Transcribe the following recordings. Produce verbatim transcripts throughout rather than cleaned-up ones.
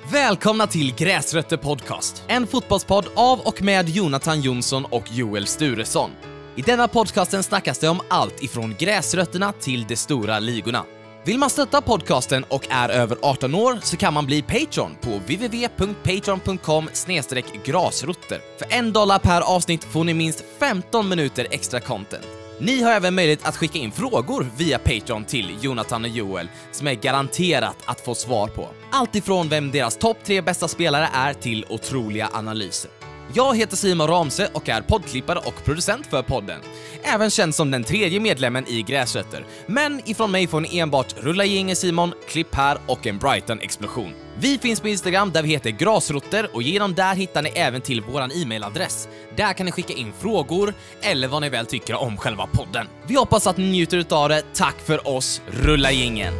Välkomna till Gräsrötter podcast, en fotbollspodd av och med Jonathan Jonsson och Joel Sturesson. I denna podcasten snackas det om allt ifrån gräsrötterna till de stora ligorna. Vill man stötta podcasten och är över arton år så kan man bli Patreon på w w w punkt patreon punkt com slash grasrotter. För en dollar per avsnitt får ni minst femton minuter extra content. Ni har även möjlighet att skicka in frågor via Patreon till Jonathan och Joel som är garanterat att få svar på. Allt ifrån vem deras topp tre bästa spelare är till otroliga analyser. Jag heter Simon Ramse och är poddklippare och producent för podden. Även känd som den tredje medlemmen i Gräsrötter. Men ifrån mig får ni enbart rulla gängen Simon, klipp här och en Brighton-explosion. Vi finns på Instagram där vi heter Grasrotter och genom där hittar ni även till våran e-mailadress. Där kan ni skicka in frågor eller vad ni väl tycker om själva podden. Vi hoppas att ni njuter utav det. Tack för oss, rulla gängen!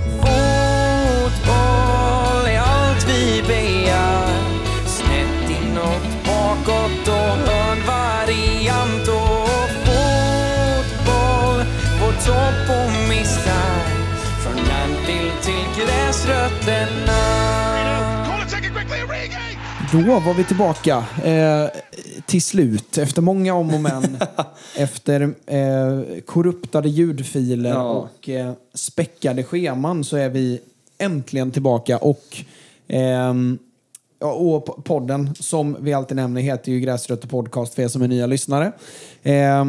Fotboll är allt vi begär. Snett inåt, bakåt och hörnvariant. Och fotboll på topp och missar. Från Anfield till Gräsrötterna. Då var vi tillbaka eh, till slut efter många om och men. Efter eh, korruptade ljudfiler Ja. och eh, späckade scheman så är vi äntligen tillbaka. Och, eh, ja, och podden som vi alltid nämner heter ju Gräsrötter podcast för er som är nya lyssnare. Eh,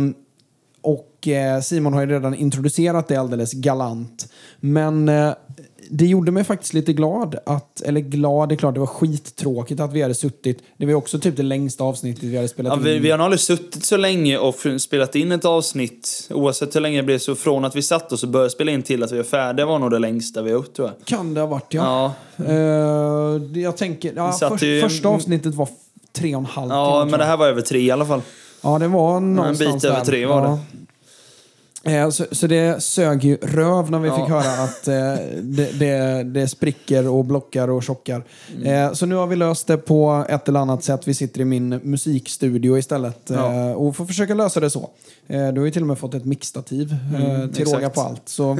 och eh, Simon har ju redan introducerat det alldeles galant. Men eh, det gjorde mig faktiskt lite glad att, eller glad, det är klart det var skittråkigt att vi hade suttit. Det var också typ det längsta avsnittet vi hade spelat Ja, in. vi, vi har nog aldrig suttit så länge och spelat in ett avsnitt. Oavsett hur länge det blev, så från att vi satt oss och började spela in till att vi var färdiga var nog det längsta vi har gjort, tror jag. Kan det ha varit, ja. Ja, Uh, jag tänker, ja, satt för, ju- första avsnittet var tre och en halv ja timme, men tror det jag. här var över tre i alla fall. Ja, det var någonstans bit över där. tre var det. Ja. Eh, Så, så det sög ju röv när vi Ja. fick höra att eh, det, det, det spricker och blockar och tjockar. Mm. Eh, så nu har vi löst det på ett eller annat sätt. Vi sitter i min musikstudio istället Ja. eh, och får försöka lösa det så. Eh, du har ju till och med fått ett mixtativ eh, Mm, till exakt. råga på allt. Så,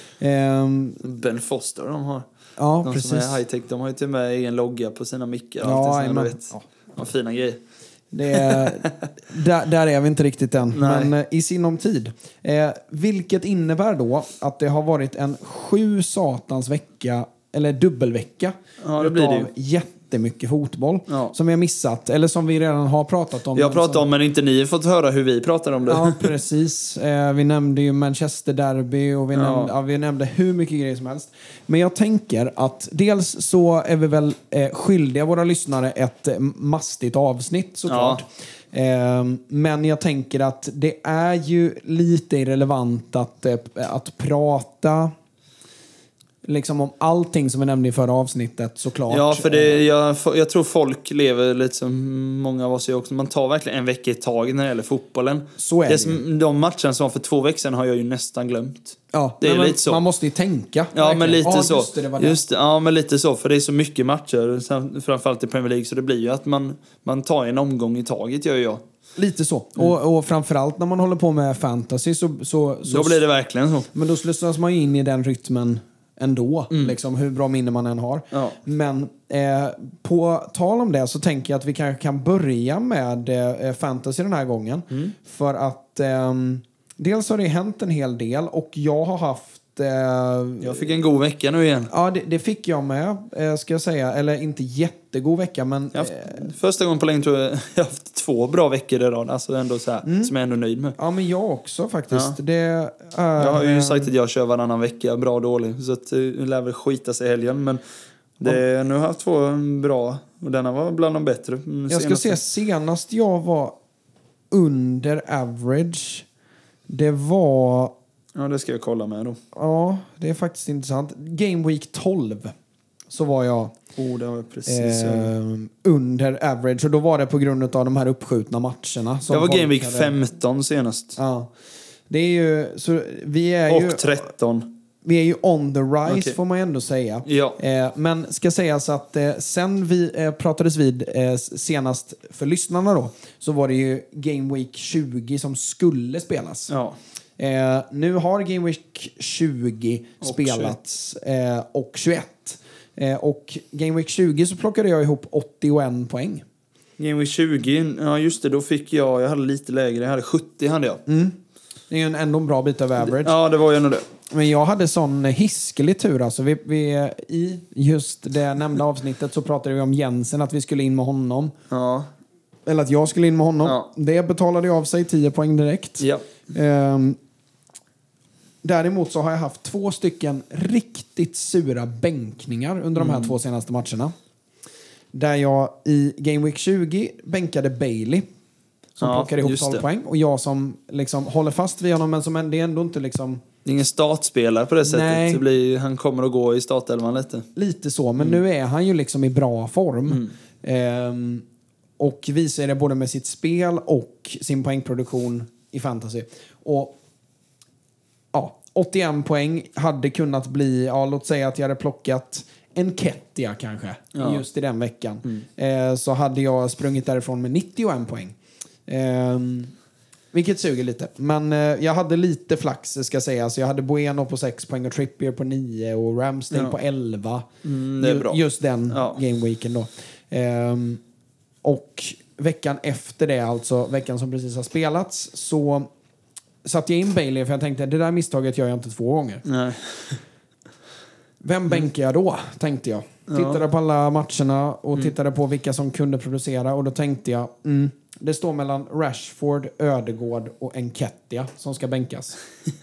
ehm, Ben Foster de har. ja, De precis. som är high-tech, de har ju till och med egen logga på sina mickar. Ja, Ja, jajamän. vet. Ja. Ja, fina grejer. Det är, där, där är vi inte riktigt än, Nej. men eh, i sinom tid. Eh, vilket innebär då att det har varit en sju satans vecka, eller dubbelvecka, Ja, det blir det ju. utav jättemycket fotboll Ja. som vi har missat, eller som vi redan har pratat om. Vi har men pratat som- om, men inte ni har fått höra hur vi pratar om det. Ja, precis. Eh, vi nämnde ju Manchester Derby och vi, Ja. nämnde, ja, vi nämnde hur mycket grejer som helst. Men jag tänker att dels så är vi väl eh, skyldiga våra lyssnare ett eh, mastigt avsnitt såklart. Eh, men jag tänker att det är ju lite irrelevant att, eh, att prata liksom om allting som vi nämnde i förra avsnittet såklart. Ja, för det, jag, jag tror folk lever lite som många av oss gör också. Man tar verkligen en vecka i taget när det gäller fotbollen. Så är det det som, de matcherna som var för två veckor sedan har jag ju nästan glömt. Ja, det är men man, lite så. Man måste ju tänka. Ja, verkligen. men lite Ja, så. Just det, det var det. Just det, ja, men lite så. För det är så mycket matcher, sen- framförallt i Premier League. Så det blir ju att man, man tar en omgång i taget, gör jag. Lite så. Och, och framförallt när man håller på med fantasy så... så, så Då blir det verkligen så. Men då slussas man ju in i den rytmen ändå. Liksom, hur bra minne man än har. Ja. Men eh, på tal om det så tänker jag att vi kanske kan börja med eh, fantasy den här gången. För att eh, dels har det hänt en hel del och jag har haft... Eh, Jag fick en god vecka nu igen. Ja, det, det fick jag med, eh, ska jag säga. Eller inte jättegod vecka, men... Jag har haft, eh, första gången på länge tror jag jag har haft två bra veckor i rad. Alltså ändå så här, som jag är ändå nöjd med. ja, men jag också faktiskt. Ja. Det är, Jag har ju eh, sagt att jag kör varannan vecka, bra och dålig. Så att det lär väl skita sig i helgen. Men det, nu har jag haft två bra. Och denna var bland de bättre. mm, Jag ska senaste. se, senast jag var under average, det var... Ja, det ska jag kolla med då. Ja, det är faktiskt intressant. Game Week tolv så var jag Oh, det var jag precis. eh, under average. Och då var det på grund av de här uppskjutna matcherna. Som jag var folk Game Week hade- femton senast. Ja. Det är ju... Så vi är ju... Och tretton. Vi är ju on the rise, Okej. får man ju ändå säga. Ja. Eh, men ska sägas att eh, sen vi eh, pratades vid eh, senast för lyssnarna då, så var det ju Game Week tjugo som skulle spelas. Ja. Eh, nu har Game Week tjugo Och spelats eh, och tjugoett. Eh, och Game Week tjugo så plockade jag ihop åttioen poäng. Game Week tjugo, ja just det, då fick jag, jag hade lite lägre, jag hade sjuttio hade jag. Mm. Det är ju en ändå en bra bit av average. Ja, det var ju ändå det. Men jag hade sån hiskelig tur. Alltså vi, vi, i just det nämnda avsnittet så pratade vi om Jensen, att vi skulle in med honom. Ja. Eller att jag skulle in med honom. Ja. Det betalade jag av sig tio poäng direkt. Ja. Um, däremot så har jag haft två stycken riktigt sura bänkningar under de här mm. två senaste matcherna. Där jag i Game Week tjugo bänkade Bailey. Som ja, plockar ihop tolv poäng. Och jag som liksom håller fast vid honom, men som det är ändå inte liksom... Det är ingen startspelare på det sättet. Nej. Det blir, han kommer att gå i startelvan lite. Lite så, men mm. nu är han ju liksom i bra form. Mm. Um, och visar det både med sitt spel och sin poängproduktion i fantasy. Och ja, åttioen poäng hade kunnat bli, ja, låt säga att jag hade plockat en Kettia kanske, ja. just i den veckan. Mm. Uh, så hade jag sprungit därifrån med nittioen poäng. Um, vilket suger lite. Men uh, jag hade lite flax, ska jag säga. Så jag hade Bueno på sex poäng och Trippier på nio och Ramsdale ja. på elva. Mm, det är bra. Just den ja. gameweeken då. Um, och veckan efter det, alltså veckan som precis har spelats, så satt jag in Bailey, för jag tänkte, det där misstaget gör jag inte två gånger. Nej. Vem bänkar jag då, tänkte jag. Tittade ja. på alla matcherna och mm. tittade på vilka som kunde producera, och då tänkte jag, mm, det står mellan Rashford, Ödegård och Enketia som ska bänkas.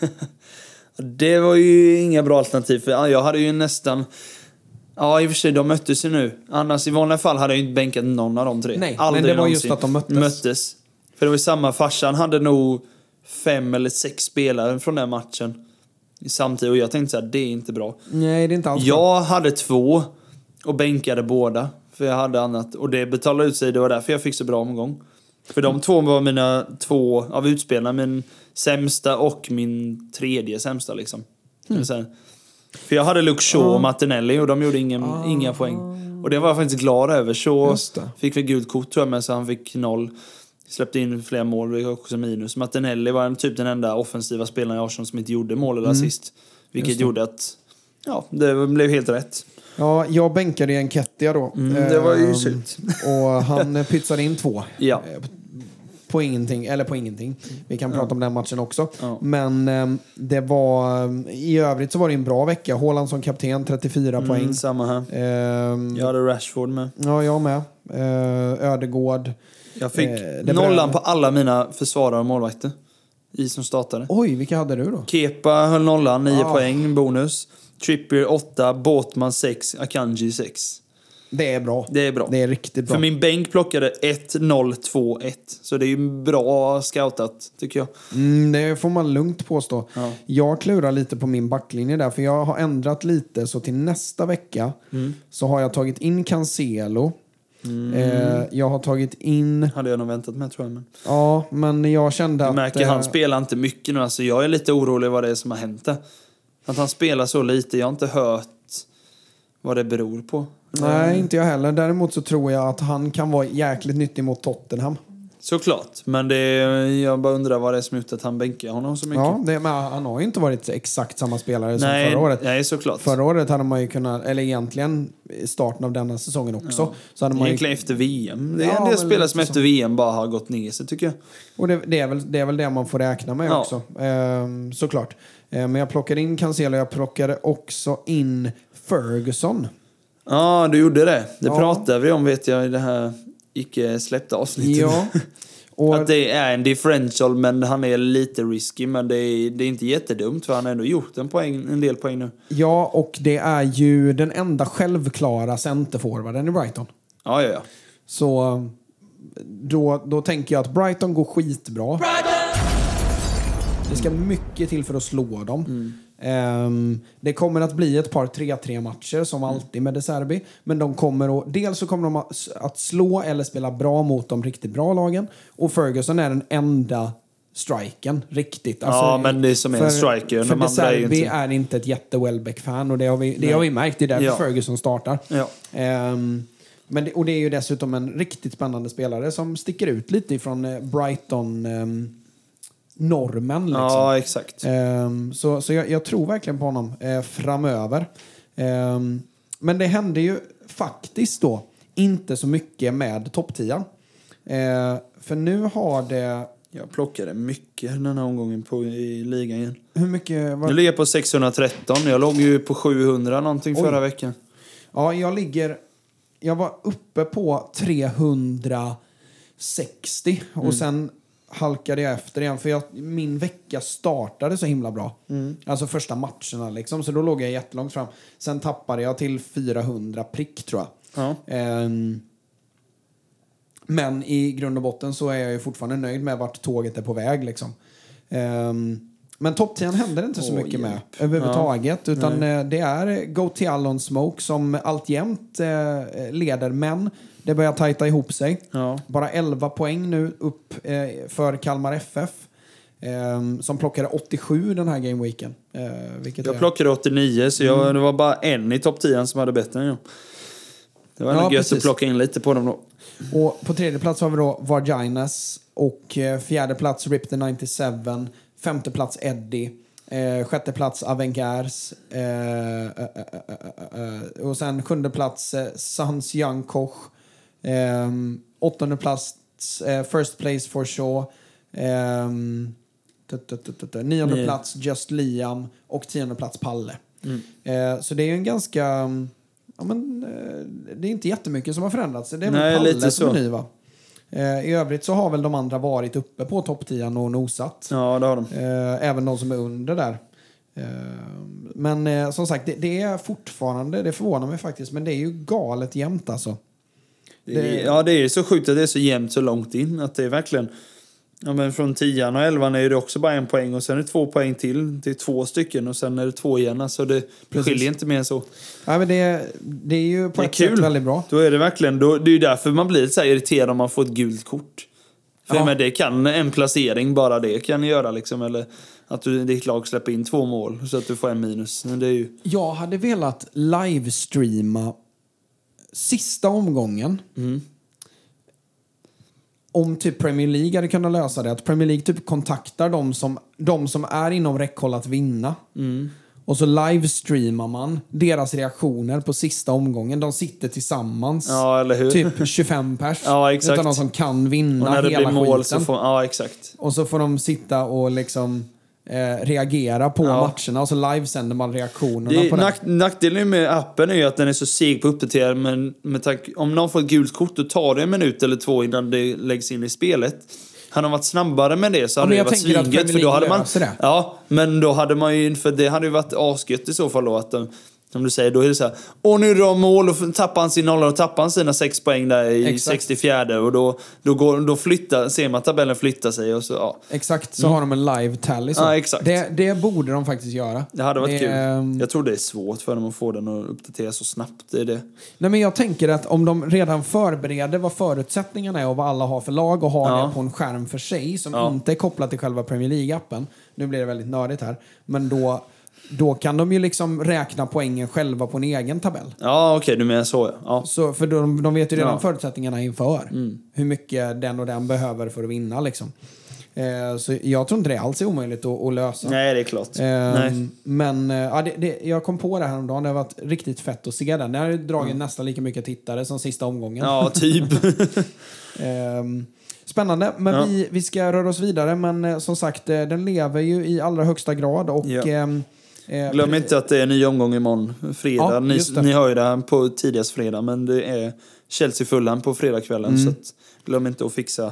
Det var ju inga bra alternativ, för jag hade ju nästan... Ja, i och för sig, de möttes ju nu. Annars i vanliga fall hade jag inte bänkat någon av de tre. Nej, Aldrig men det var någonsin. just att de möttes. möttes. För det var ju samma, farsan hade nog fem eller sex spelare från den matchen samtidigt. Och jag tänkte så här, det är inte bra. Nej, det är inte alls Jag bra. hade två och bänkade båda. För jag hade annat. Och det betalade ut sig, det var därför jag fick så bra omgång. För de två var mina två av utspelarna. Min sämsta och min tredje sämsta liksom. Mm. Så här. För jag hade Luke Shaw och Martinelli och de gjorde ingen, ah. inga poäng. Och det var jag faktiskt glad över. Shaw fick väl gult kort tror jag, men så han fick noll. Släppte in flera mål, det var också minus. Martinelli var typ den enda offensiva spelaren i Arsenal som inte gjorde mål eller assist. Mm. Vilket gjorde att ja, det blev helt rätt. Ja, jag bänkade en Kettia då. Mm, det var ju synd. Och han pytsade in två. Ja. På ingenting, eller på ingenting. Vi kan prata ja. om den matchen också. Ja. Men eh, det var, i övrigt så var det en bra vecka. Haaland som kapten, trettiofyra mm, poäng. Samma här. Eh, jag hade Rashford med. Ja, jag med. Eh, Ödegård. Jag fick eh, nollan på alla mina försvarare och målvakter i som startade. Oj, vilka hade du då? Kepa höll nollan, nio ah. poäng, bonus. Trippier åtta, Båtman sex, Akanji sex. Det är bra. Det är bra. Det är riktigt bra. För min bänk plockade ett noll två ett. Så det är ju bra scoutat, tycker jag. Mm, det får man lugnt påstå. Ja. Jag klurar lite på min backlinje där. För jag har ändrat lite. Så till nästa vecka mm. så har jag tagit in Cancelo. Mm. Eh, jag har tagit in... Hade jag nog väntat med, tror jag. Men... Ja, men jag kände du att... märker, han spelar inte mycket nu. Alltså, jag är lite orolig vad det är som har hänt där. Att han spelar så lite. Jag har inte hört vad det beror på. Nej, inte jag heller. Däremot så tror jag att han kan vara jäkligt nyttig mot Tottenham. Såklart. Men det, jag bara undrar vad det är som gjort att han bänkar honom så mycket. Ja, det, men han har ju inte varit exakt samma spelare nej, som förra året. Nej, såklart. Förra året hade man ju kunnat, eller egentligen starten av denna säsongen också. Ja. Så hade man egentligen ju... efter V M. Det är ja, en del spelare som efter så. V M bara har gått ner sig, tycker jag. Och det, det, är väl, det är väl det man får räkna med ja. också. Ehm, såklart. Ehm, men jag plockade in Cancelo, jag plockade också in Ferguson. Ja, du gjorde det. Det ja. pratade vi om, vet jag, i det här icke släppta avsnittet. Ja. Och att det är en differential, men han är lite risky. Men det är, det är inte jättedumt, för han har ändå gjort en, poäng, en del poäng nu. Ja, och det är ju den enda självklara centerforwarden i Brighton. Ja, ja, ja. Så då, då tänker jag att Brighton går skitbra. Brighton! Det ska mycket till för att slå dem. Mm. Um, det kommer att bli ett par tre tre matcher som alltid med De Serbi, men de kommer att, dels så kommer de att slå eller spela bra mot de riktigt bra lagen, och Ferguson är den enda striken riktigt. Alltså, ja, men det är som för, en striker. För De Serbi är, är inte ett jätte-Welbeck-fan, och det har vi, det har vi märkt. Det är därför ja. Ferguson startar. Ja. Um, men det, och det är ju dessutom en riktigt spännande spelare som sticker ut lite ifrån Brighton um, normen liksom. Ja, exakt. Um, så så jag, jag tror verkligen på honom uh, framöver. Um, men det hände ju faktiskt då inte så mycket med topptian. Eh, för nu har det... Jag plockade mycket den här omgången på, i ligan igen. Hur mycket... Var... Nu ligger jag på sexhundratretton. Jag låg ju på sjuhundra någonting Oj. förra veckan. Ja, jag ligger... Jag var uppe på trehundrasextio och Mm. sen halkade jag efter igen. För jag, min vecka startade så himla bra. Mm. Alltså första matcherna liksom. Så då låg jag jättelångt fram. Sen tappade jag till fyrahundra prick tror jag. Ja. Ehm, men i grund och botten så är jag ju fortfarande nöjd med vart tåget är på väg liksom. Ehm, men topptian händer inte så Åh, mycket med hjälp. överhuvudtaget. Ja. Utan eh, det är Gotial on Smoke som alltjämt eh, leder. Men det börjar tajta ihop sig. Ja. Bara elva poäng nu upp eh, för Kalmar F F. Eh, som plockade åttiosju den här gameweeken. Eh, vilket Jag är... plockade åttionio, så jag, Mm. det var bara en i topp tio som hade bättre än jag. Det var Ja, nog gött precis. att plocka in lite på dem då. Och på tredje plats har vi då Varginas. Och eh, fjärde plats Rip the nittiosju. Femte plats Eddie. Eh, sjätte plats Avengers. Eh, eh, eh, eh, eh, och sen sjunde plats eh, Sans Young Koch. Eh, åttonde plats eh, First Place for Shaw. Eh, tut, tut, tut, tut, nionde Nio. plats Just Liam. Och tionde plats Palle. Mm. Eh, så det är ju en ganska... Ja, men, eh, det är inte jättemycket som har förändrats. Det är väl Nej, Palle lite som är så. ny, va? Eh, I övrigt så har väl de andra varit uppe på topptian och nosat. Ja, det har de. Eh, även de som är under där. Eh, men eh, som sagt, det, det är fortfarande, det förvånar mig faktiskt, men det är ju galet jämnt alltså. Det... Det- Ja, det är så sjukt att det är så jämnt så långt in. Att det är verkligen... Ja, men från tian och elvan är det också bara en poäng. Och sen är det två poäng till. Det är två stycken. Och sen är det två igen. Alltså det Precis. skiljer inte mer än så. Ja, men det, det är ju på Det är ett sätt kul. väldigt bra. Då är det verkligen... Då, det är ju därför man blir så här irriterad om man får ett gult kort. För Ja. men det kan en placering, bara det kan göra liksom. Eller att du, ditt lag släpper in två mål så att du får en minus. Men det är ju... Jag hade velat livestreama sista omgången. Mm. Om typ Premier League hade kunnat lösa det. Att Premier League typ kontaktar de som, de som är inom räckhåll att vinna. Mm. Och så livestreamar man deras reaktioner på sista omgången. De sitter tillsammans. Ja, eller hur? Typ tjugofem pers. Ja, exakt. Utan någon som kan vinna Och när det hela blir mål skiten. så får... Ja, exakt. Och så får de sitta och liksom eh, reagera på Ja. matcherna. Och så livesänder man reaktionerna Det är, på det. nack, nackdelen med appen är ju att den är så seg på uppdatering. Men med tack, om någon får ett gult kort, då tar det en minut eller två innan det läggs in i spelet. Hade de varit snabbare med det så Ja, hade men det jag varit tänker att svingött. Premier För då hade League man, löser det. ja, men då hade man ju... För det hade ju varit asgött i så fall då. Att de, som du säger, då är det så här... Åh, nu är det mål och tappar han sin nolla och tappar han sina sex poäng där i Exakt. sextiofyra. Och då, då, går, då flyttar, ser man att tabellen flyttar sig och så... Ja. Exakt, så har de en live tally. Så. Ja, exakt. Det, det borde de faktiskt göra. Det hade varit det, kul. ehm, Jag tror det är svårt för dem att få den att uppdatera så snabbt. Det är det. Nej, men jag tänker att om de redan förbereder vad förutsättningarna är och vad alla har för lag och har Ja. det på en skärm för sig som Ja. inte är kopplat till själva Premier League-appen. Nu blir det väldigt nördigt här. Men då, då kan de ju liksom räkna poängen själva på en egen tabell. Ja, okej, du menar så. Ja. Så, för de, de vet ju redan Ja. förutsättningarna inför. Mm. Hur mycket den och den behöver för att vinna. Liksom. Eh, så jag tror inte det alls är omöjligt att, att lösa. Nej, det är klart. Eh, Nej. Men eh, ja, det, det, jag kom på det här om dagen. Det har varit riktigt fett att se den. Den har ju dragit nästan lika mycket tittare som sista omgången. Ja, typ. Ehm, Spännande, men Ja. vi, vi ska röra oss vidare. Men eh, som sagt, eh, den lever ju i allra högsta grad. Och, Ja. ehm, eh, Glöm inte att det är en ny omgång imorgon, fredag. Ja, ni, just det. ni hör ju det här på tidigast fredag, men det är Chelsea-Fulham på fredagskvällen. Mm. Så att, glöm inte att fixa,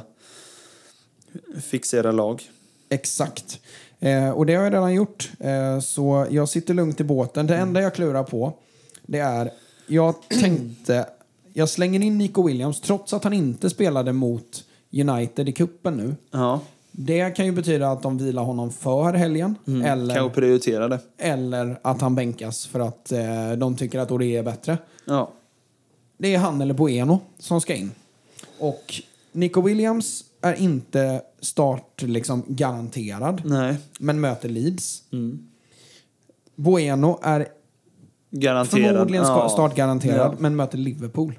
fixa era lag. Exakt. Eh, och det har jag redan gjort. Eh, så jag sitter lugnt i båten. Det enda jag klurar på, det är... Jag tänkte... Jag slänger in Nico Williams, trots att han inte spelade mot United i kuppen nu. Ja, Det kan ju betyda att de vilar honom för helgen. mm. Eller, Kanske prioritera det. eller att han bänkas för att eh, de tycker att Ore är bättre. Ja. Det är han eller Bueno som ska in. Och Nico Williams är inte start liksom garanterad. Nej. Men möter Leeds. Mm. Bueno är Garanterad. förmodligen ska- Ja. startgaranterad. Ja. Men möter Liverpool.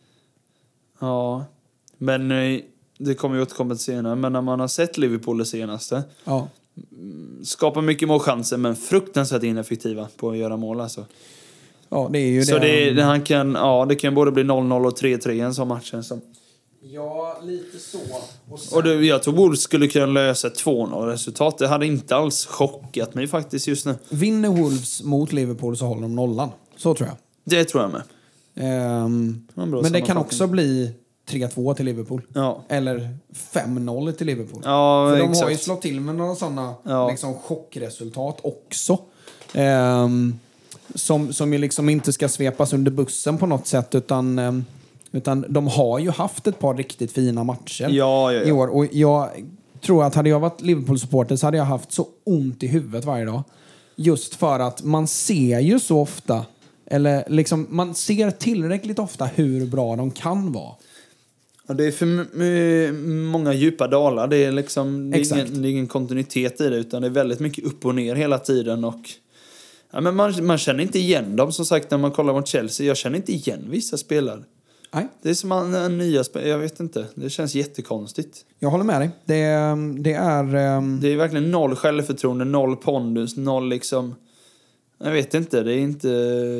Ja. Men eh, det kommer ju återkomma till senare. Men när man har sett Liverpool det senaste. Ja. Skapar mycket målchanser, men fruktansvärt ineffektiva på att göra mål alltså. Ja, det är ju Så det. det, han kan, ja, det kan både bli noll noll och tre tre en sån matchen. Som. Ja, lite så. Och, sen... Och det, jag tror Wolves skulle kunna lösa två noll resultat. Det hade inte alls chockat mig faktiskt just nu. Vinner Wolves mot Liverpool så håller de nollan. Så tror jag. Det tror jag med. Um, men det kan också bli tre två till Liverpool. Ja. Eller fem noll till Liverpool. Ja, För de exakt. har ju slått till med några sådana Ja. liksom, chockresultat också. Um, som, som ju liksom inte ska svepas under bussen på något sätt. Utan, um, utan de har ju haft ett par riktigt fina matcher Ja, ja, ja. i år. Och jag tror att hade jag varit Liverpool-supporter så hade jag haft så ont i huvudet varje dag. Just för att man ser ju så ofta, eller liksom man ser tillräckligt ofta hur bra de kan vara. Ja, det är för m- många djupa dalar. Det är liksom det är ingen, det är ingen kontinuitet i det, utan det är väldigt mycket upp och ner hela tiden. Och, ja, men man, man känner inte igen dem, som sagt, när man kollar mot Chelsea. Jag känner inte igen vissa spelare. Nej. Det är som en, en nya spelare, jag vet inte. Det känns jättekonstigt. Jag håller med dig. Det, det är... Um... Det är verkligen noll självförtroende, noll pondus, noll liksom... Jag vet inte, det är inte...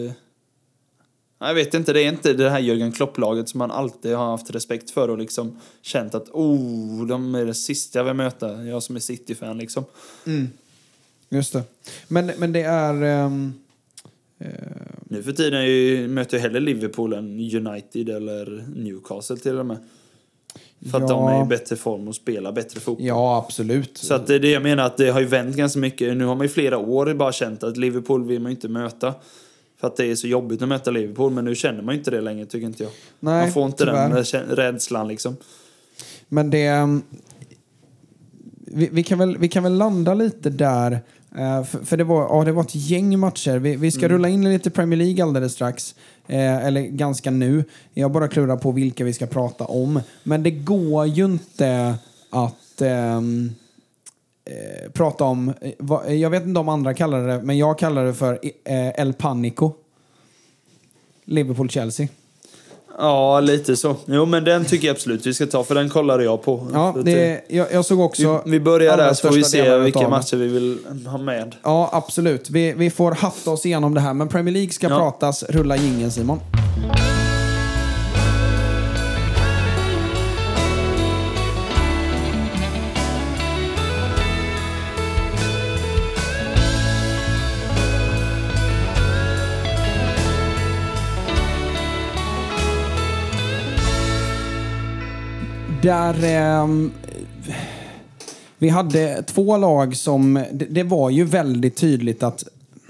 Jag vet inte, det är inte det här Jürgen Klopp-laget som man alltid har haft respekt för och liksom känt att oh, de är det sista jag vill möta, jag som är City-fan liksom. Mm. Just det. Men, men det är... Um, uh... Nu för tiden är ju, möter jag hellre Liverpool än United eller Newcastle till och med. För ja. att de är i bättre form och spelar bättre fotboll. Ja, absolut. Så att det är det jag menar, att det har ju vänt ganska mycket. Nu har man i flera år bara känt att Liverpool vill man inte möta. För att det är så jobbigt att möta Liverpool. Men nu känner man inte det längre, tycker inte jag. Nej, man får inte tyvärr. den rädslan liksom. Men det... Vi, vi, kan väl, vi kan väl landa lite där. Uh, för, för det var, ja, det var ett gäng matcher. Vi, vi ska mm. rulla in lite Premier League alldeles strax. Uh, eller ganska nu. Jag bara klurar på vilka vi ska prata om. Men det går ju inte att... Um, Eh, prata om, eh, vad, jag vet inte om andra kallar det, men jag kallar det för eh, El Panico. Liverpool-Chelsea. Ja, lite så. Jo, men den tycker jag absolut vi ska ta, för den kollade jag på. Ja, det, jag, jag såg också... Vi, vi börjar där så får vi se vilka matcher vi vill ha med. Ja, absolut. Vi, vi får hatta oss igenom det här, men Premier League ska ja. pratas. Rulla jingeln, Simon. Där eh, vi hade två lag som... Det, det var ju väldigt tydligt att...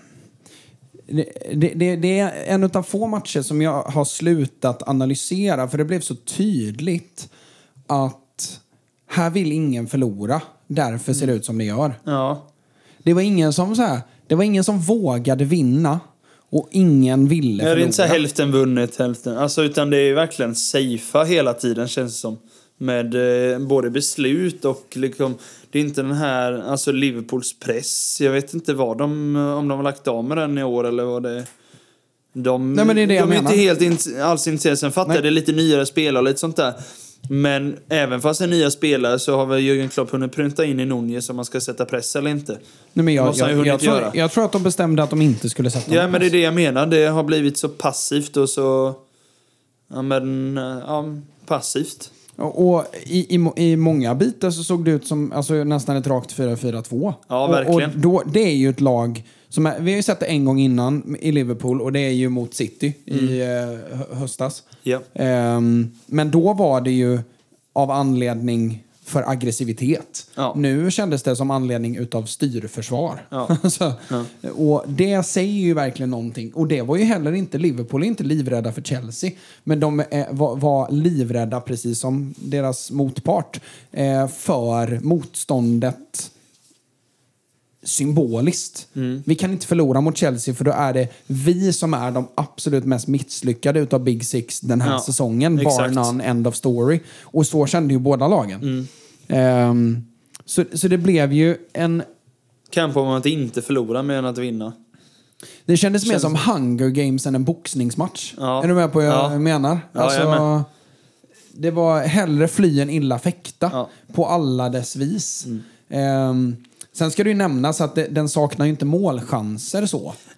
Det, det, det är en av få matcher som jag har slutat analysera. För det blev så tydligt att här vill ingen förlora. Därför ser det ut som det gör. Ja. Det var ingen som så här, det var ingen som vågade vinna. Och ingen ville förlora. Det är inte så här hälften vunnet, hälften. Alltså, utan det är verkligen safea hela tiden, känns det som. Med eh, både beslut och liksom, det är inte den här, alltså Liverpools press. Jag vet inte vad de, om de har lagt av med den i år eller vad det de, Nej, men det är det de jag är menar. inte helt in, alls intresserade. Sen fattar jag, det är lite nyare spelare och lite sånt där. Men även fast det är nya spelare så har väl Jürgen Klopp hunnit prynta in i Nunez om man ska sätta press eller inte. Nej, men jag, Måste han jag, ju jag, hunnit tror, göra. jag tror att de bestämde att de inte skulle sätta Ja, press. men det är det jag menar. Det har blivit så passivt och så... Ja, men... Ja, passivt. Och i, i, i många bitar så såg det ut som alltså, nästan ett rakt fyra fyra två. Ja, verkligen. Och, och då, det är ju ett lag som är, vi har ju sett det en gång innan i Liverpool och det är ju mot City mm. i uh, höstas. Ja. Um, men då var det ju av anledning för aggressivitet. Ja. Nu kändes det som anledning utav styrförsvar. Ja. så, ja. Och det säger ju verkligen någonting. Och det var ju heller inte, Liverpool är inte livrädda för Chelsea. Men de är, var, var livrädda, precis som deras motpart, eh, för motståndet symboliskt. Mm. Vi kan inte förlora mot Chelsea för då är det vi som är de absolut mest misslyckade utav Big Six den här ja, säsongen. Bar none, end of story. Och så kände ju båda lagen. Mm. Um, så, så det blev ju en... Kamp om att inte förlora mer än att vinna. Det kändes mer som Hunger Games än en boxningsmatch. Ja. Är du med på vad jag ja. menar? Ja, alltså, jag är med. Det var hellre fly än illa fäkta. Ja. På alla dess vis. Mm. Um, Sen ska det ju nämnas att det, den saknar ju inte målchanser så.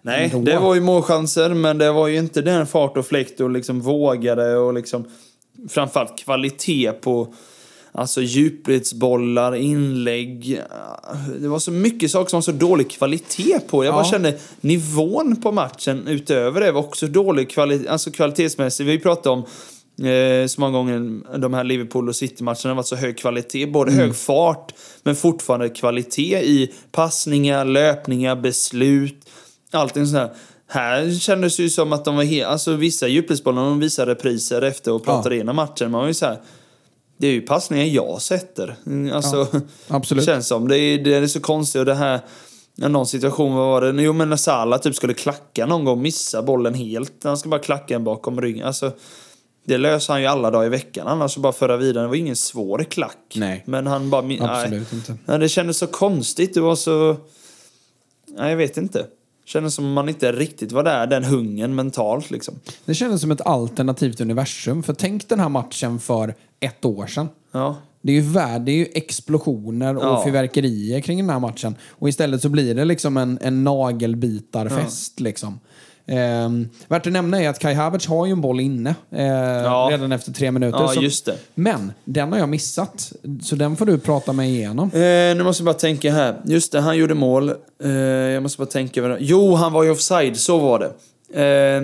Nej, ändå. det var ju målchanser, men det var ju inte den fart och fläkt och liksom vågade och liksom framförallt kvalitet på alltså djupledsbollar, inlägg. Det var så mycket saker som var så dålig kvalitet på. Jag Ja. bara kände nivån på matchen utöver det var också dålig kvalitet, alltså kvalitetsmässigt. Vi har ju pratat om eh, så många gånger de här Liverpool och City-matcherna har varit så hög kvalitet, både mm. hög fart men fortfarande kvalitet i passningar, löpningar, beslut, allting sånt här. Här kändes det ju som att de var helt, alltså vissa djupledsbollar de visade repriser efter och pratade ja. igenom matchen. Man var ju så här, det är ju passningar jag sätter. Alltså, ja, absolut. Känns som. Det är, det är så konstigt. Och det här, någon situation var det, jo men när Salah typ skulle klacka någon gång, missa bollen helt. Han ska bara klacka en bakom ryggen. Alltså, det löser han ju alla dagar i veckan. Annars så bara föra vidare. Det var ingen svår klack. Nej. Men han bara, absolut nej. inte. Nej, det kändes så konstigt. Det var så, nej jag vet inte. Kändes som man inte riktigt var där, den hungern mentalt liksom. Det kändes som ett alternativt universum. För tänk den här matchen för ett år sedan. Ja. Det är ju värld, det är ju explosioner och ja. fyrverkerier kring den här matchen. Och istället så blir det liksom en, en nagelbitarfest ja. liksom. Eh, värt att nämna är att Kai Havertz har ju en boll inne eh, ja. redan efter tre minuter. Ja, så, just det. Men den har jag missat. Så den får du prata mig igenom. Eh, nu måste jag bara tänka här. Just det, han gjorde mål. Eh, jag måste bara tänka. Vad det... Jo, han var ju offside, så var det. Eh,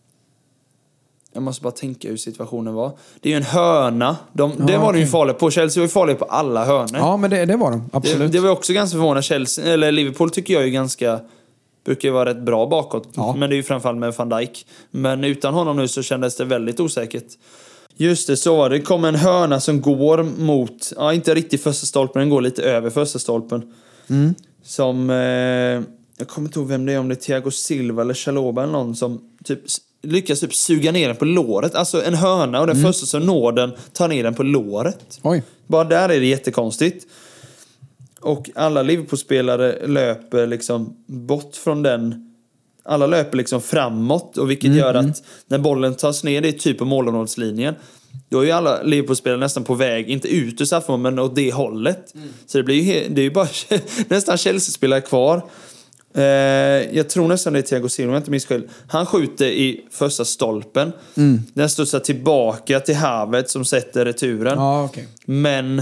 jag måste bara tänka hur situationen var. Det är ju en hörna. De, ja, det var okay. de ju farliga på. Chelsea var ju farliga på alla hörnor. Ja, men det, det var de. Absolut. Det, det var också ganska förvånande. Chelsea, eller Liverpool tycker jag är ganska... brukar ju vara rätt bra bakåt. Ja. Men det är ju framförallt med Van Dijk. Men utan honom nu så kändes det väldigt osäkert. Just det, så var det. Det kom en hörna som går mot... Ja, inte riktigt första stolpen. Den går lite över första stolpen. Mm. Som... Eh, jag kommer inte ihåg vem det är. Om det är Thiago Silva eller Chalobah eller någon som typ lyckas typ suga ner den på låret. Alltså en hörna och den mm. första som når den tar ner den på låret. Oj. Bara där är det jättekonstigt. Och alla Liverpool-spelare löper liksom bort från den. Alla löper liksom framåt. Och vilket mm, gör att mm. när bollen tas ner, det är typ på målområdeslinjen. Då är ju alla Liverpool-spelare nästan på väg, inte ut ur straffområdet, men åt det hållet. Mm. Så det blir ju, det är ju bara nästan Chelsea-spelare kvar. Eh, jag tror nästan det är Thiago Silva, om jag inte minns själv. Han skjuter i första stolpen. Mm. Den studsar tillbaka till Havertz som sätter returen. Ja, okay. Men...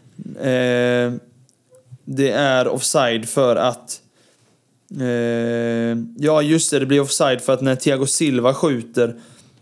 Eh, det är offside för att eh, ja just det, det blir offside för att när Thiago Silva skjuter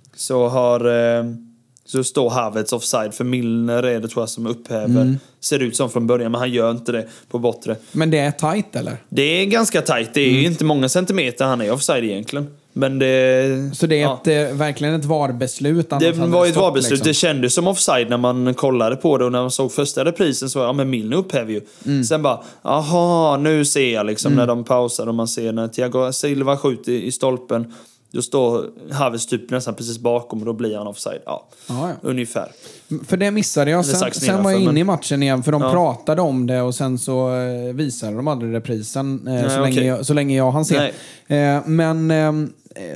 så har eh, så står Havertz offside, för Milner är det tror jag som upphäver. Mm. Ser ut som från början, men han gör inte det på bortre. Men det är tight eller? Det är ganska tight, det är mm. ju inte många centimeter han är offside egentligen. Men det, så det är ja. ett, verkligen ett VAR-beslut? Det var ju ett VAR-beslut. Liksom. Det kändes som offside när man kollade på det. Och när man såg första reprisen så var ja, men Milner upphäver ju. Mm. Sen bara, aha, nu ser jag liksom mm. när de pausar och man ser när Thiago Silva skjuter i, i stolpen. Då står Havertz typ nästan precis bakom och då blir han offside. Ja, ja, ja. Ungefär. För det missade jag. Sen, sen var jag inne i matchen igen för de ja. pratade om det och sen så eh, visade de aldrig reprisen eh, Nej, så, okay. länge jag, så länge jag hann se. Eh, men eh,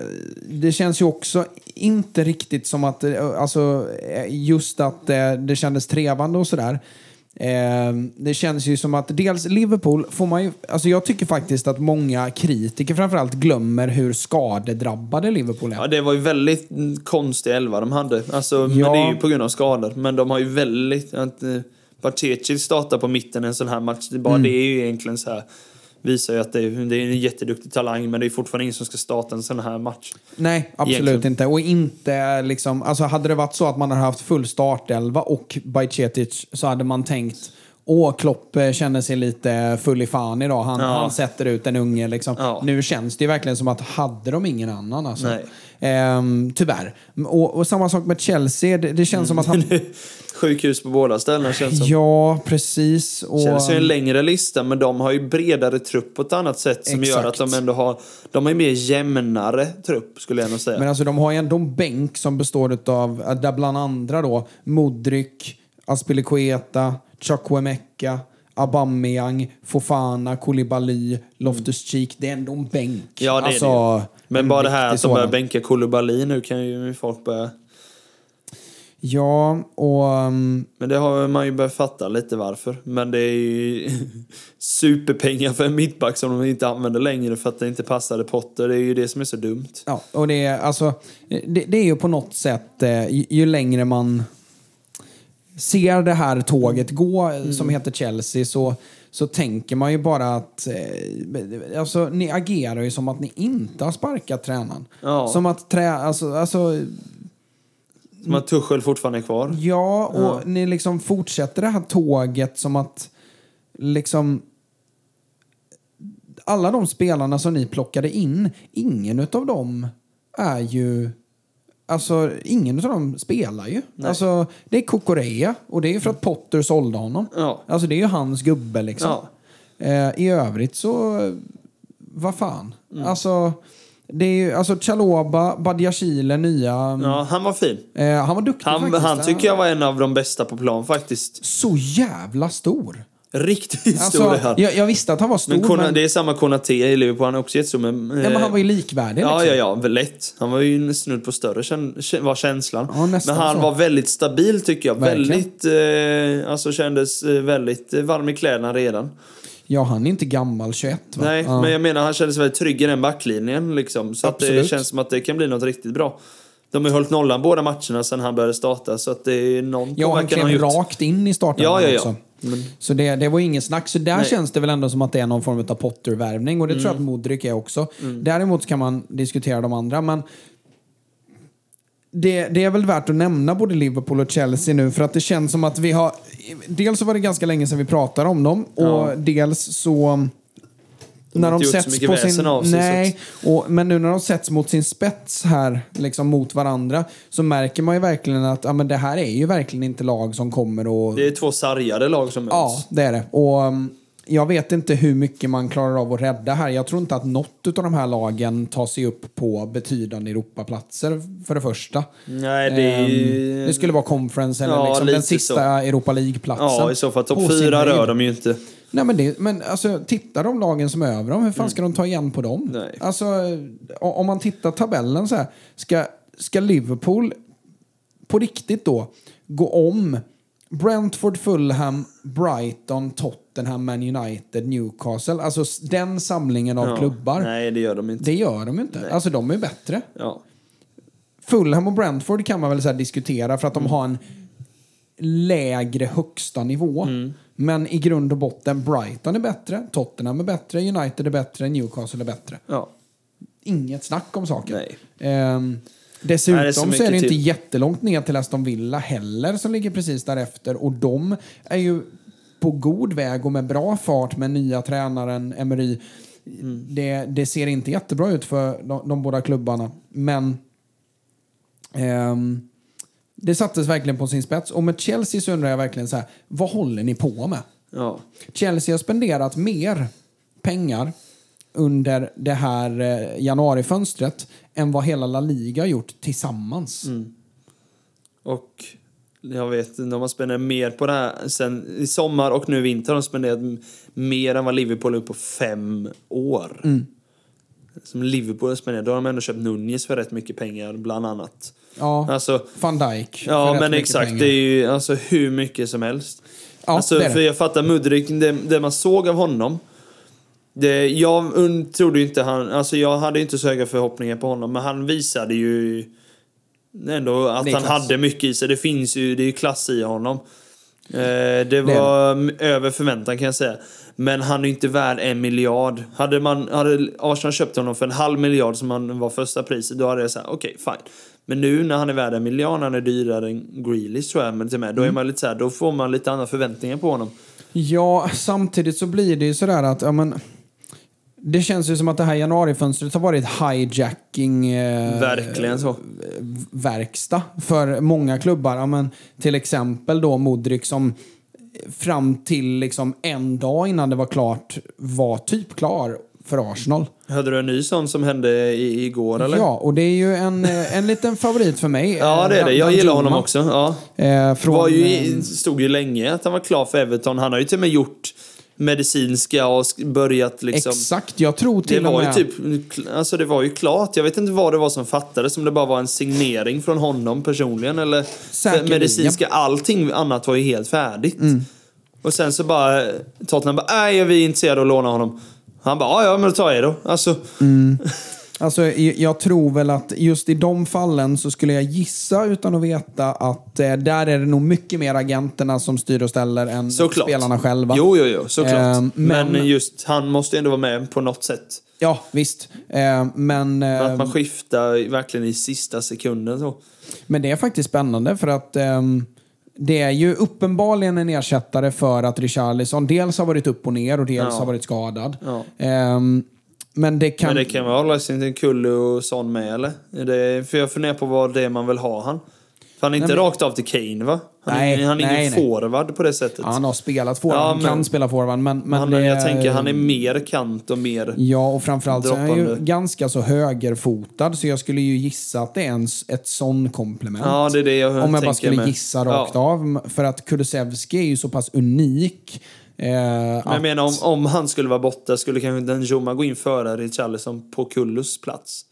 det känns ju också inte riktigt som att alltså, just att eh, det kändes trevande och sådär. Eh, det känns ju som att dels Liverpool får man ju, alltså jag tycker faktiskt att många kritiker framförallt glömmer hur skadedrabbade Liverpool är. Ja, det var ju väldigt konstig elva de hade. Alltså, ja. Men det är ju på grund av skador. Men de har ju väldigt att, eh, Barteci startar på mitten en sån här match. Det, bara, mm. det är ju egentligen så här, visar ju att det är, det är en jätteduktig talang, men det är fortfarande ingen som ska starta en sån här match. Nej, absolut egentligen. Inte. Och inte liksom, alltså hade det varit så att man hade haft full startelva och Bajcetic så hade man tänkt åh, Klopp känner sig lite full i fan idag. Han, ja. han sätter ut en unge liksom. Ja. Nu känns det verkligen som att hade de ingen annan alltså. Nej. Ehm, tyvärr. Och, och samma sak med Chelsea. Det, det känns mm. som att han... Sjukhus på båda ställena känns som. Ja, precis. Och... Chelsea är en längre lista, men de har ju bredare trupp på ett annat sätt som Exakt. Gör att de ändå har... De har ju mer jämnare trupp, skulle jag nog säga. Men alltså, de har ju ändå en bänk som består av, där bland andra då, Modric, Azpilicueta, Chukwuemeka, Aubameyang, Fofana, Koulibaly, Loftus-Cheek. Det är ändå en bänk. Ja, det alltså, är det. Men bara det här att de sådan. börjar bänka Koulibaly nu kan ju folk börja... Ja, och... Um, men det har man ju börjat fatta lite varför. Men det är ju superpengar för en mittback som de inte använder längre för att det inte passade Potter. Det är ju det som är så dumt. Ja, och det är, alltså, det, det är ju på något sätt, eh, ju, ju längre man ser det här tåget gå mm. som heter Chelsea, så, så tänker man ju bara att eh, alltså, ni agerar ju som att ni inte har sparkat tränaren. Ja. Som att trä, alltså, alltså som att Tuchel fortfarande är kvar. Ja, och ja. Ni liksom fortsätter det här tåget som att liksom alla de spelarna som ni plockade in, ingen utav dem är ju, alltså ingen utav dem spelar ju. Nej. Alltså det är Kukureya och det är för att Potter sålde honom. Ja. Alltså det är ju hans gubbe liksom. Ja. Eh, I övrigt så vad fan? Mm. Alltså det är ju, alltså Chalobah, Badiashile, nya... Ja, han var fin. Eh, han var duktig han, faktiskt. Han tycker jag var en av de bästa på plan faktiskt. Så jävla stor. Riktigt alltså, stor är han. Jag, jag visste att han var stor. Men, Kona, men... det är samma Konaté i Liverpool, han är också jättestor. Men, ja, men han var ju likvärdig. Ja, liksom. ja, ja, lätt. Han var ju en snudd på större, var känslan. Ja, men han så. var väldigt stabil tycker jag. Verkligen. Väldigt, eh, alltså kändes väldigt varm i kläderna redan. Ja, han är inte gammal, tjugoett va? Nej, ja. men jag menar han kändes väldigt trygg i den backlinjen liksom. Så att det känns som att det kan bli något riktigt bra. De har ju hållit nollan båda matcherna sedan han började starta. Så att det är någon ja, han klev rakt in i starten ja, ja, ja. också. Men... Så det, det var ingen snack. Så där Nej. känns det väl ändå som att det är någon form av Potter-värvning. Och det mm. tror jag att Modric är också. Mm. Däremot kan man diskutera de andra. Men det, det är väl värt att nämna både Liverpool och Chelsea nu. För att det känns som att vi har... Dels så var det ganska länge sedan vi pratade om dem. Och ja. dels så... De när de sätts på sin av sig, nej och, men nu när de sätts mot sin spets här liksom mot varandra så märker man ju verkligen att ja, men det här är ju verkligen inte lag som kommer och det är två sargade lag som möts. Ja, det är det. Och um, jag vet inte hur mycket man klarar av att rädda här. Jag tror inte att något av de här lagen tar sig upp på betydande Europaplatser för det första. Nej, det är um, det skulle vara conference eller ja, liksom den sista så. Europa League-platsen. Ja, i så fall topp fyra rör de ju inte. Nej, men, det, men alltså, tittar de lagen som är över dem, hur fan ska mm. de ta igen på dem? Nej. Alltså, om man tittar tabellen så här, ska, ska Liverpool på riktigt då gå om Brentford, Fulham, Brighton, Tottenham, Man United, Newcastle, alltså den samlingen av ja. klubbar. Nej, det gör de inte. Det gör de inte. Nej. Alltså, de är bättre. Ja. Fulham och Brentford kan man väl så här diskutera för att de mm. har en lägre högsta nivå. Mm. Men i grund och botten, Brighton är bättre, Tottenham är bättre, United är bättre, Newcastle är bättre. Ja. Inget snack om saken. Nej. Ehm, dessutom Nej, det är så, så är det inte till. jättelångt ner till Aston Villa heller som ligger precis därefter. Och de är ju på god väg och med bra fart med nya tränaren Emery. Mm. Det, det ser inte jättebra ut för de, de båda klubbarna. Men... Ehm, det sattes verkligen på sin spets. Och med Chelsea så undrar jag verkligen så här, vad håller ni på med? Ja. Chelsea har spenderat mer pengar under det här eh, januarifönstret än vad hela La Liga har gjort tillsammans. Mm. Och jag vet, de har spenderat mer på det här sen i sommar och nu i vinter har de spenderat mer än vad Liverpool har gjort på fem år. Mm. Som Liverpool har spenderat, då har de ändå köpt Nunez för rätt mycket pengar bland annat. Ja, alltså, Van Dijk. Ja, men exakt. Pengar. Det är ju alltså hur mycket som helst. Ja, alltså, det är det. För jag fattar Mudryk, det, det man såg av honom. Det, jag und, trodde ju inte han... Alltså jag hade inte så höga förhoppningar på honom. Men han visade ju ändå att han hade mycket i sig. Det finns ju, det är ju klass i honom. Eh, det var det. över förväntan kan jag säga. Men han är inte värd en miljard. Hade, man, hade Arsenal köpt honom för en halv miljard som han var första priset, då hade jag sagt okej, okay, fine. Men nu när han är värd en miljard, han är dyrare än Grealish tror jag, men till med, då är man lite så här, då får man lite andra förväntningar på honom. Ja, samtidigt så blir det ju sådär att ja, men, det känns ju som att det här januarifönstret har varit hijacking eh, verkligen så. verkstad för många klubbar. Ja, men, till exempel då Modric som fram till liksom en dag innan det var klart var typ klar för Arsenal. Hade du en ny sån som hände i, igår eller? Ja, och det är ju en, en liten favorit för mig. Ja, det är det. Jag gillar honom också. Ja. Eh, från, var ju, stod ju länge att han var klar för Everton. Han har ju till och med gjort medicinska och börjat liksom... Exakt, jag tror till det var och med... ju typ, alltså det var ju klart. Jag vet inte vad det var som fattades, om det bara var en signering från honom personligen eller Säkerligen. medicinska, allting annat var ju helt färdigt. Mm. Och sen så bara Tottenham bara, nej vi är intresserade att låna honom. Han bara, ja men då tar jag då. Alltså... Mm. Alltså, jag tror väl att just i de fallen så skulle jag gissa utan att veta att eh, där är det nog mycket mer agenterna som styr och ställer än såklart. Spelarna själva. Jo, jo, jo, såklart. Eh, men, men just, han måste ändå vara med på något sätt. Ja, visst. Eh, men, eh, att man skiftar verkligen i sista sekunden så. Men det är faktiskt spännande för att eh, det är ju uppenbarligen en ersättare för att Richarlison dels har varit upp och ner och dels Ja. har varit skadad. Ja. Eh, Men det kan... Men det kan väl hålla sin till Kullu och sån med, eller? Är det, för jag funderar på vad det är man vill ha han. För han är inte Nej, men... rakt av till Kane, va? Han, Nej, är, han är nej, ingen nej. forward på det sättet. Ja, han har spelat forward, Ja, han men... kan spela forward. Men, men han, det... jag tänker han är mer kant och mer... Ja, och framförallt så är han ju droppande. ganska så högerfotad. Så jag skulle ju gissa att det är en, ett sån komplement. Ja, det är det jag Om jag bara skulle med. gissa rakt Ja. av. För att Kulusevski är ju så pass unik. Eh, Men att... jag menar, om, om han skulle vara borta skulle kanske Danjuma gå in före Richarlison på Kullus plats.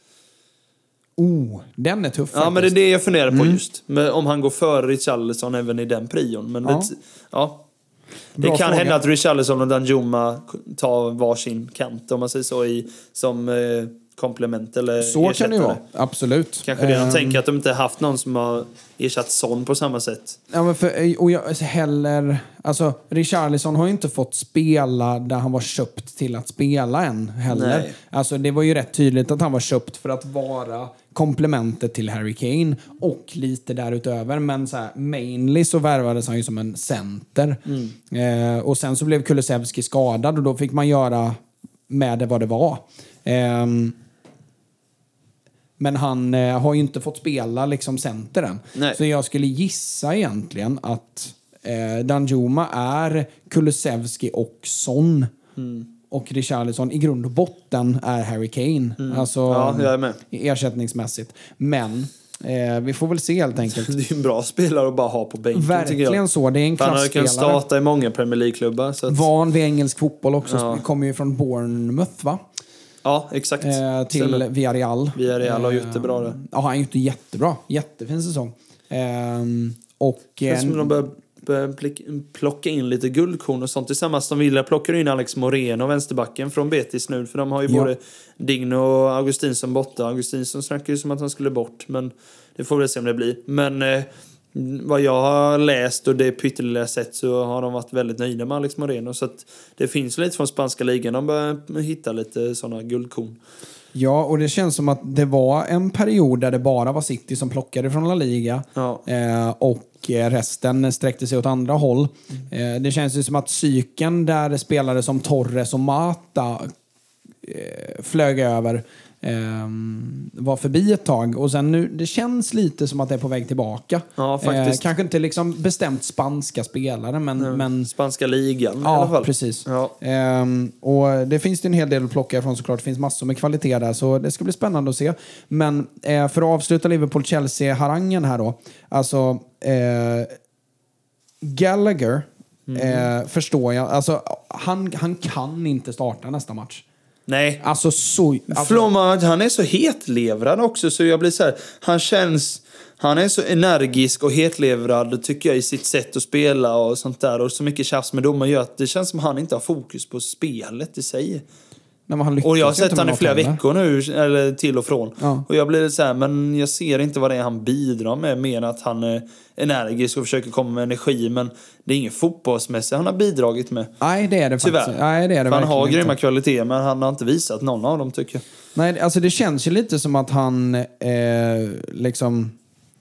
Oh, den är tuff Ja, faktiskt. men det är det jag funderar på Mm. just. Men om han går före Richarlison även i den prion. Men Ja. det, ja. det Bra kan fråga. hända att Richarlison och Danjuma tar varsin kant, om man säger så, i, som eh, komplement eller Så kan ersättare. det ju vara, absolut. Kanske det de Ehm, tänker, att de inte haft någon som har ersatt Son på samma sätt. Ja, men för, och jag heller... Alltså, Richarlison har ju inte fått spela där han var köpt till att spela än heller. Nej. Alltså, det var ju rätt tydligt att han var köpt för att vara komplementet till Harry Kane och lite därutöver. Men så här, mainly så värvades han ju som en center. Mm. Eh, och sen så blev Kulusevski skadad och då fick man göra med det vad det var. Ehm, Men han eh, har ju inte fått spela liksom center än. Nej. Så jag skulle gissa egentligen att eh, Danjuma är Kulusevski och Son. Mm. Och Richarlison i grund och botten är Harry Kane. Alltså Ja, jag är med. ersättningsmässigt. Men eh, vi får väl se helt enkelt. Det är ju en bra spelare att bara ha på bänken, tycker Verkligen jag. så. Det är en För han hade kunnat klassspelare. starta i många Premier League-klubbar. Så att, Van vid engelsk fotboll också. Ja. Kommer ju från Bournemouth, va? ja, exakt. Eh, till Stämmer. Villarreal. Villarreal har Eh, gjort det bra där. Ja, han har gjort det jättebra. Jättefin säsong. Ehm, och... Det är som eh, de börjar, börjar plick- plocka in lite guldkorn och sånt. Tillsammans de Villa plockar in Alex Moreno, vänsterbacken från Betis nu. För de har ju Ja. både Digno och Augustinsson borta. Augustinsson snackar ju som att han skulle bort. Men det får vi se om det blir. Men eh, vad jag har läst och det pyttelilla sett så har de varit väldigt nöjda med Alex Moreno. Så att det finns lite från spanska ligan. De börjar hitta lite sådana guldkorn. Ja, och det känns som att det var en period där det bara var City som plockade från La Liga. Ja. Eh, och eh, resten sträckte sig åt andra håll. Eh, det känns ju som att psyken där spelare som Torres och Mata eh, flög över eh, var förbi ett tag. Och sen nu, det känns lite som att det är på väg tillbaka. Ja, faktiskt. Eh, kanske inte liksom bestämt spanska spelare, men... men Spanska ligan i alla ja, fall. precis. Ja. Ehm, och det finns det en hel del att plocka ifrån såklart. Det finns massor med kvalitet där, så det ska bli spännande att se. Men eh, för att avsluta Liverpool-Chelsea-harangen här då. Alltså, eh, Gallagher eh, förstår jag. Alltså, han, han kan inte starta nästa match. Nej. Alltså så... Alltså, Flomma, han är så hetlevrad också, så jag blir så här, han känns, han är så energisk och hetlevrad tycker jag i sitt sätt att spela och sånt där, och så mycket tjafs med domaren gör att det känns som han inte har fokus på spelet i sig. nej, men han lyckas Och jag har ju inte sett han med i något flera heller. veckor nu, eller till och från. Ja. Och jag blir så här, men jag ser inte vad det är han bidrar med, mer än att han är energisk och försöker komma med energi, men det är ingen fotbollsmässigt han har bidragit med. Nej, det är det Tyvärr. faktiskt. Nej, det är det För han har verkligen grymma inte. kvaliteter, men han har inte visat någon av dem, tycker jag. Nej, alltså det känns ju lite som att han eh, liksom...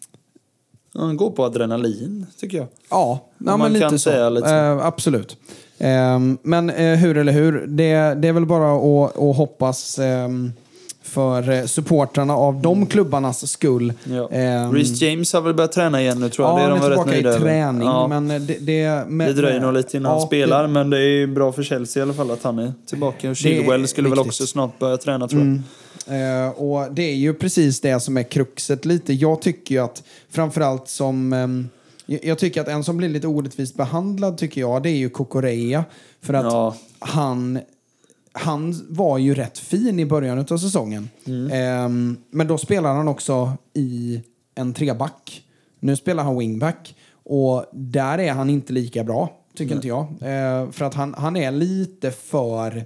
Han går på adrenalin, tycker jag. Ja, ja man men lite kan så. säga lite så. Eh, absolut. Eh, men eh, hur eller hur, det, det är väl bara att, att hoppas eh, för eh, supportrarna av de klubbarnas skull. Ja. Eh, Reece James har väl börjat träna igen nu, tror jag. Ja, det är han de är var rätt tillbaka i nöjda över. träning. Ja. Men det, det, med, Det dröjer nog lite innan ja, han spelar, det- men det är ju bra för Chelsea i alla fall att han är tillbaka. Och Chilwell skulle väl viktigt. också snart börja träna, tror jag. Mm. Eh, och det är ju precis det som är kruxet lite. Jag tycker ju att framförallt som ehm, Jag, jag tycker att en som blir lite orättvist behandlad tycker jag, det är ju Cucurella. För att Ja. han, han var ju rätt fin i början av säsongen. Mm. Ehm, men då spelar han också i en treback. Nu spelar han wingback. Och där är han inte lika bra, tycker inte jag. Ehm, för att han, han är lite för...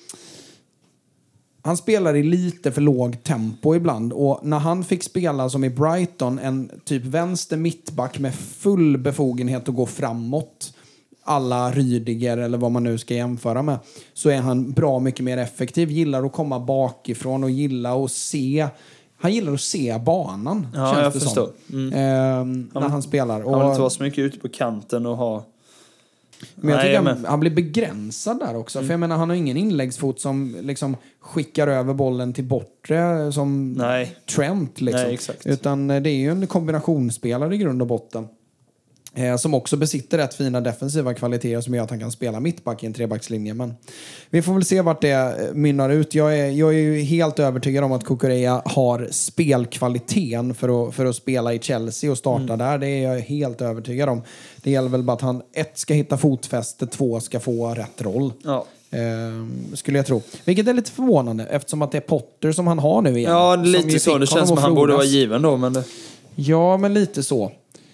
Han spelar i lite för låg tempo ibland. Och när han fick spela som i Brighton, en typ vänster mittback med full befogenhet att gå framåt, alla Rydiger eller vad man nu ska jämföra med, så är han bra mycket mer effektiv. Gillar att komma bakifrån och gillar att se... Han gillar att se banan, Ja, känns jag det förstår. som. Mm. Ehm, när Han- han spelar. Han vill inte Och, vara så mycket ute på kanten och ha... men jag Nej, tycker men- han, han blir begränsad där också. Mm. För jag menar, han har ingen inläggsfot som liksom skickar över bollen till bortre som Nej. Trent. Liksom. Nej, exakt. Utan det är ju en kombinationsspelare i grund och botten. Eh, som också besitter rätt fina defensiva kvaliteter som gör att han kan spela mittback i en trebackslinje. Men vi får väl se vart det mynnar ut. Jag är, jag är ju helt övertygad om att Cucurella har spelkvaliteten för att, för att spela i Chelsea och starta Mm. där. Det är jag helt övertygad om. Det gäller väl bara att han ett ska hitta fotfäste, två ska få rätt roll. Ja. Eh, skulle jag tro. Vilket är lite förvånande eftersom att det är Potter som han har nu igen. Ja, Som ju lite så. fick Det känns honom som att att han borde vara frodas. given då, men det... Ja, men lite så.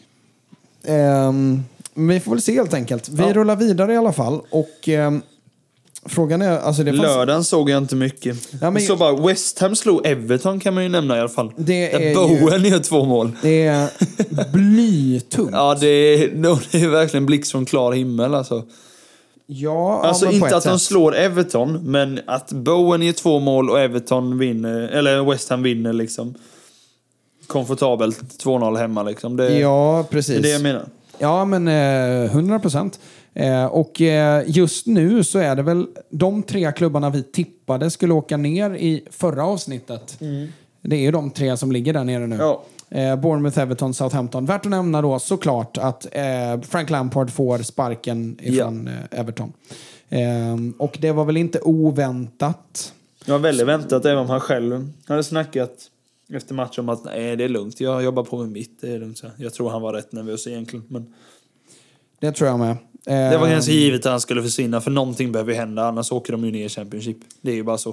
Ehm, men vi får väl se helt enkelt. Vi Ja. rullar vidare i alla fall. Och ehm, frågan är... Alltså det fanns, Lördagen såg jag inte mycket. Ja, men- Så bara West Ham slog Everton kan man ju nämna i alla fall. Det Där är Bowen gör två mål. det är blytungt. Ja, det är, no, det är verkligen blixt från klar himmel alltså. Ja, Alltså ja, men på inte ett att de sätt. slår Everton, men att Bowen ger två mål och Everton vinner, eller West Ham vinner liksom. Komfortabelt två noll hemma liksom. Det, Ja, det precis. är det jag menar. Ja, men eh, hundra procent. Eh, och eh, just nu så är det väl de tre klubbarna vi tippade skulle åka ner i förra avsnittet. Det är ju de tre som ligger där nere nu. Ja. Eh, Bournemouth, Everton, Southampton. Värt att nämna då såklart att eh, Frank Lampard får sparken ifrån eh, Everton. Eh, och det var väl inte oväntat. Jag var väldigt väntat även om han själv hade snackat efter matchen om att nej, det är lugnt. Jag jobbar på med mitt. Det är lugnt. Så jag tror han var rätt nervös egentligen. Men Det tror jag med. Eh, det var ganska givet att han skulle försvinna. För någonting behöver hända. Annars åker de ju ner i Championship. Det är ju bara så.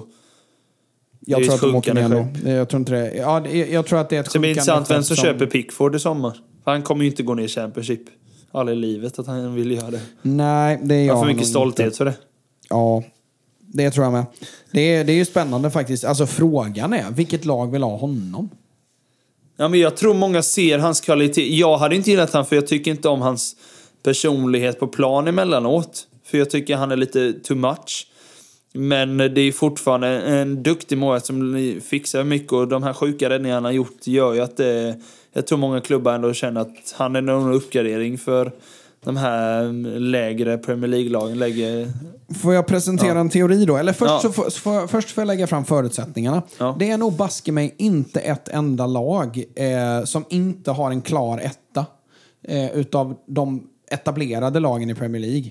Jag det är tror ett att de åker sjunkande ner då. Jag tror inte det. Ja, det, jag tror att det är ett Så det blir sjunkande intressant vem som skepp köper Pickford i sommar. För han kommer ju inte gå ner i Championship. Aldrig i livet att han vill göra det. Nej, det är Jag jag har för nog mycket stolthet inte. för det. Ja, det tror jag med. Det är, det är ju spännande faktiskt. Alltså frågan är, vilket lag vill ha honom? Ja, men jag tror många ser hans kvalitet. Jag hade inte gillat han för jag tycker inte om hans personlighet på plan emellanåt. För jag tycker han är lite too much. Men det är fortfarande en duktig målvakt som fixar mycket. Och de här sjuka räddningarna han har gjort gör ju att det, jag tror många klubbar ändå känner att han är någon uppgradering för de här lägre Premier League-lagen. Lägre... Får jag presentera Ja. en teori då? Eller först, Ja. så får, så får, först får jag lägga fram förutsättningarna. Ja. Det är nog baske mig inte ett enda lag eh, som inte har en klar etta eh, utav de etablerade lagen i Premier League.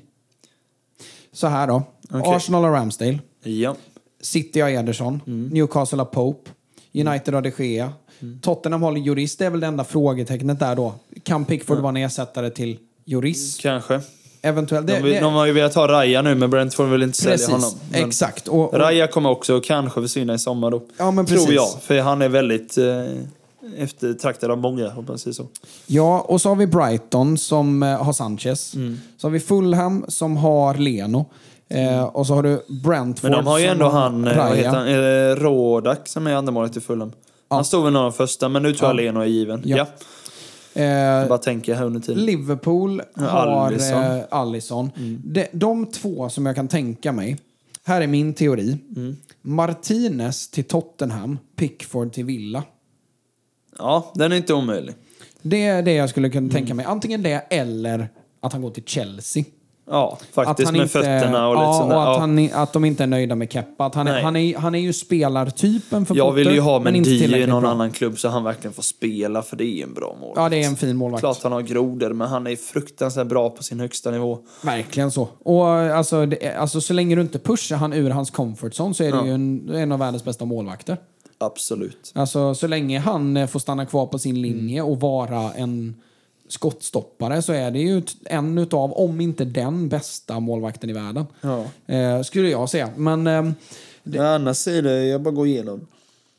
Så här då. Okej. Arsenal och Ramsdale. Ja. City har Ederson. Mm. Newcastle har Pope. United har De Gea. Tottenham har Lloris. Det är väl det enda frågetecknet där då. Kan Pickford vara en ersättare till Lloris? Kanske. Eventuellt. De, Det, vill- det, de har ju velat ha Raya nu, men Brentford vill inte precis. sälja honom. Men Exakt. Och, och, Raya kommer också kanske försvinna i sommar då. Ja, men Tror precis. jag. För han är väldigt eh, eftertraktad av många, hoppas jag säga så. Ja, och så har vi Brighton som eh, har Sanchez. Mm. Så har vi Fulham som har Leno. Eh, och så har du Brentford Men de har ju som ändå har han, eh, vad Raya. heter han, är det Rodak som är andra målet i Fulham. Han stod väl någon av de första, men nu tror jag Ja. Leno är given. Ja. Ja. Jag Eh, bara tänker här under tiden. Liverpool Ja, har Alisson. eh, Alisson. Mm. De, de två som jag kan tänka mig. Här är min teori. Mm. Martinez till Tottenham, Pickford till Villa. Ja, den är inte omöjlig. Det är det jag skulle kunna Mm. tänka mig. Antingen det eller att han går till Chelsea. Ja, faktiskt han med inte- fötterna och lite ja, sånt där. och att, Ja. han, att de inte är nöjda med Keppa. Att han, är, Nej. han, är, han är ju spelartypen för Jag vill Potter, ju ha men inte Mendy i tillräckligt någon bra. annan klubb så han verkligen får spela, för det är en bra mål. Ja, det är en fin målvakt. Klart han har grodor, men han är fruktansvärt bra på sin högsta nivå. Verkligen så. Och alltså, det, är- alltså, så länge du inte pushar han ur hans comfort zone så är det Ja. ju en, en av världens bästa målvakter. Absolut. Alltså, så länge han eh, får stanna kvar på sin linje och vara en skottstoppare så är det ju en utav, om inte den bästa målvakten i världen. Ja. Eh, skulle jag säga. Men eh, det... Ja, annars är det, jag bara går igenom.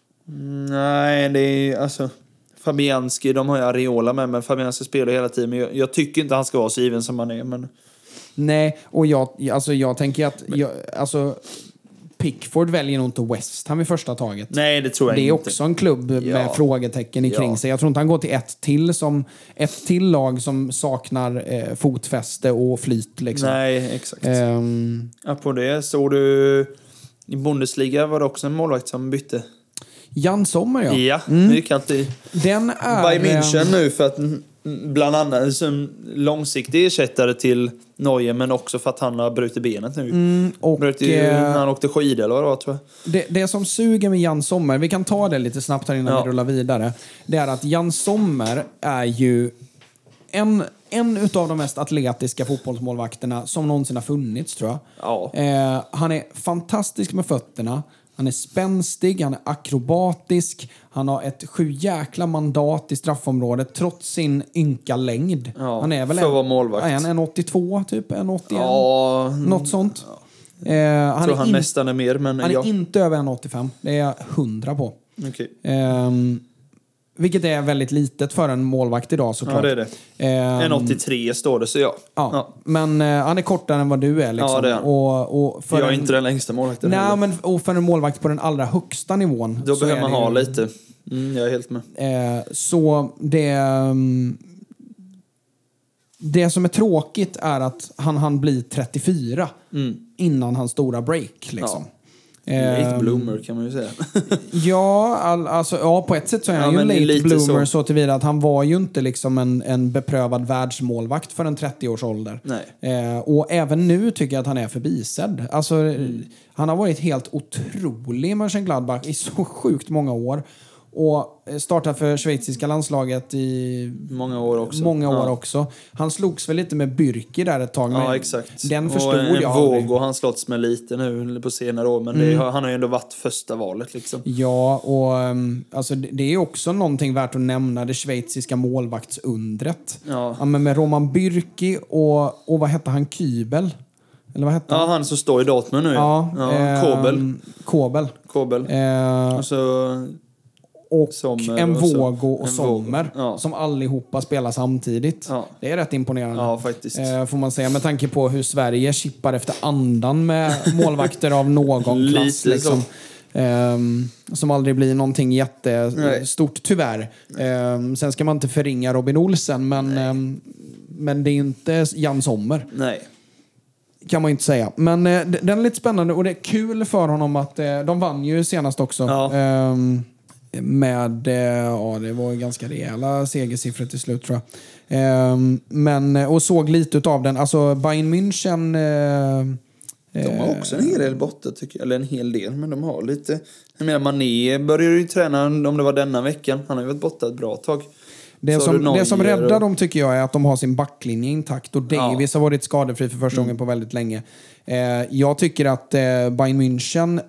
Nej, det är alltså Fabianski, de har ju Areola med, men Fabianski spelar hela tiden. Men jag, jag tycker inte han ska vara så given som han är, men... Nej, och jag, alltså jag tänker att jag, alltså, Pickford väljer nog inte West Ham i första taget. Nej, det tror jag inte. Det är inte. också en klubb med ja. frågetecken i kring ja. sig. Jag tror inte han går till ett till som ett till lag som saknar eh, fotfäste och flyt. Liksom. Nej, exakt. Um, ja, på det såg du i Bundesliga var det också en målvakt som bytte. Jan Sommer, ja. Ja, mm. det gick alltid. Den är... Bayern München nu för att bland annat som långsiktig ersättare till Neuer, men också för att han har brutit benet nu. Mm, och, brutit ju, eh, när han åkte skidor eller vad det var, tror jag. Det, det som suger med Jan Sommer, vi kan ta det lite snabbt här innan ja. vi rullar vidare, det är att Jan Sommer är ju en, en utav de mest atletiska fotbollsmålvakterna som någonsin har funnits, tror jag. Ja. Eh, han är fantastisk med fötterna. Han är spänstig, han är akrobatisk. Han har ett sju jäkla mandat i straffområdet trots sin ynka längd. Ja, han är väl för att vara målvakt. En, en åttiotvå typ, en åttioen. Ja, något sånt. Ja. Eh, han tror är han in, nästan är mer, men han är ja. inte över en åttiofem. Det är jag hundra på. Okay. Eh, vilket är väldigt litet för en målvakt idag, såklart. Ja, det är det. Eh, en åttiotre står det, så ja. Ja, ja. Men eh, han är kortare än vad du är. Liksom. Ja, det är han. Och, och för jag är en, inte den längsta målvakten. Nej, men och för en målvakt på den allra högsta nivån. Då så behöver man det ha ju, lite. Mm, jag är helt med. Eh, så det... Um, det som är tråkigt är att han han blir trettiofyra Mm. innan hans stora break. Liksom. Ja. Late Um, bloomer kan man ju säga. Ja, all, alltså, ja, på ett sätt så är Ja, han ju en men late lite bloomer så, så. tillvida att han var ju inte liksom en, en beprövad världsmålvakt för en trettio års ålder. Nej. Eh, och även nu tycker jag att han är förbisedd. Alltså, Mm. han har varit helt otrolig i Mönchengladbach i så sjukt många år. Och startat för schweiziska landslaget i Många år också. Många år ja. också. Han slogs väl lite med Bürki där ett tag. Ja, men exakt. Den förstod och en jag våg aldrig. och han slåtts med lite nu på senare år. Men Mm. det, har- han har ju ändå varit första valet liksom. Ja, och um, alltså, det, det är också någonting värt att nämna, det schweiziska målvaktsundret. Ja. Ja, men med Roman Bürki och, och vad hette han? Kybel? Eller vad hette Ja, han? han som står i Dortmund nu. Ja, ja. ehm, Kobel. Kobel. Kobel. Eh, Och så... och Sommer en och så. Vågo och En Sommer. Vågo, ja. Som allihopa spelar samtidigt. Ja. Det är rätt imponerande. Ja, faktiskt. Eh, får man säga, med tanke på hur Sverige chippar efter andan med målvakter av någon klass. Lite Liksom. Ehm, som aldrig blir någonting Nej. jättestort, tyvärr. Ehm, sen ska man inte förringa Robin Olsen, men, ehm, men det är inte Jan Sommer. Nej. Kan man inte säga. Men eh, d- den är lite spännande och det är kul för honom att eh, de vann ju senast också. Ja. Ehm, med, eh, ja det var ganska rejäla segersiffror till slut, tror jag. Ehm, men, och såg lite av den. Alltså Bayern München... Eh, De har också en hel del borta, tycker jag. Eller en hel del, men de har lite... Jag menar, Mané började ju träna om det var denna veckan. Han har ju varit borta ett bra tag. Det Så har som, du det som Neuer räddar och- dem, tycker jag, är att de har sin backlinje intakt. Och Davis har varit skadefri för första Mm. gången på väldigt länge. Eh, jag tycker att eh, Bayern München,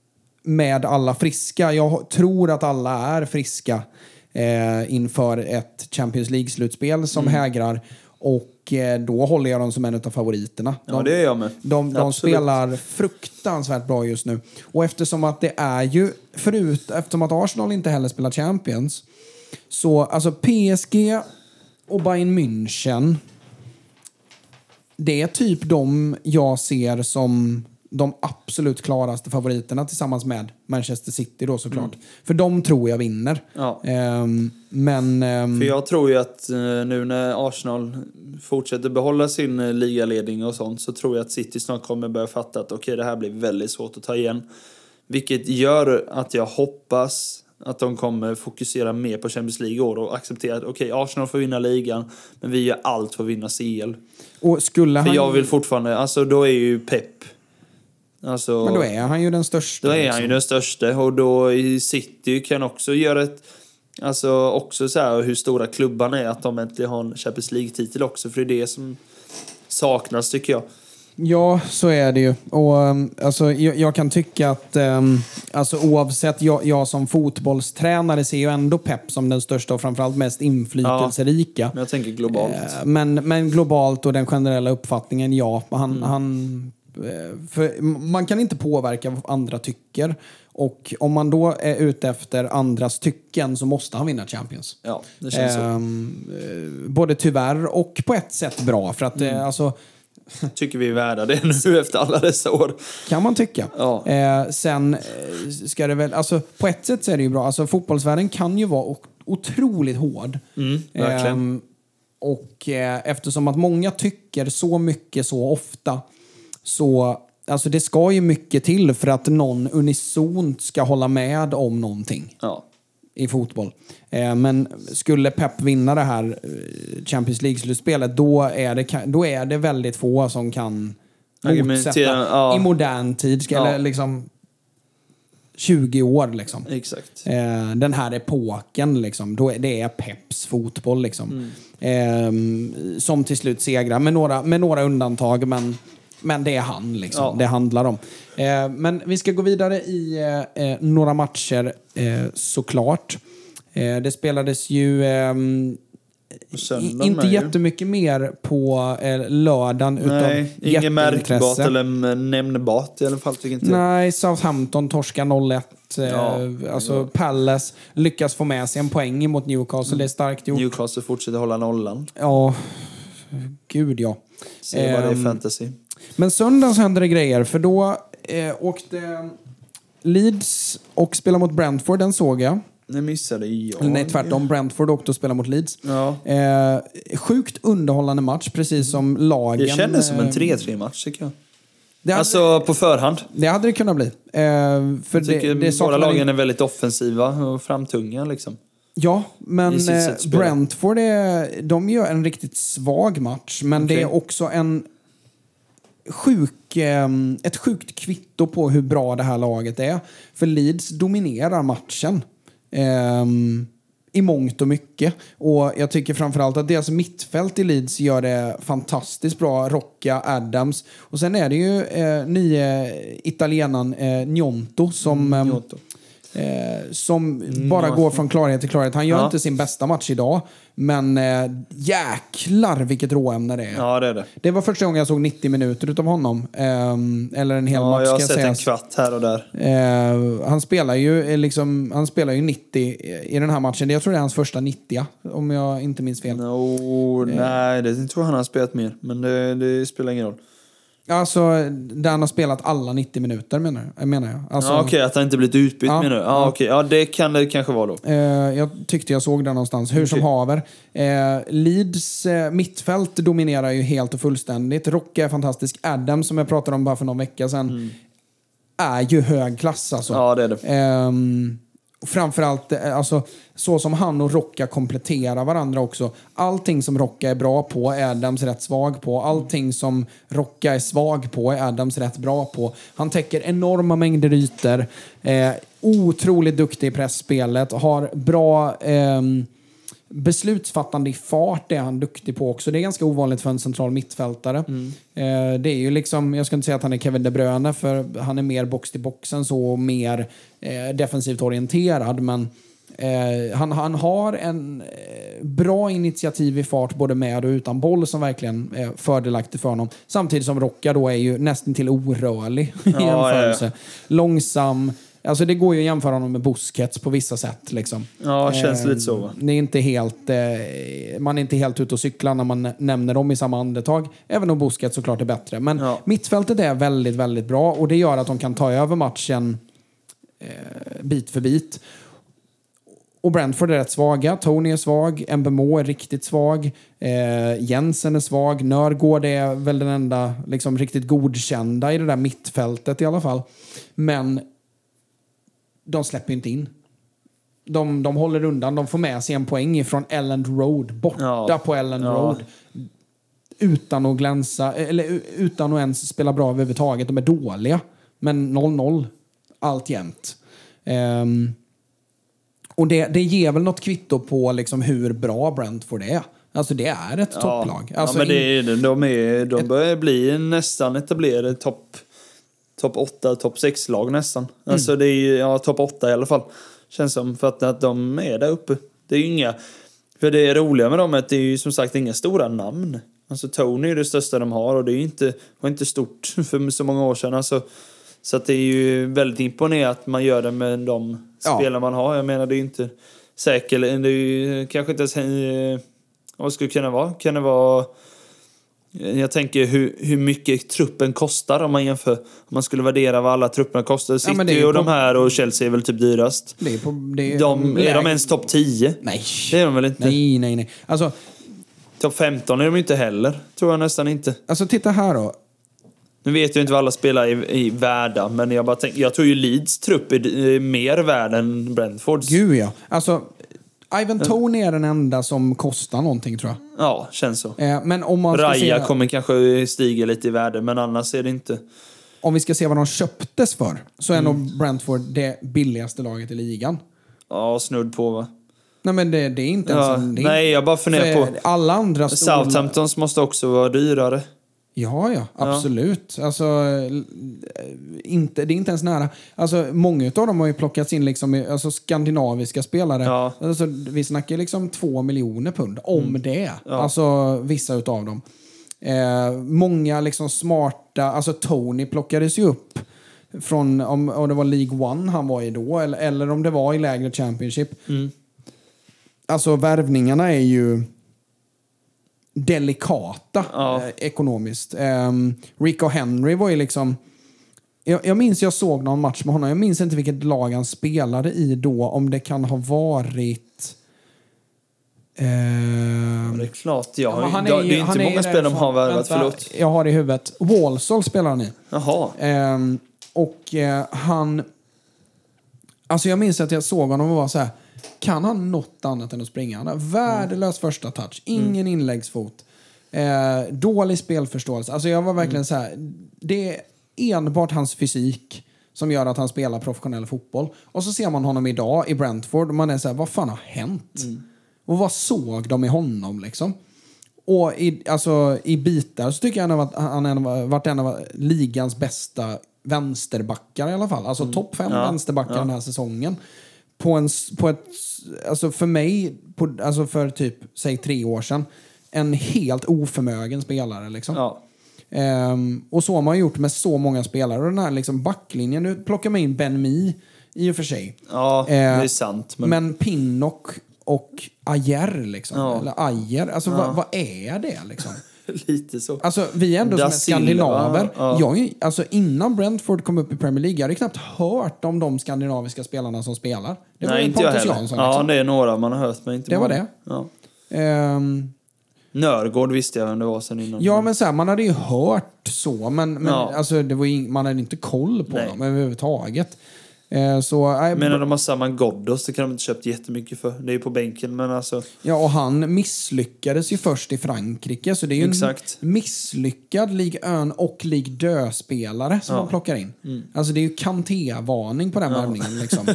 med alla friska, jag tror att alla är friska eh, inför ett Champions League-slutspel som Mm. hägrar. Och eh, då håller jag dem som en av favoriterna. De, Ja, det är jag med. de, de Absolut. spelar fruktansvärt bra just nu. Och eftersom att det är ju, förut, eftersom att Arsenal inte heller spelar Champions, så alltså P S G och Bayern München, det är typ de jag ser som de absolut klaraste favoriterna tillsammans med Manchester City då, såklart. Mm. För de tror jag vinner. Ja. Ehm, men... ehm, För jag tror ju att eh, nu när Arsenal fortsätter behålla sin eh, ligaledning och sånt, så tror jag att City snart kommer börja fatta att okej, det här blir väldigt svårt att ta igen. Vilket gör att jag hoppas att de kommer fokusera mer på Champions League i år och acceptera att okej, Arsenal får vinna ligan, men vi gör allt för att vinna C L. och skulle För han, jag vill fortfarande, alltså då är ju Pep, alltså, men då är han ju den största. då är han liksom. ju den största, och då i City kan också göra ett, alltså också så här hur stora klubbarna är, att de äntligen har en Champions League-titel också, för det är det som saknas, tycker jag. Ja, så är det ju. Och, um, alltså, jag, jag kan tycka att um, alltså, oavsett, jag, jag som fotbollstränare ser ju ändå Pep som den största och framförallt mest inflytelserika. Ja, men jag tänker globalt. Eh, men, men globalt och den generella uppfattningen, ja. Han, Mm. han, eh, för man kan inte påverka vad andra tycker. Och om man då är ute efter andras tycken så måste han vinna Champions. Ja, det känns så. Ehm, eh, både tyvärr och på ett sätt bra. För att Mm. eh, alltså, Tycker vi är värda det nu efter alla dessa år. kan man tycka. Ja. Eh, sen eh, ska det väl, alltså på ett sätt så är det ju bra. Alltså fotbollsvärlden kan ju vara o- otroligt hård. Mm, verkligen. Ehm, och eh, eftersom att många tycker så mycket så ofta, så alltså det ska ju mycket till för att någon unisont ska hålla med om någonting Ja. i fotboll. Eh, men skulle Pep vinna det här eh, Champions League-slutspelet, då är det, ka- då är det väldigt få som kan Argumentera, motsätta ja. i modern tid. Ska, Ja. Eller liksom tjugo år liksom. Exakt. Eh, den här epoken liksom, då är det är Peps fotboll liksom. Mm. Eh, som till slut segrar med några, med några undantag, men, men det är han liksom. Ja. Det handlar om. Eh, men vi ska gå vidare i eh, eh, några matcher eh, såklart. Eh, det spelades ju eh, Söndagen i, inte med ju. jättemycket mer på eh, lördagen. Nej, utav inget märkbart jätteintresse. eller nämnbart i alla fall, tycker inte jag. Nej, Southampton torskar noll ett. Eh, Ja. alltså Palace lyckas få med sig en poäng mot Newcastle. Det är starkt gjort. Newcastle fortsätter hålla nollan. Ja, gud ja. Se vad det är Ehm, fantasy. Men söndagen så hände det grejer. För då eh, åkte Leeds och spelade mot Brentford, den såg jag. Det missade jag. Eller nej, tvärtom. Brentford åkte och spelade mot Leeds. Ja. Eh, sjukt underhållande match, precis som lagen. Det kändes som en eh, tre tre match, tycker jag. Det hade, Alltså på förhand. det hade det kunnat bli. Eh, för Jag tycker det, det båda saknade- lagen är väldigt offensiva och framtunga liksom. Ja, men i sitt eh, sätt att spela. Brentford är, de gör en riktigt svag match. Men det Okej. är också en sjuk, eh, ett sjukt kvitto på hur bra det här laget är. För Leeds dominerar matchen. Eh, I mångt och mycket. Och jag tycker framförallt att deras mittfält i Leeds gör det fantastiskt bra. Rocca, Adams. Och sen är det ju eh, nye italienaren eh, Gnonto som... ehm, Gnonto. Eh, som bara går från klarhet till klarhet. Han gör Ja. inte sin bästa match idag, men eh, jäklar vilket råämne det är. Ja, det är det. Det var första gången jag såg nittio minuter utav honom. Ehm, eller en hel Ja, match jag har ska sett jag en säga. kvart här och där. Eh, han spelar ju eh, liksom, han spelar ju nittio i den här matchen. Jag tror det är hans första nittio, om jag inte minns fel. No, nej, det tror jag han har spelat mer. Men det, det spelar ingen roll. Alltså, där han har spelat alla nittio minuter menar jag. menar jag. Alltså, Ja, okej, att han inte blivit utbytt Ja, menar du? Ja, ja. okej. Ja, det kan det kanske vara då. Eh, jag tyckte jag såg den någonstans. Hur som Okej. haver. Eh, Leeds eh, mittfält dominerar ju helt och fullständigt. Rocka är fantastisk. Adam, som jag pratade om bara för någon vecka sedan, är ju hög klass alltså. Ja, det är det. Ehm, och framförallt eh, alltså, så som han och Rocka kompletterar varandra också. Allting som Rocka är bra på är Adams rätt svag på. Allting som Rocka är svag på är Adams rätt bra på. Han täcker enorma mängder ytor. Eh, otroligt duktig i pressspelet. Har bra ehm, beslutsfattande i fart, är han duktig på också. Det är ganska ovanligt för en central mittfältare. Eh, det är ju liksom, jag ska inte säga att han är Kevin De Bruyne, för han är mer box till boxen så, och mer eh, defensivt orienterad, men eh, han, han har en eh, bra initiativ i fart både med och utan boll som verkligen är fördelaktig för honom. Samtidigt som Rocka då är ju nästan till orörlig i jämförelse. ja, Långsam. Alltså det går ju att jämföra honom med Busquets på vissa sätt liksom. Ja, det känns Eh, lite så, va? Det är inte helt, eh, man är inte helt ute och cyklar när man nämner dem i samma andetag. Även om Busquets såklart är bättre. Men Ja. mittfältet är väldigt, väldigt bra. Och det gör att de kan ta över matchen eh, bit för bit. Och Brentford är rätt svaga. Tony är svag. Mbemo är riktigt svag. Eh, Jensen är svag. Nörgård är väl den enda liksom, riktigt godkända i det där mittfältet i alla fall. Men de släpper inte in. De, de håller undan. De får med sig en poäng från Elland Road. Borta Ja. på Elland Ja. Road. Utan att glänsa. Eller utan att ens spela bra överhuvudtaget. De är dåliga. Men noll noll. Allt jämt. Um, och det, det ger väl något kvitto på liksom hur bra Brentford är. Alltså det är ett Ja. topplag. Alltså ja, men det in- är, de, är, de börjar bli nästan etablerade topp top åtta, topp sex-lag nästan. Mm. Alltså det är ju, ja, topp åtta i alla fall. Känns som för att, att de är där uppe. Det är ju inga, för det är roliga med dem är att det är ju som sagt inga stora namn. Alltså Tony är det största de har och det är ju inte, var inte stort för så många år sedan. Alltså, så att det är ju väldigt imponerande att man gör det med de Ja. spelare man har. Jag menar det är ju inte säkert, det är ju kanske inte ens, eh, vad skulle det kunna vara? Kan det vara, jag tänker hur, hur mycket truppen kostar om man jämför, om man skulle värdera vad alla trupperna kostar. City men det är ju och på- de här och Chelsea är väl typ dyrast. det är på, det är, De, är de ens topp tio? Nej. Det är de väl inte? Nej, nej, nej. Alltså, Topp femton är de inte heller, tror jag nästan inte. alltså titta här då. Nu vet jag inte vad alla spelar i, i värda, men jag bara tänk, jag tror ju Leeds trupp är, är mer värd än Brentfords. Gud ja. Alltså, Ivan Toney är den enda som kostar någonting tror jag. Ja, känns så. Eh, men om man ska Raja se, kommer kanske stiga lite i värde, men annars är det inte. om vi ska se vad de köptes för, så är nog Brentford det billigaste laget i ligan. Ja, snudd på va? Nej men det, det är inte ens Ja, en... Det är, nej, jag bara funderar för på. alla andra stora- Southamptons måste också vara dyrare. Ja, ja, absolut. Alltså, l- inte, det är inte ens nära. Alltså, många av dem har ju plockats in liksom, i- alltså, skandinaviska spelare. Ja. Alltså, vi snackar liksom två miljoner pund, om Mm. det. Alltså, vissa utav dem. Eh, många liksom smarta, alltså Tony plockades ju upp från, om, om det var League One han var i då, eller, eller om det var i lägre Championship. Mm. Alltså, värvningarna är ju delikata Ja. eh, ekonomiskt. Um, Rico Henry var ju liksom... Jag, jag minns jag såg någon match med honom. Jag minns inte vilket lag han spelade i då. Om det kan ha varit... ehm, Det är klart, jag har ja, ju, han det är ju- inte han är ju många spelare de därifrån. har värvat, Vänta, förlåt. Jag har det i huvudet. Walsall spelar han i. Jaha. Ehm, och eh, han... Alltså jag minns att jag såg honom och var så här... Kan han något annat än att springa? Han har värdelös första touch. Ingen inläggsfot. Eh, dålig spelförståelse. Alltså jag var verkligen så här... Det är enbart hans fysik som gör att han spelar professionell fotboll. Och så ser man honom idag i Brentford och man är så här, vad fan har hänt? Och vad såg de i honom liksom? Och i, alltså, i bitar så tycker jag han har varit, han har varit en av ligans bästa vänsterbackar i alla fall. Alltså topp fem Ja, vänsterbackar ja. den här säsongen. På, en, på ett, alltså för mig, på, alltså för typ, säg tre år sedan, en helt oförmögen spelare liksom. Ja. Ehm, och så har man gjort med så många spelare. Och den här liksom backlinjen, nu plockar man in Ben Mee i och för sig. Ja, det Eh, är sant. Men, Men Pinnock och Ajer liksom. Ja. Eller Ajer. Alltså vad, vad är det liksom? lite så. Alltså vi är ändå Da som är skandinaver. Silva, ja. Jag, är ju- alltså innan Brentford kom upp i Premier League, jag hade knappt hört om de skandinaviska spelarna som spelar. Det var Nej, ju inte jag Pontus heller. Jansson. Ja, Liksom. det är några man har hört, men inte Det var många. det. Ja. Ehm, Nörgård visste jag vem det var sen innan. ja, men så här, man hade ju hört så, men, men Ja. alltså, det var ju, man hade inte koll på Nej. dem överhuvudtaget. Ehm, så, äh, Men när de har samma Ghoddos, det kan de inte köpt jättemycket för. Det är ju på bänken, men alltså... Ja, och han misslyckades ju först i Frankrike. Så det är ju Exakt. en misslyckad Ligue ett och Ligue två-spelare som Ja. man plockar in. Alltså det är ju Kanté-varning på den värvningen. Liksom.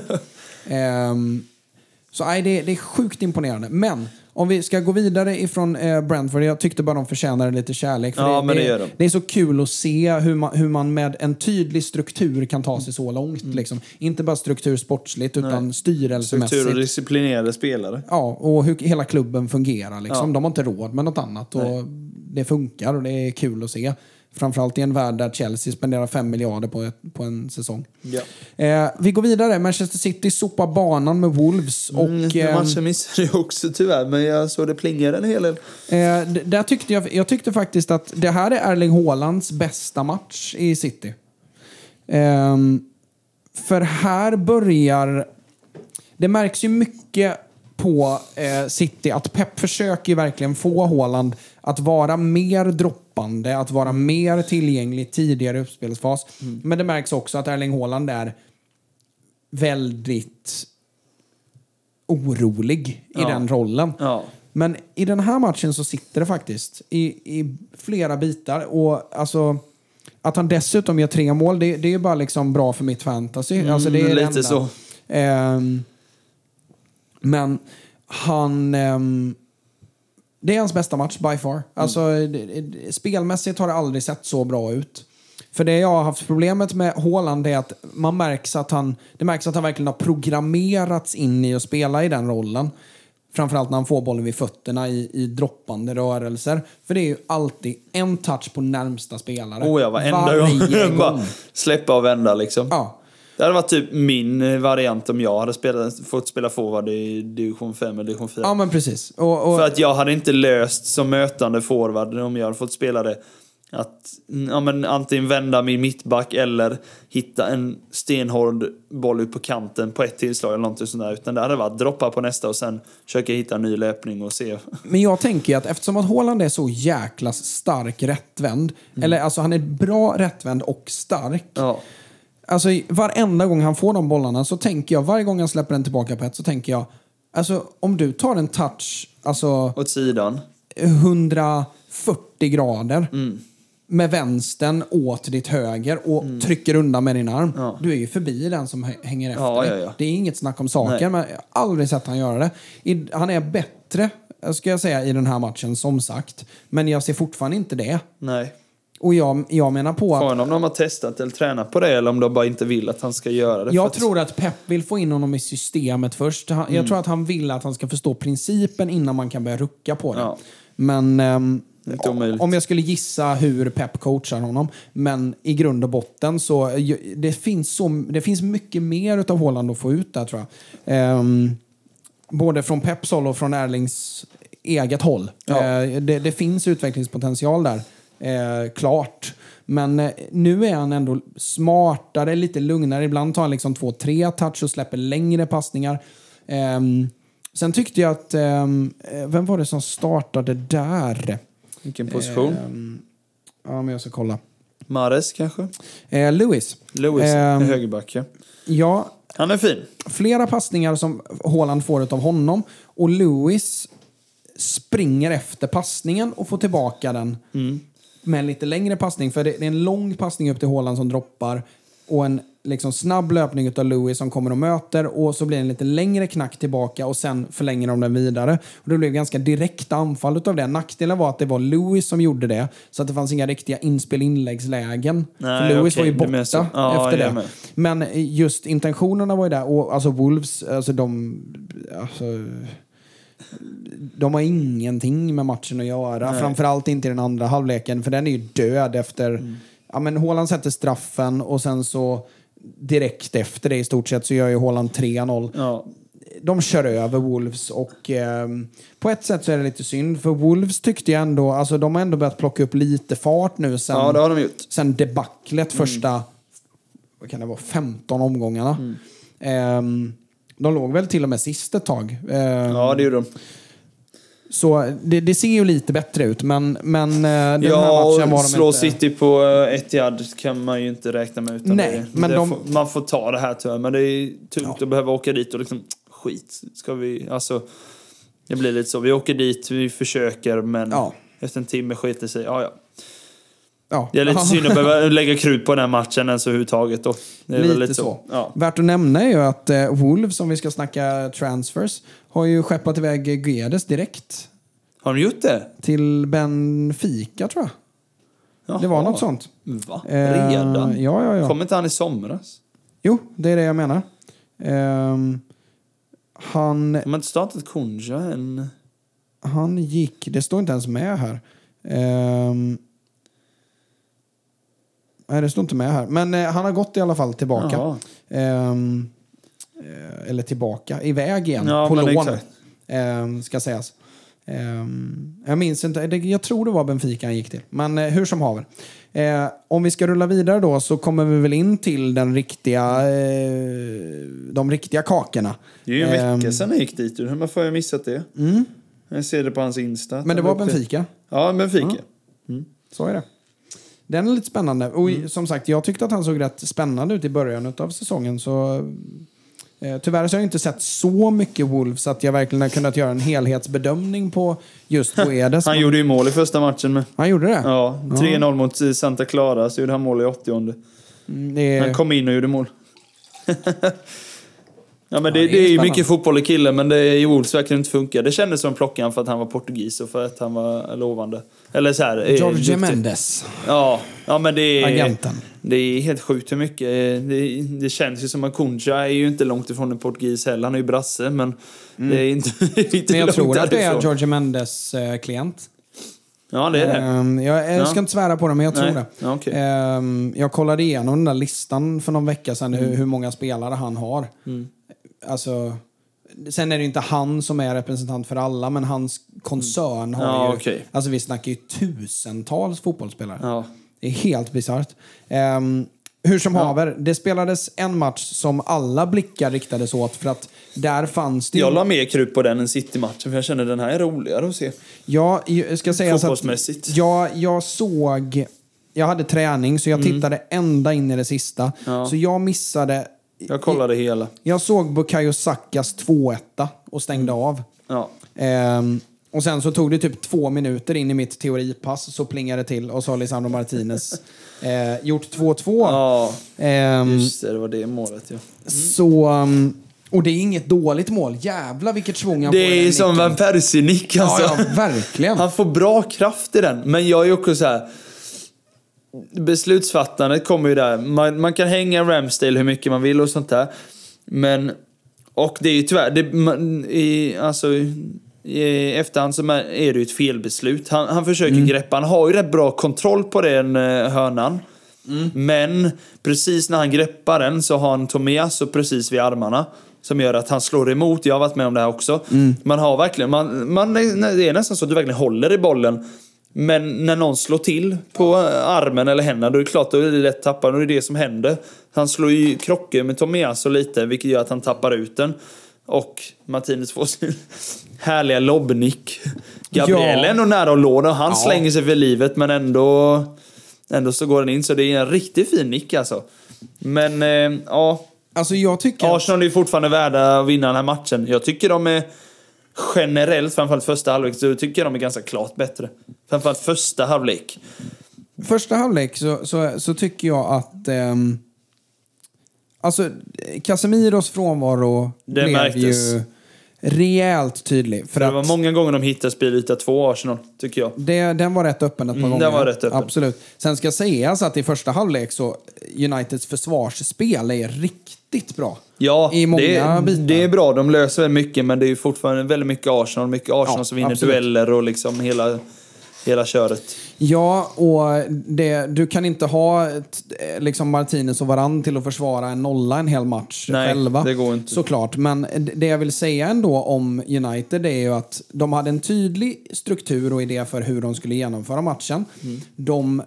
Ehm, så nej, det, det är sjukt imponerande. Men om vi ska gå vidare ifrån eh, Brentford, jag tyckte bara de förtjänade lite kärlek. För Ja, det, men det det, gör de. det är så kul att se hur man, hur man med en tydlig struktur kan ta sig så långt. Liksom. Inte bara struktur sportsligt, utan styrelsemässigt. Struktur och disciplinerade spelare. Ja, och hur hela klubben fungerar. Liksom. Ja. De har inte råd med något annat. Och det funkar och det är kul att se. Framförallt i en värld där Chelsea spenderar fem miljarder på, ett, på en säsong. Ja. Eh, vi går vidare. Manchester City sopar banan med Wolves. Och, Mm, eh, matchen missade jag också tyvärr, men jag såg det plingade en hel del. eh, d- där tyckte jag, jag tyckte faktiskt att det här är Erling Haalands bästa match i City. Ehm, för här börjar... Det märks ju mycket på eh, City att Pep försöker ju verkligen få Haaland att vara mer droppande, att vara mer tillgänglig tidigare i uppspelsfas. Mm. Men det märks också att Erling Haaland är väldigt orolig i Ja. den rollen. Ja. Men i den här matchen så sitter det faktiskt i, i flera bitar. Och alltså, att han dessutom gör tre mål, det, det är bara liksom bra för mitt fantasy. Alltså, det är det lite enda. så. Ehm, men han... ehm, Det är hans bästa match by far. Alltså, mm. det, det, spelmässigt har det aldrig sett så bra ut. För det jag har haft problemet med Haaland är att man märks att han, det märks att han verkligen har programmerats in i att spela i den rollen. Framförallt när han får bollen vid fötterna i, i droppande rörelser. För det är ju alltid en touch på närmsta spelare. Oh ja, varenda gång. Bara släppa och vända liksom. Ja. Det hade varit typ min variant om jag hade spelat, fått spela forward i division fem eller division fyra. Ja, men precis. Och, och... För att jag hade inte löst som mötande forward om jag hade fått spela det. Att ja, men antingen vända min mittback eller hitta en stenhård boll ut på kanten på ett tillslag eller någonting sånt där. Utan det hade varit droppa på nästa och sen försöka hitta en ny löpning och se. Men jag tänker att eftersom att Haaland är så jäkla stark rättvänd, mm. eller alltså han är bra rättvänd och stark. Ja. Alltså varenda gång han får de bollarna så tänker jag, varje gång han släpper den tillbaka på ett så tänker jag, alltså om du tar en touch, alltså åt sidan hundrafyrtio grader mm. med vänstern åt ditt höger och mm. trycker undan med din arm. Ja. Du är ju förbi den som hänger efter ja, dig. Ja, ja. Det är inget snack om saker, Nej. men jag har aldrig sett han göra det. I, han är bättre, ska jag säga, i den här matchen som sagt. Men jag ser fortfarande inte det. Nej. Och jag, jag menar på att... Frågan om de har testat eller tränat på det eller om de bara inte vill att han ska göra det. Jag att... tror att Pep vill få in honom i systemet först. Han, mm. Jag tror att han vill att han ska förstå principen innan man kan börja rucka på det. Ja. Men um, om jag skulle gissa hur Pep coachar honom. Men i grund och botten så... Det finns, så, det finns mycket mer av Haaland att få ut där, tror jag. Um, både från Peps håll och från Erlings eget håll. Ja. Uh, det, det finns utvecklingspotential där. Eh, klart. Men eh, nu är han ändå smartare, lite lugnare. Ibland tar han liksom två, tre touch och släpper längre passningar. Eh, sen tyckte jag att... Eh, vem var det som startade där? Vilken position? Eh, ja, men jag ska kolla. Mahrez kanske? Eh, Lewis. Lewis, eh, högerback. Ja. ja. Han är fin. Flera passningar som Haaland får av honom. Och Lewis springer efter passningen och får tillbaka den. Mm. Med en lite längre passning, för det är en lång passning upp till Haaland som droppar och en liksom snabb löpning utav Lewis som kommer och möter, och så blir det en lite längre knack tillbaka och sen förlänger de den vidare. Och det blev ganska direkt anfall utav det. Nackdelen var att det var Lewis som gjorde det, så att det fanns inga riktiga inspel-inläggslägen. Nej, för Lewis okay, var ju borta ja, efter det. Men just intentionerna var ju där, och alltså Wolves, alltså de... Alltså, de har ingenting med matchen att göra. Nej. Framförallt inte i den andra halvleken, för den är ju död efter... Mm. Ja, men Haaland sätter straffen och sen så direkt efter det i stort sett så gör ju Haaland tre noll. Ja. De kör över Wolves och eh, på ett sätt så är det lite synd, för Wolves tyckte jag ändå, alltså de har ändå börjat plocka upp lite fart nu sen, ja, det har de gjort. Sen debaclet mm. första, vad kan det vara, femton omgångarna. Mm. Eh, de låg väl till och med sist ett tag. Eh, ja, det gjorde de. Så det, det ser ju lite bättre ut, men, men den ja, här matchen var de slå inte... City på Etihad kan man ju inte räkna med. Utan Nej, det, men det de... får, man får ta det här tyvärr, men det är tungt ja. att behöva åka dit och liksom, skit, ska vi, alltså, det blir lite så. Vi åker dit, vi försöker, men ja. efter en timme skiter sig, ja ja. Ja. Det är lite synd att behöva lägga krut på den här matchen ens överhuvudtaget. Då. Det är lite, väl lite så. så. Ja. Värt att nämna är ju att eh, Wolves, som vi ska snacka transfers, har ju skeppat iväg Guedes direkt. Har de gjort det? Till Benfica, tror jag. Jaha. Det var något sånt. Va? Redan? Eh, ja, ja, ja. Kommer inte han i somras? Jo, det är det jag menar. Eh, han... De har inte startat Konja än. Han gick... Det står inte ens med här. Eh, nej, det står inte med här. Men eh, han har gått i alla fall tillbaka. Eh, eller tillbaka. Iväg igen. Ja, på lån. Eh, ska sägas. Um, jag minns inte, jag tror det var Benfica han gick till, men uh, hur som haver. Uh, om vi ska rulla vidare då, så kommer vi väl in till den riktiga uh, de riktiga kakorna. Det är ju en um, vecka sedan jag gick dit. Hur får jag missat det? Mm. Jag ser det på hans Insta. Men det var Benfica. Ja, Benfica. Mm. Mm. Så är det. Den är lite spännande. Och mm. som sagt, jag tyckte att han såg rätt spännande ut i början av säsongen, så... Eh, tyvärr så har jag inte sett så mycket Wolves att jag verkligen har kunnat göra en helhetsbedömning på just Guedes. Han gjorde ju mål i första matchen med. Han gjorde det? Ja, tre noll mot Santa Clara, så gjorde han mål i åttionde. Mm, det... Han kom in och gjorde mål. Ja, men det, Ja, det, det är är ju spännande. mycket fotboll i killen, men det i Wolves verkligen inte funkar. Det kändes som plockan för att han var portugis och för att han var lovande. Eller så här, Jorge duktig. Mendes, Ja, ja, men det är, agenten. det är helt sjukt hur mycket. Det, det känns ju som att Kunja är ju inte långt ifrån en portugis heller. Han är ju brasse, men Mm. det är inte, inte Men jag långt tror att det är därifrån. Jorge Mendes eh, klient. Ja, det är det. Ehm, jag jag ska Ja. inte svära på det, men jag tror Nej. det. Ja, okej. Ehm, jag kollade igenom den där listan för någon vecka sedan, Mm. hur, hur många spelare han har. Alltså, sen är det inte han som är representant för alla, men hans koncern har Ja, ju... okej. Alltså vi snackar ju tusentals fotbollsspelare. Ja. Det är helt bisarrt. Ehm, hur som haver, det spelades en match som alla blickar riktades åt, för att där fanns det ju... Jag la mer krut på den än City-matchen, för jag känner den här är roligare att se. Ja, jag ska säga så att Fotbollsmässigt. jag, jag såg... Jag hade träning, så jag tittade ända in i det sista. Mm. Ja. Så jag missade... Jag kollade hela. Jag såg Bukayo Sakas två ett och stängde Mm. av. Ja. Ehm, och sen så tog det typ två minuter in i mitt teoripass, så plingade det till och så har Lisandro Martinez eh, gjort två två. Ja, Ehm, just det, det var det målet. Ja. så... um, och det är inget dåligt mål. Jävla vilket svång han Det får i är den som nicken. Van Persie-nick alltså. Ja, ja, verkligen. Han får bra kraft i den. Men jag är ju också så här. Beslutsfattandet kommer ju där. Man, man kan hänga Ramsdale hur mycket man vill och sånt där. Men, och det är ju tyvärr, det, man, i, alltså, i efterhand så är det ju ett felbeslut. Han, han försöker Mm. greppa, han har ju rätt bra kontroll på den eh, hörnan. Mm. Men precis när han greppar den så har han Tomiasso precis vid armarna. Som gör att han slår emot. Jag har varit med om det här också. Mm. Man har verkligen, man, man, det är nästan så att du verkligen håller i bollen. Men när någon slår till på armen eller händerna, då är det klart att det är lätt tappar. Och det är det som händer. Han slår ju krockar med Tomiasso lite, vilket gör att han tappar ut den. Och Martinez får sin härliga lobbnick. Gabriel är ändå nära att låna. Han Ja. slänger sig för livet, men ändå, ändå så går den in. Så det är en riktigt fin nick alltså. Men eh, ja, Alltså jag tycker... att- Arsenal är ju fortfarande värda att vinna den här matchen. Jag tycker de är generellt, framförallt första halvlek, så tycker jag de är ganska klart bättre. Framförallt första halvlek. Första halvlek så, så, så tycker jag att... ehm, alltså, Casemiros frånvaro Det blev märktes. ju rejält tydlig. För För det att var många gånger de hittade spelyta två Arsenal, tycker jag. det, den var rätt öppen ett par Mm, gånger. den var rätt öppen. Absolut. Sen ska sägas att i första halvlek så Uniteds försvarsspel är riktigt bra. Ja, I många det, bitar. det är bra. De löser väldigt mycket, men det är ju fortfarande väldigt mycket Arsenal. Mycket Arsenal Ja, som vinner absolut. dueller och liksom hela, hela köret. Ja, och det, du kan inte ha ett, eh, liksom Martinez och Varane till att försvara en nolla en hel match Nej, själva. det går inte. Såklart. Men det jag vill säga ändå om United är ju att de hade en tydlig struktur och idé för hur de skulle genomföra matchen. Mm. De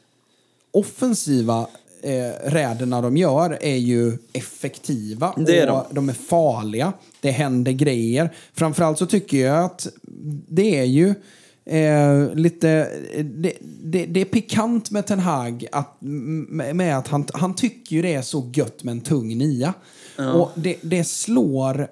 offensiva eh, räderna de gör är ju effektiva. Det är och de. de är farliga. Det händer grejer. Framförallt så tycker jag att det är ju Eh, lite det, det, det är pikant med Ten Hag att, med, med att han, han tycker ju det är så gött med en tung nia. Ja. Och det, det slår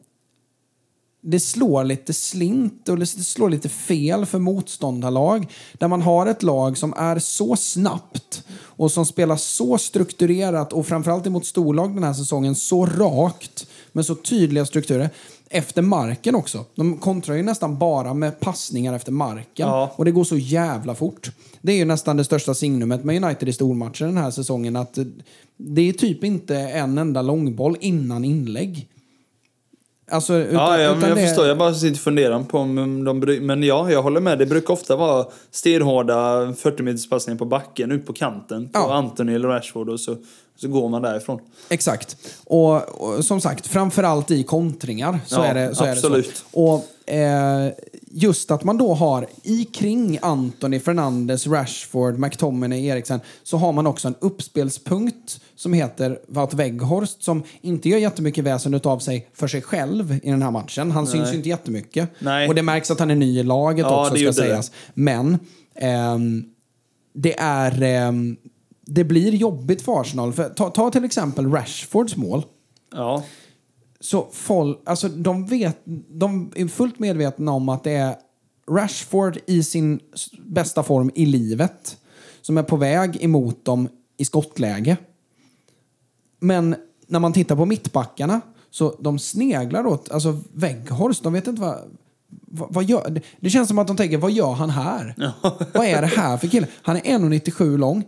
det slår lite slint och det slår lite fel för motståndarlag där man har ett lag som är så snabbt och som spelar så strukturerat och framförallt emot storlag den här säsongen så rakt med så tydliga strukturer efter marken också. De kontrar ju nästan bara med passningar efter marken. Ja. Och det går så jävla fort. Det är ju nästan det största signumet med United i stormatcher den här säsongen. Att det är typ inte en enda långboll innan inlägg. Alltså, utan, Ja, ja men utan jag det... förstår. Jag bara sitter och funderar på om de bry- Men ja, jag håller med. Det brukar ofta vara stenhårda fyrtio meters passningar på backen ut på kanten. På Ja. Anthony eller Rashford och så, så går man därifrån. Exakt. Och, och som sagt, framförallt i kontringar så, Ja, är, det, så är det absolut. så. Och eh, just att man då har i kring Anthony, Fernandes, Rashford, McTominay, Eriksen så har man också en uppspelspunkt som heter Wout Weghorst som inte gör jättemycket väsen utav sig för sig själv i den här matchen. Han syns ju inte jättemycket. Nej. Och det märks att han är ny i laget Ja, också det ska gjorde det. sägas. Men ehm, det är ehm, det blir jobbigt för Arsenal. För, ta, ta till exempel Rashfords mål. Ja. Så folk, alltså de vet, de är fullt medvetna om att det är Rashford i sin s- bästa form i livet som är på väg emot dem i skottläge. Men när man tittar på mittbackarna Så de sneglar åt, alltså Weghorst, de vet inte vad, vad, vad gör, det, det känns som att de tänker, vad gör han här? Vad är det här för kille? Han är en komma nittiosju lång.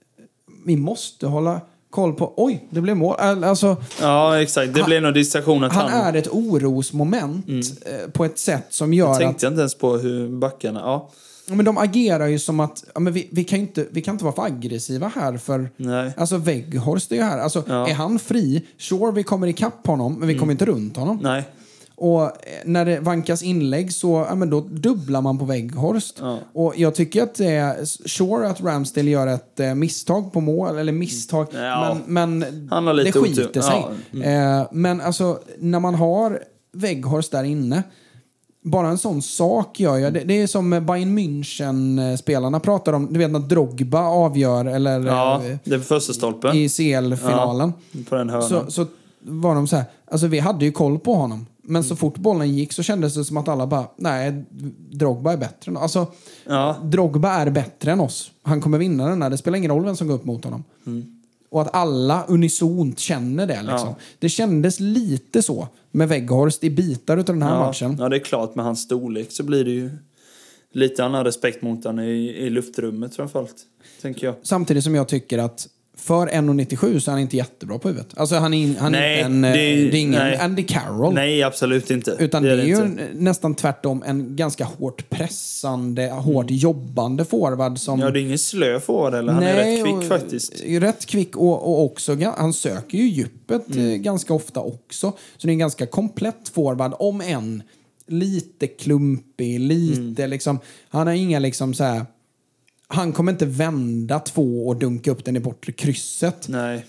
Vi måste hålla koll på, oj, det blev mål. Alltså, ja, exakt. Det blir nog distraktion att han... Han är ett orosmoment mm. på ett sätt som gör att... Jag tänkte att, inte ens på hur backarna... Ja. Men de agerar ju som att ja, men vi, vi, kan inte, vi kan inte vara för aggressiva här. För, Nej. Alltså Weghorst är ju här. Alltså, ja. Är han fri, sure, vi kommer ikapp honom, men vi mm. kommer inte runt honom. Nej. Och när det vankas inlägg så ja, men då dubblar man på Weghorst. Ja. Och jag tycker att det är sure att Ramsdale gör ett eh, misstag på mål. Eller misstag. Ja. Men, men han har lite det skiter otur. sig. Ja. Mm. Eh, men alltså när man har Weghorst där inne, bara en sån sak gör jag. Det, det är som Bayern München-spelarna pratar om. Du vet när Drogba avgör eller ja, det är första stolpen i C L-finalen. Ja, på den hörnan. Så, så var de så här. Alltså vi hade ju koll på honom. Men mm. så fort bollen gick så kändes det som att alla bara, nej, Drogba är bättre än oss. Alltså, ja. Drogba är bättre än oss. Han kommer vinna den här. Det spelar ingen roll vem som går upp mot honom. Mm. Och att alla unisont känner det liksom. Ja. Det kändes lite så med Weghorst i bitar utav den här ja. matchen. Ja, det är klart med hans storlek så blir det ju lite annan respekt mot honom i, i luftrummet framförallt, tänker jag. Samtidigt som jag tycker att för en komma nittiosju så är han inte jättebra på huvudet. Alltså han är, han nej, är inte en, det, det är ingen nej. Andy Carroll. Nej, absolut inte. Utan det är, det är ju inte. nästan tvärtom en ganska hårt pressande, hårt jobbande forward som... Ja, det är ingen slö forward eller han nej, är rätt kvick och, faktiskt. Rätt kvick och, och också, han söker ju djupet mm. ganska ofta också. Så det är en ganska komplett forward, om en lite klumpig, lite mm. liksom... Han har inga liksom så här... Han kommer inte vända två och dunka upp den i bortre krysset. Nej.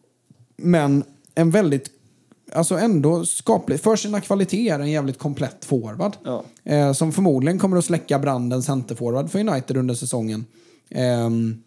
Men en väldigt, alltså ändå skaplig, för sina kvaliteter en jävligt komplett forward. Ja. Eh, som förmodligen kommer att släcka branden centerforward för United under säsongen. Eh,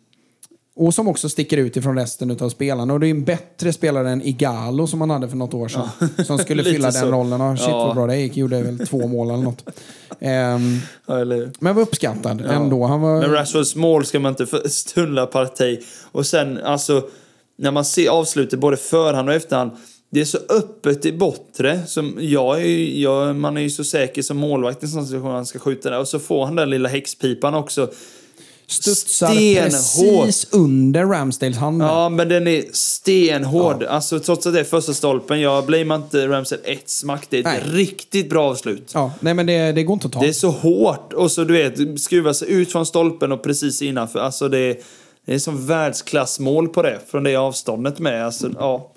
och som också sticker ut ifrån resten av spelarna. Och det är en bättre spelare än Igalo som man hade för något år sedan. Ja. Som skulle fylla den rollen. Och shit ja. Vad bra det gick. Gjorde väl två mål eller något. Um, ja, eller... Men var uppskattad ja. Ändå. Han var... Men Rashfords mål ska man inte stundla parti. Och sen, alltså, när man ser avslutet både förhand och efterhand, det är så öppet i bortre. Som jag är, jag, man är ju så säker som målvakt i en sån situation han ska skjuta där. Och så får han den lilla häxpipan också. Studsar stenhård. Precis under Ramsdales hand. Ja, men den är stenhård. Ja. Alltså, trots att det är första stolpen, jag blir man inte Ramsdale ett smack. Det är ett nej. Riktigt bra avslut. Ja, nej men det, det går inte att ta. Det är så hårt. Och så, du vet, skruva sig ut från stolpen och precis innanför. Alltså, det är, det är som världsklassmål på det. Från det avståndet med. Alltså, ja.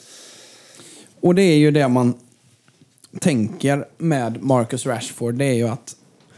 Och det är ju det man tänker med Marcus Rashford. Det är ju att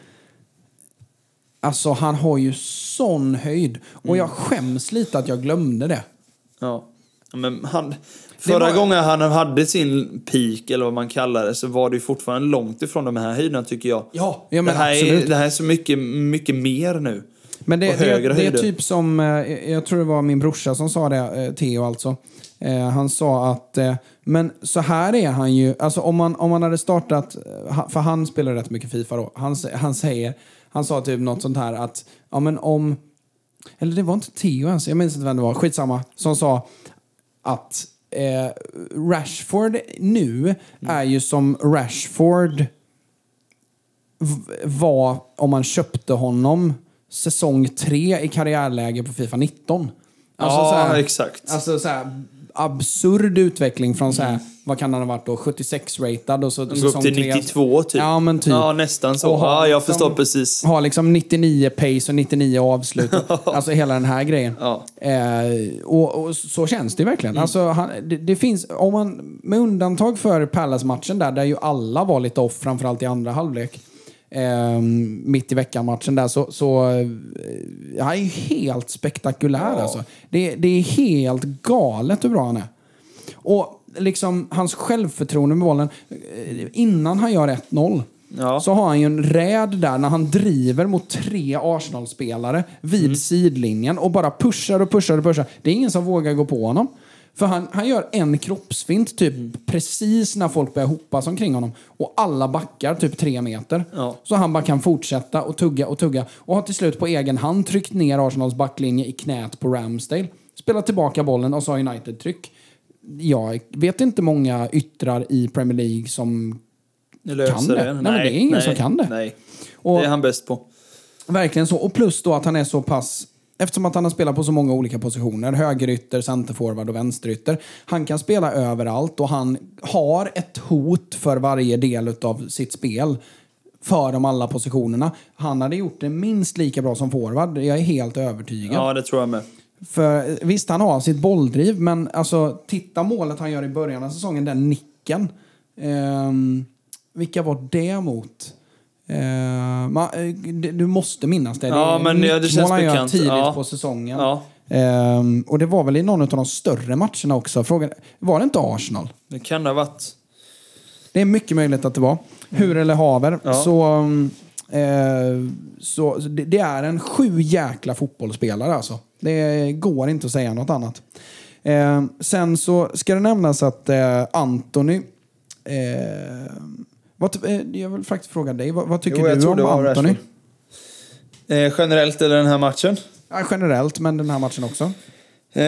alltså han har ju sån höjd. Och mm. jag skäms lite att jag glömde det. Ja. Men han, förra var... gången han hade sin peak, eller vad man kallar det, så var det ju fortfarande långt ifrån de här höjderna, tycker jag. Ja, ja men det här absolut. Är, det här är så mycket, mycket mer nu. Men det, det, det är typ som, jag tror det var min brorsa som sa det, Theo alltså. Han sa att, men så här är han ju, alltså om man, om man hade startat, för han spelar rätt mycket FIFA då, han, han säger, han sa typ något sånt här att, ja men om, eller det var inte Theo ens, jag minns inte vem det var, skitsamma, som sa att eh, Rashford nu mm. är ju som Rashford v- var om man köpte honom säsong tre i karriärläge på FIFA nitton. Alltså, ja, så här, exakt. Alltså så här absurd utveckling från så här, mm. vad kan han ha varit då, sjuttiosex ratad och så gå upp till nittiotvå typ. Ja, men typ. Ja, nästan så. Ha, ja, jag förstår precis. Har liksom nittionio pace och nittionio avslut. Alltså hela den här grejen. Ja. Eh, och, och så känns det verkligen. Mm. Alltså han, det, det finns, om man med undantag för Palace-matchen där, där ju alla var lite off, framförallt i andra halvlek. Eh, mitt i veckan-matchen där så, så eh, han är ju helt spektakulär ja. Alltså. Det, det är helt galet hur bra han är. Och liksom hans självförtroende med bollen innan han gör ett noll ja. Så har han ju en räd där när han driver mot tre Arsenal-spelare vid mm. sidlinjen och bara pushar och pushar och pushar. Det är ingen som vågar gå på honom. För han, han gör en kroppsfint typ mm. precis när folk börjar hoppas omkring honom. Och alla backar typ tre meter. Ja. Så han bara kan fortsätta och tugga och tugga. Och har till slut på egen hand tryckt ner Arsenals backlinje i knät på Ramsdale. Spelar tillbaka bollen och så har United tryck. jag vet inte många yttrar i Premier League som kan det. det. Nej, nej, men det är ingen nej, som kan det. Nej, Och, det är han bäst på. Verkligen så. Och plus då att han är så pass... Eftersom att han har spelat på så många olika positioner. Högerytter, centerforward och vänsterytter. Han kan spela överallt och han har ett hot för varje del av sitt spel. För de alla positionerna. Han hade gjort det minst lika bra som forward. Jag är helt övertygad. Ja, det tror jag med. För visst, han har sitt bolldriv. Men alltså, titta målet han gör i början av säsongen. Den nicken. Ehm, vilka var det mot? Uh, man, du måste minnas det. Ja, det men ja, det känns han gör bekant. tidigt Ja. på säsongen. Ja. Um, och det var väl i någon av de större matcherna också. Frågan, var det inte Arsenal? Det kan det ha varit. Det är mycket möjligt att det var. Hur eller haver. Ja. Så, um, uh, så det, det är en sju jäkla fotbollsspelare alltså. Det går inte att säga något annat. Uh, sen så ska det nämnas att uh, Anthony... Uh, Vad, jag vill faktiskt fråga dig, vad, vad tycker Jo, du om Anthony? Eh, generellt eller den här matchen? Ja, generellt, men den här matchen också. Eh,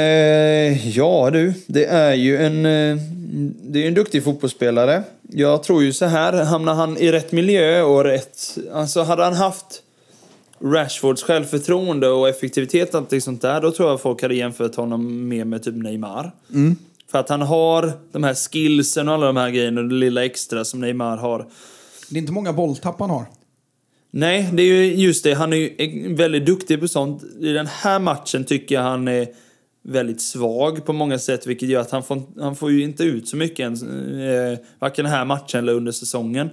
ja du, det är ju en, eh, det är en duktig fotbollsspelare. Jag tror ju så här, hamnar han i rätt miljö och rätt... Alltså hade han haft Rashfords självförtroende och effektivitet och allt sånt där, då tror jag folk hade jämfört honom mer med typ Neymar. Mm. För att han har de här skillsen och alla de här grejerna och det lilla extra som Neymar har. Det är inte många bolltapp han har. Nej, det är ju just det. Han är ju väldigt duktig på sånt. I den här matchen tycker jag han är väldigt svag på många sätt. Vilket gör att han får, han får ju inte ut så mycket ens, eh, varken den här matchen eller under säsongen.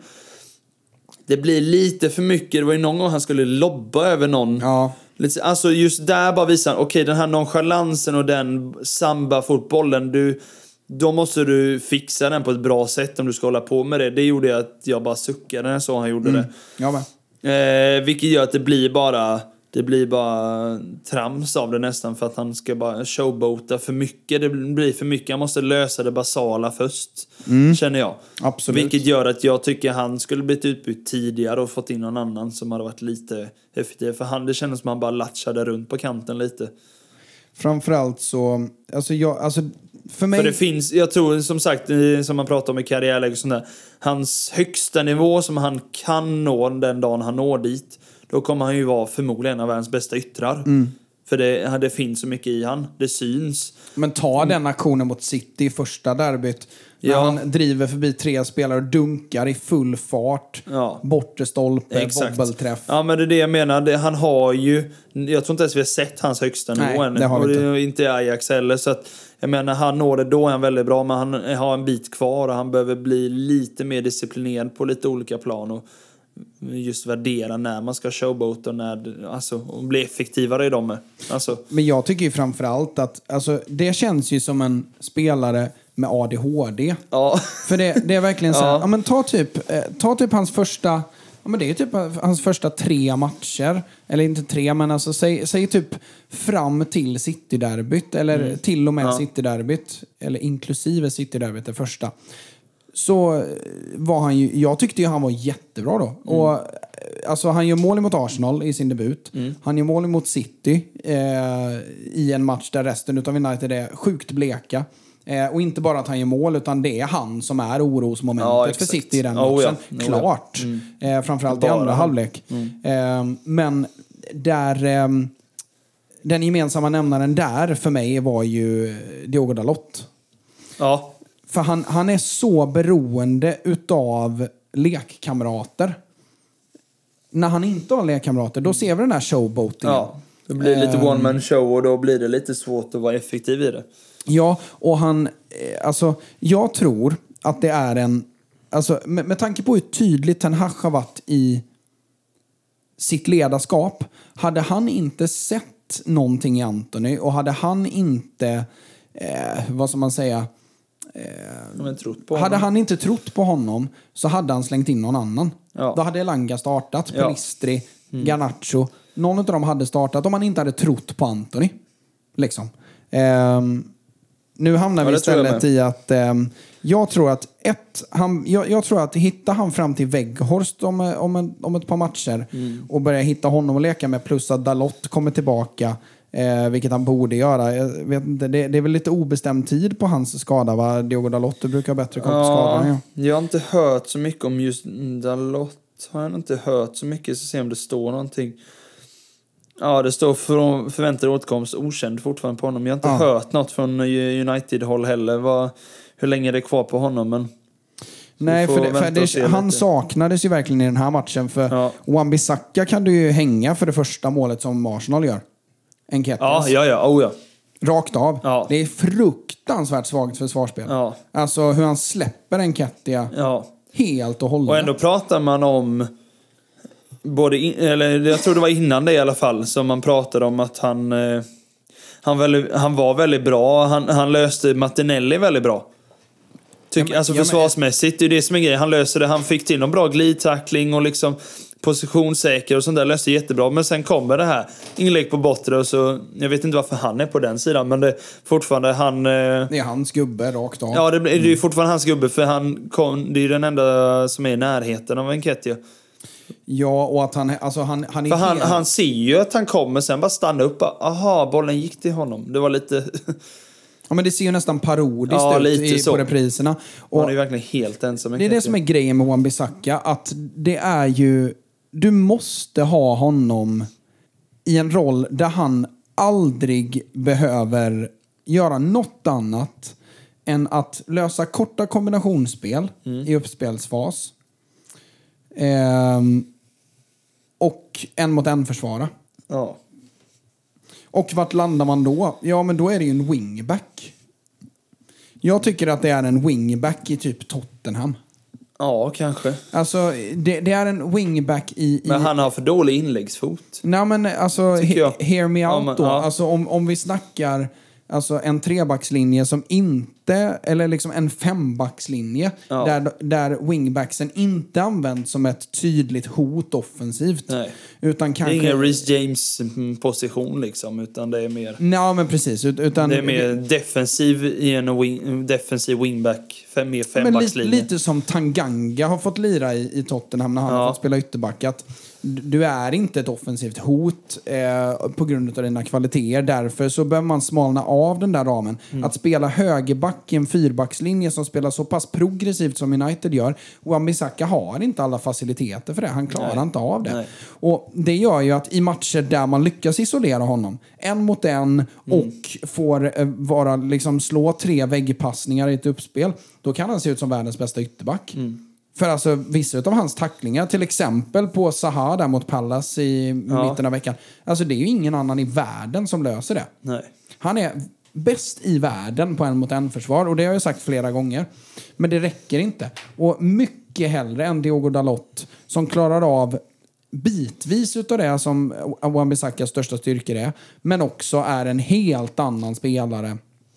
Det blir lite för mycket. Det var ju någon gång han skulle lobba över någon. Ja. Alltså just där bara visar okej, okay, den här nonchalansen och den samba-fotbollen, du, då måste du fixa den på ett bra sätt om du ska hålla på med det. Det gjorde att jag bara suckade när jag såg han gjorde Mm. det. Ja, men. Eh, vilket gör att det blir bara det blir bara trams av det nästan, för att han ska bara showboata för mycket. Det blir för mycket. Han måste lösa det basala först, Mm. känner jag. Absolut. Vilket gör att jag tycker han skulle blivit utbytt tidigare och fått in någon annan som hade varit lite effektiv. För han, det kändes som han bara latchade runt på kanten lite. Framförallt så... Alltså, jag, alltså för mig... För det finns, jag tror som sagt, som man pratar om i karriärläge och sånt där, hans högsta nivå som han kan nå den dagen han når dit, då kommer han ju vara förmodligen en av världens bästa yttrar. Mm. För det, det finns så mycket i han. Det syns. Men ta den aktionen mot City i första derbyt. När Ja. han driver förbi tre spelare och dunkar i full fart. Ja. Bortre stolpe, Exakt. bobbelträff. Ja, men det är det jag menar. Det, han har ju... Jag tror inte ens vi har sett hans högsta Nej, nivå än. det har vi och inte. det är inte Ajax heller. Så att, jag menar, han når det då är han väldigt bra. Men han har en bit kvar och han behöver bli lite mer disciplinerad på lite olika plan. Och just värdera när man ska showboata och när, alltså, och bli effektivare i dem. Alltså. Men jag tycker ju framförallt att alltså, det känns ju som en spelare med A D H D. Ja. För det, det är verkligen så här, Ja. ja, men ta typ, eh, ta typ hans första, ja, men det är typ hans första tre matcher. Eller inte tre, men alltså säg, säg typ fram till City-derbyt. Eller Mm. till och med Ja. City-derbyt. Eller inklusive City-derbyt, det första. Så var han ju, jag tyckte ju han var jättebra då. Mm. Och alltså han gör mål mot Arsenal i sin debut. Mm. Han gör mål mot City eh, i en match där resten utav United är sjukt bleka. Eh, och inte bara att han gör mål, utan det är han som är orosmomentet Ja, för exakt. City i den Oh, matchen. ja. Oh, Klart. ja. Mm. Eh, framförallt i Bara andra han. halvlek. Eh, men där... Eh, den gemensamma nämnaren där för mig var ju Diogo Dalot. Ja. För han, han är så beroende utav lekkamrater. När han inte har lekkamrater, då ser vi den här showboatingen. Ja. Det blir lite Ehm. one man show och då blir det lite svårt att vara effektiv i det. Ja, och han... eh, Alltså, jag tror att det är en... Alltså, med, med tanke på hur tydligt Ten Hag har varit i sitt ledarskap. Hade han inte sett någonting i Anthony och hade han inte... Eh, vad ska man säga... De har trott på Hade honom. han inte trott på honom så hade han slängt in någon annan. Ja. Då hade Elanga startat, Ja. Pelistri, Garnacho. Någon av dem hade startat om han inte hade trott på Anthony. Liksom. Ehm, nu hamnar Ja, vi det tror jag istället med. i att ehm, jag tror att ett, han, jag, jag tror att hittar han fram till Weghorst om, om, en, om ett par matcher Mm. och börjar hitta honom och leka med, plus att Dalot kommer tillbaka. Eh, vilket han borde göra. Jag vet inte, det, det är väl lite obestämd tid på hans skada, va? Diogo Dalot brukar ha bättre koll på skadorna. Ja. Jag har inte hört så mycket om just Dalot. Har jag inte hört så mycket, så se om det står någonting. Ja, det står för, förväntad återkomst okänd fortfarande på honom. Jag har inte ja. hört något från United-håll heller. Vad, hur länge det är kvar på honom, men... Nej, för, det, för det, han lite. saknades ju verkligen i den här matchen. För ja. Wan-Bissaka kan du ju hänga för det första målet som Arsenal gör. Enketes. Ja, ja, ja. Oh, ja. Rakt av. Ja. Det är fruktansvärt svagt försvarsspel. Ja. Alltså hur han släpper Enketia ja. helt och hållet. Och ändå pratar man om... Både in, eller jag tror det var innan det i alla fall, som man pratade om att han... Eh, han, väldigt, han var väldigt bra. Han, han löste Martinelli väldigt bra. Tyck, ja, men, alltså försvarsmässigt, ja, men, det är det som är grejen. Han löser det, han fick till någon bra glidtackling och liksom positionssäker och sånt där, löste jättebra. Men sen kommer det här inlägg på bortre och så, jag vet inte varför han är på den sidan, men det fortfarande han... Eh, det är hans gubbe rakt av. Ja, det, det är ju fortfarande hans gubbe, för han kom, det är ju den enda som är i närheten av Enketia. Ja, och att han, alltså han, han är för han, helt... han ser ju att han kommer, sen bara stanna upp. Aha, bollen gick till honom. Det var lite... Ja, men det ser ju nästan parodiskt ja, ut lite i, så. på repriserna. Och han är ju verkligen helt ensam. Det är det som är grejen med Wan-Bissaka, att det är ju... Du måste ha honom i en roll där han aldrig behöver göra något annat än att lösa korta kombinationsspel mm. i uppspelsfas. Ehm, och en mot en försvara. Ja. Och vart landar man då? Ja, men då är det ju en wingback. Jag tycker att det är en wingback i typ Tottenham. Ja, kanske. Alltså, det, det är en wingback i, i... Men han har för dålig inläggsfot. Nej, men alltså, he, hear me out ja, men, då. ja. Alltså, om, om vi snackar alltså, en trebackslinje som inte... Eller liksom en fembackslinje. Ja. Där, där wingbacksen inte används som ett tydligt hot offensivt. Nej. Utan kanske... Det är ingen Reece James-position liksom, utan det är mer... Nej, men precis. Utan, det är mer defensiv i en wing, defensiv wingback. Fem, mer fembackslinje. Lite, lite som Tanganga har fått lira i, i Tottenham när han ja. har fått spela ytterback. Att du är inte ett offensivt hot eh, på grund av dina kvaliteter. Därför så behöver man smalna av den där ramen. Mm. Att spela högerback i en fyrbackslinje som spelar så pass progressivt som United gör. Wan-Bissaka har inte alla faciliteter för det. Han klarar Nej. inte av det. Nej. Och det gör ju att i matcher där man lyckas isolera honom en mot en mm. och får eh, vara, liksom, slå tre väggpassningar i ett uppspel, då kan han se ut som världens bästa ytterback. Mm. För alltså vissa av hans tacklingar, till exempel på Zaha där mot Pallas i ja. mitten av veckan. Alltså det är ju ingen annan i världen som löser det. Nej. Han är bäst i världen på en mot en försvar, och det har jag sagt flera gånger. Men det räcker inte. Och mycket hellre än Diogo Dalot som klarar av bitvis utav det som Wan-Bissakas största styrkor är, men också är en helt annan spelare.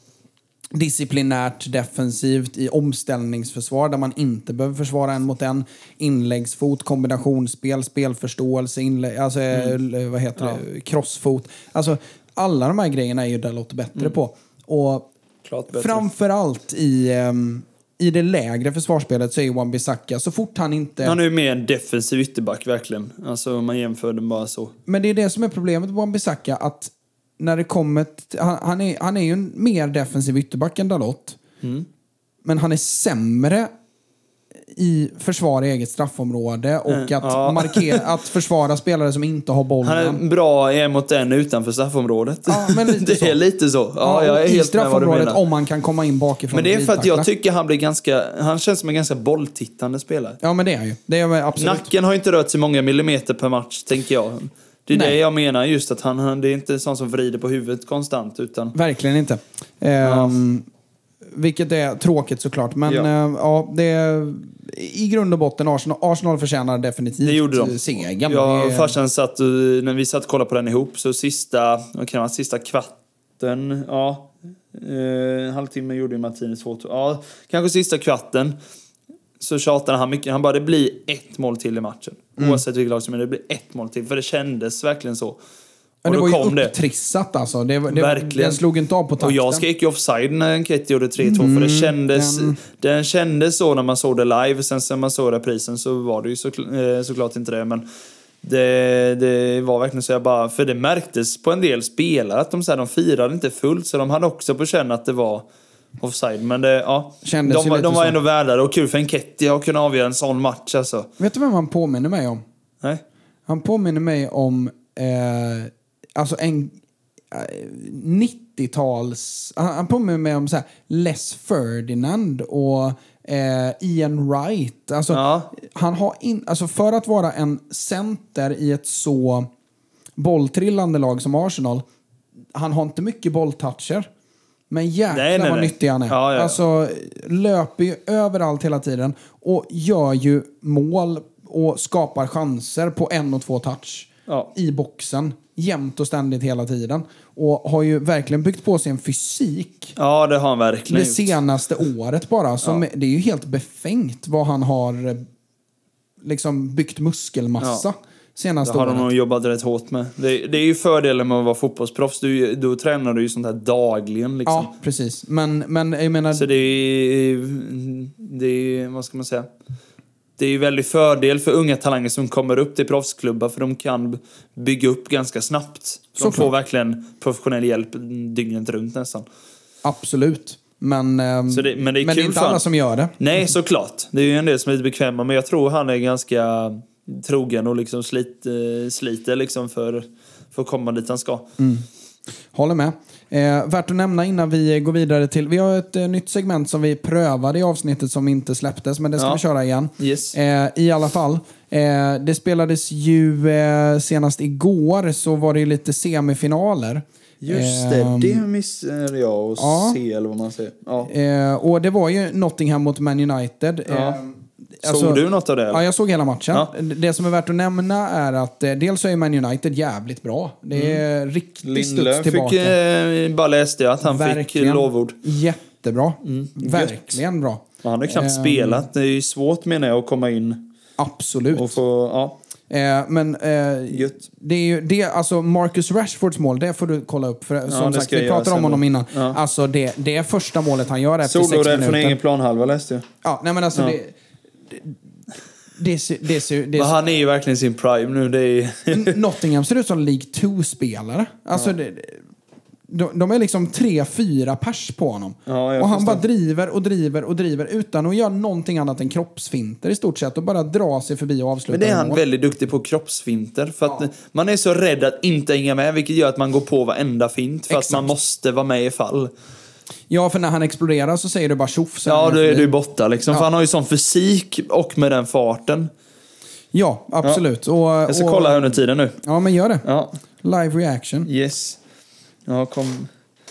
Disciplinärt, defensivt, i omställningsförsvar där man inte behöver försvara en mot en, inläggsfot, kombinationsspel, spelförståelse, inlä- alltså, mm. vad heter ja. det, crossfot. Alltså, alla de här grejerna är ju Dalot bättre mm. på. Och framförallt i, um, i det lägre försvarsspelet så är Wan-Bissaka, så fort han inte... Han är ju mer en defensiv ytterback, verkligen. Alltså om man jämför den bara så. Men det är det som är problemet med Wan-Bissaka, att när det kommer t- han, han, är, han är ju en mer defensiv ytterback än Dalot. Mm. Men han är sämre i försvar i eget straffområde och mm, att, ja. markera, att försvara spelare som inte har bollen. Han är bra en mot en utanför straffområdet. Ja, men lite det så. är lite så. Ja, ja, jag är i helt straffområdet om man kan komma in bakifrån. Men det är för att jag tycker han blir ganska, han känns som en ganska bolltittande spelare. Ja, men det är ju. Det är absolut. Nacken har ju inte rört sig många millimeter per match, tänker jag. Det är Nej. det jag menar, just att han, han det är inte sån som vrider på huvudet konstant, utan... Verkligen inte. Ehm, ja. Vilket är tråkigt såklart. Men ja, eh, ja det är, i grund och botten Arsenal, Arsenal förtjänar definitivt det gjorde de. segern. Ja, det... farsan satt, när vi satt och kollade på den ihop, så sista, vad kan man, sista kvarten, ja, eh, halvtimme gjorde ju Martinez två, ja, kanske sista kvarten. Så tjatade han mycket. Han bara, det blir ett mål till i matchen. Mm. Oavsett vilket lag som är, det blir ett mål till. För det kändes verkligen så. Och det då var kom ju upptrissat alltså. Det, det, verkligen. Den slog inte av på takten. Och jag skrek ju offside när Enketia gjorde tre två. Mm, för det kändes, den... den kändes så när man såg det live. Sen när man såg reprisen så var det ju så, eh, såklart inte det. Men Det, det var verkligen så jag bara, för det märktes på en del spelare att de, så här, de firade inte fullt, så de hade också på känna att det var offside. Men det, ja, Kändes de, var, de var så. ändå värdare, och kul för Enketia att kunna avgöra en sån match alltså. Vet du vem han påminner mig om? Nej? Han påminner mig om eh, alltså en eh, nittio-tals... Han, han påminner mig om så här, Les Ferdinand och eh, Ian Wright. Alltså, Ja. han har in, alltså för att vara en center i ett så bolltrillande lag som Arsenal, han har inte mycket bolltoucher. Men jäklar Nej, nej, vad nej. nyttig han är. Ja, ja. Alltså löper ju överallt hela tiden och gör ju mål och skapar chanser på en och två touch Ja. i boxen. Jämt och ständigt hela tiden. Och har ju verkligen byggt på sig en fysik Ja, det har han verkligen det gjort. senaste året bara. Som, Ja. Det är ju helt befängt vad han har eh, liksom byggt muskelmassa Ja. senaste Det har året. de nog jobbat rätt hårt med. Det, det är ju fördelen med att vara fotbollsproffs. Du, då tränar du ju sånt här dagligen liksom. Ja, precis. Men, men jag menar... Så det är, det är, vad ska man säga? Det är ju väldigt fördel för unga talanger som kommer upp till proffsklubbar, för de kan bygga upp ganska snabbt. De Såklart. får verkligen professionell hjälp dygnet runt nästan. Absolut. Men, ehm, Så det, men det är, men det kul är inte för alla han. som gör det. Nej, såklart. Det är ju en del som är lite bekväma, men jag tror han är ganska trogen och liksom slit, sliter liksom för, för att komma dit han ska. Mm. Håller med. Eh, värt att nämna innan vi går vidare till... Vi har ett eh, nytt segment som vi prövade i avsnittet som inte släpptes, men det ska Ja. vi köra igen. Yes. Eh, I alla fall. Eh, det spelades ju eh, senast igår, så var det ju lite semifinaler. Just det, Ehm, det missade jag att ja. se, eller vad man säger. Ja. Eh, och det var ju Nottingham mot Man United. Ja. Eh, Såg du något av det? Eller? Ja, jag såg hela matchen. Ja. Det som är värt att nämna är att eh, dels så är Man United jävligt bra. Det är riktigt Lindelöf studs tillbaka. fick, eh, bara läste jag att han fick Verkligen. lovord. Jättebra. Mm. Verkligen bra. Han har knappt Ehm. spelat. Det är ju svårt, menar jag, att komma in Absolut. och få... Ja, Eh, men eh, gött. det är ju det, alltså Marcus Rashfords mål, det får du kolla upp, för som det sagt ska vi jag göra pratade om sen honom då. innan. Ja. Alltså det, det är första målet han gör efter sex Solorädd minuter. från egen planhalva, läste jag. Ja, nej men alltså Ja. det det det ser, det ser, det Men ser, han är ju verkligen sin prime nu. Det är... N- Nottingham ser ut som League två-spelare. Alltså det, de, de är liksom tre, fyra pers på honom. Ja, jag och han förstår. bara driver och driver och driver utan att göra någonting annat än kroppsfinter i stort sett och bara dra sig förbi och avsluta. Men det är med han mål. väldigt duktig på, kroppsfinter. För att Ja. man är så rädd att inte hänga med, vilket gör att man går på varenda fint. För Exakt. att man måste vara med i fall. Ja, för när han exploderar så säger du bara tjoff. så är Ja, han då är förbi. du borta liksom. Ja. För han har ju sån fysik och med den farten. Ja, absolut. Och, Jag ska och, kolla här under tiden nu. Ja, men gör det. Ja, Live reaction. yes. Ja, kom...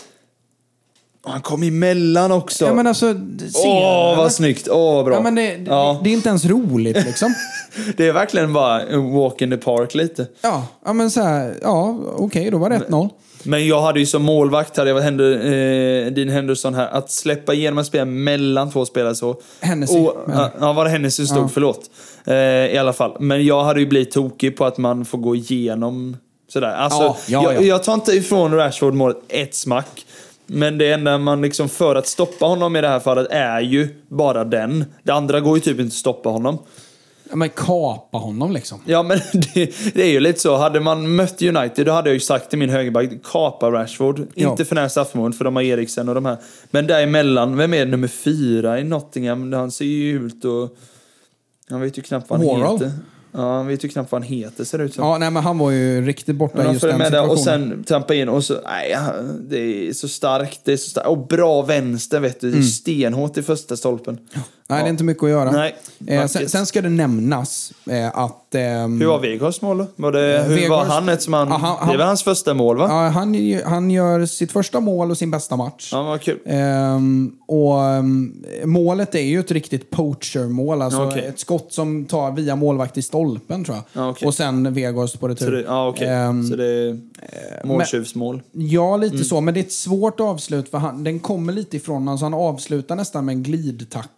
Han kom emellan också. Ja, men alltså... se- Åh, vad snyggt. Åh, vad bra. Ja, men det, det, Ja. det är inte ens roligt liksom. Det är verkligen bara en walk in the park lite. Ja, ja men så här, ja, okej, då var det ett noll. Men jag hade ju som målvakt, hade jag varit Hender, eh, Dean Henderson här, att släppa igenom en spel mellan två spelare så. Hennessy, Och, menar du? ja, var det Hennessy som stod, Ja. förlåt. Eh, I alla fall. Men jag hade ju blivit tokig på att man får gå igenom sådär. Alltså, Ja, ja, ja. Jag, jag tar inte ifrån Rashford målet ett smack. Men det enda man liksom, för att stoppa honom i det här fallet, är ju bara den. Det andra går ju typ inte att stoppa honom. Ja, men kapa honom liksom. Ja, men det, det är ju lite så. Hade man mött United, då hade jag ju sagt till min högerback, kapa Rashford. Ja. Inte för nära straffmål, för de har Eriksen och de här. Men däremellan, vem är nummer fyra i Nottingham? Han ser ju ut och... Han vet ju knappt vad han Worrell. heter. Ja, han vet ju knappt vad han heter, ser det ut som. Ja, nej, men han var ju riktigt borta Men i han just följer den med där situationen. och sen trampa in och så, nej, det är så starkt, det är så starkt. Och bra vänster, vet du, det är stenhårt i första stolpen. Nej, det är inte mycket att göra. Nej, eh, sen, vackert. sen ska det nämnas eh, att... ehm, Hur var Weghorsts mål då? Var det, Eh, hur Weghorst- var han? Ett som han, Ja, han- det han- var hans första mål, va? ja, han, han gör sitt första mål och sin bästa match. Ja, vad kul. Ehm, och ehm, målet är ju ett riktigt poacher-mål. Alltså Okej. ett skott som tar via målvakt i stolpen, tror jag. Ja, okej. Och sen Weghorst på retur. Så det, ja, okej. Ehm, så det är måltjuvsmål. Ja, lite Mm. så. Men det är ett svårt avslut för han, den kommer lite ifrån. Alltså han avslutar nästan med en glidtackling liksom.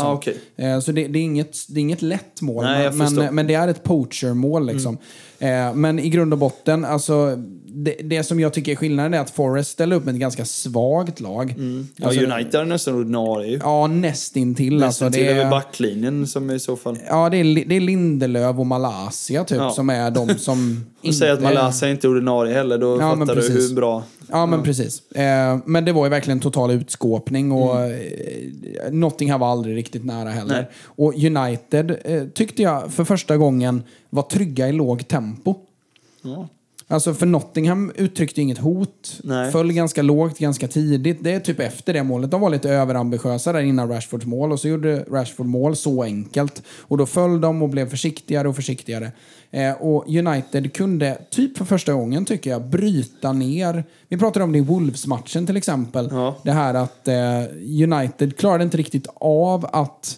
sånt. okej. Eh, så det, det, är inget, det är inget lätt mål, Nej, jag men, förstår. men, men det är ett poacher-mål liksom. Eh, men i grund och botten, alltså, det, det som jag tycker är skillnaden är att Forest ställer upp med ett ganska svagt lag. Ja, Alltså, United är nästan ordinarie. Ja, nästintill. Nästan Alltså, till det över är, backlinjen som i så fall. ja, det är, det är Lindelöf och Malaysia typ, Ja. som är de som Och säga att Malaysia inte är ordinarie heller, då Ja, men fattar du precis. hur bra. Ja, men precis. Eh, men det var ju verkligen total utskåpning och Mm. eh, Nottingham var aldrig riktigt nära heller. Nej. Och United eh, tyckte jag för första gången var trygga i låg tempo. Ja. Alltså för Nottingham uttryckte inget hot. Nej. Föll ganska lågt, ganska tidigt. Det är typ efter det målet. De var lite överambitiösa där innan Rashfords mål. Och så gjorde Rashford mål så enkelt. Och då föll de och blev försiktigare och försiktigare. Eh, och United kunde, typ för första gången tycker jag, bryta ner. Vi pratade om det i Wolves-matchen till exempel. Ja. Det här att eh, United klarade inte riktigt av att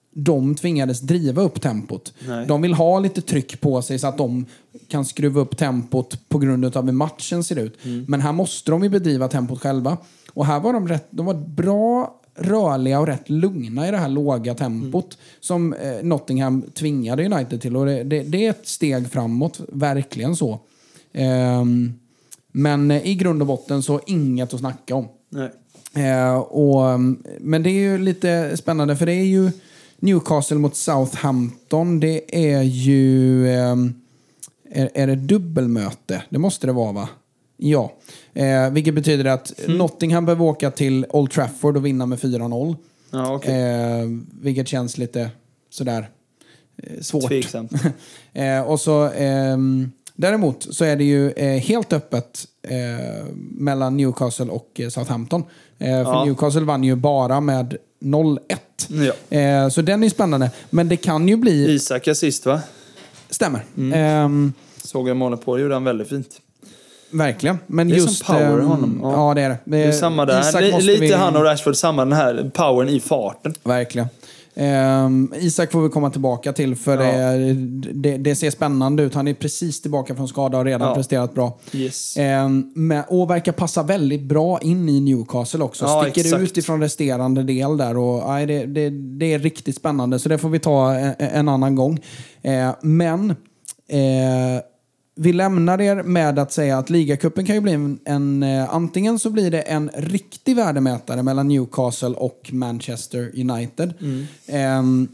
de tvingades driva upp tempot. Nej. De vill ha lite tryck på sig så att de kan skruva upp tempot på grund av hur matchen ser ut. Mm. Men här måste de ju bedriva tempot själva. Och här var de rätt, de var bra rörliga och rätt lugna i det här låga tempot Mm. som eh, Nottingham tvingade United till. Och det, det, det är ett steg framåt, verkligen så. Ehm, men eh, i grund och botten så inget att snacka om. Nej. Eh, och, men det är ju lite spännande för det är ju Newcastle mot Southampton. Det är ju eh, är, är det dubbelmöte? Det måste det vara, va? Ja. Eh, vilket betyder att Mm. Nottingham behöver åka till Old Trafford och vinna med fyra noll. Ja, okej. Eh, vilket känns lite sådär eh, svårt. Tveksamt. eh, och så ehm, däremot så är det ju eh, helt öppet eh, mellan Newcastle och eh, Southampton. Eh, för Ja. Newcastle vann ju bara med noll ett. Ja. Eh, så den är spännande. Men det kan ju bli... Isak assist, va? Stämmer. Mm. Ehm, Såg jag målet på, det gjorde han väldigt fint. verkligen. Men Det är just, som power ehm, honom. Ja. Ja, det är det. Det är samma där. Isak Li- måste lite vi- han och Rashford, samma den här powern i farten. Verkligen. Ehm, Isak får vi komma tillbaka till för Ja. det, det, det ser spännande ut. Han är precis tillbaka från skada och redan Ja. presterat bra. Yes. Ehm, men, och verkar passa väldigt bra in i Newcastle också. Ja, Sticker exakt. ut ifrån resterande del där. Och, nej, det, det, det är riktigt spännande. Så det får vi ta en, en annan gång. Ehm, men eh, vi lämnar er med att säga att ligacupen kan ju bli en, en eh, antingen så blir det en riktig värdemätare mellan Newcastle och Manchester United. Ehm,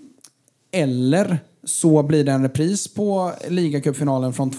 eller så blir det en repris på ligacupfinalen från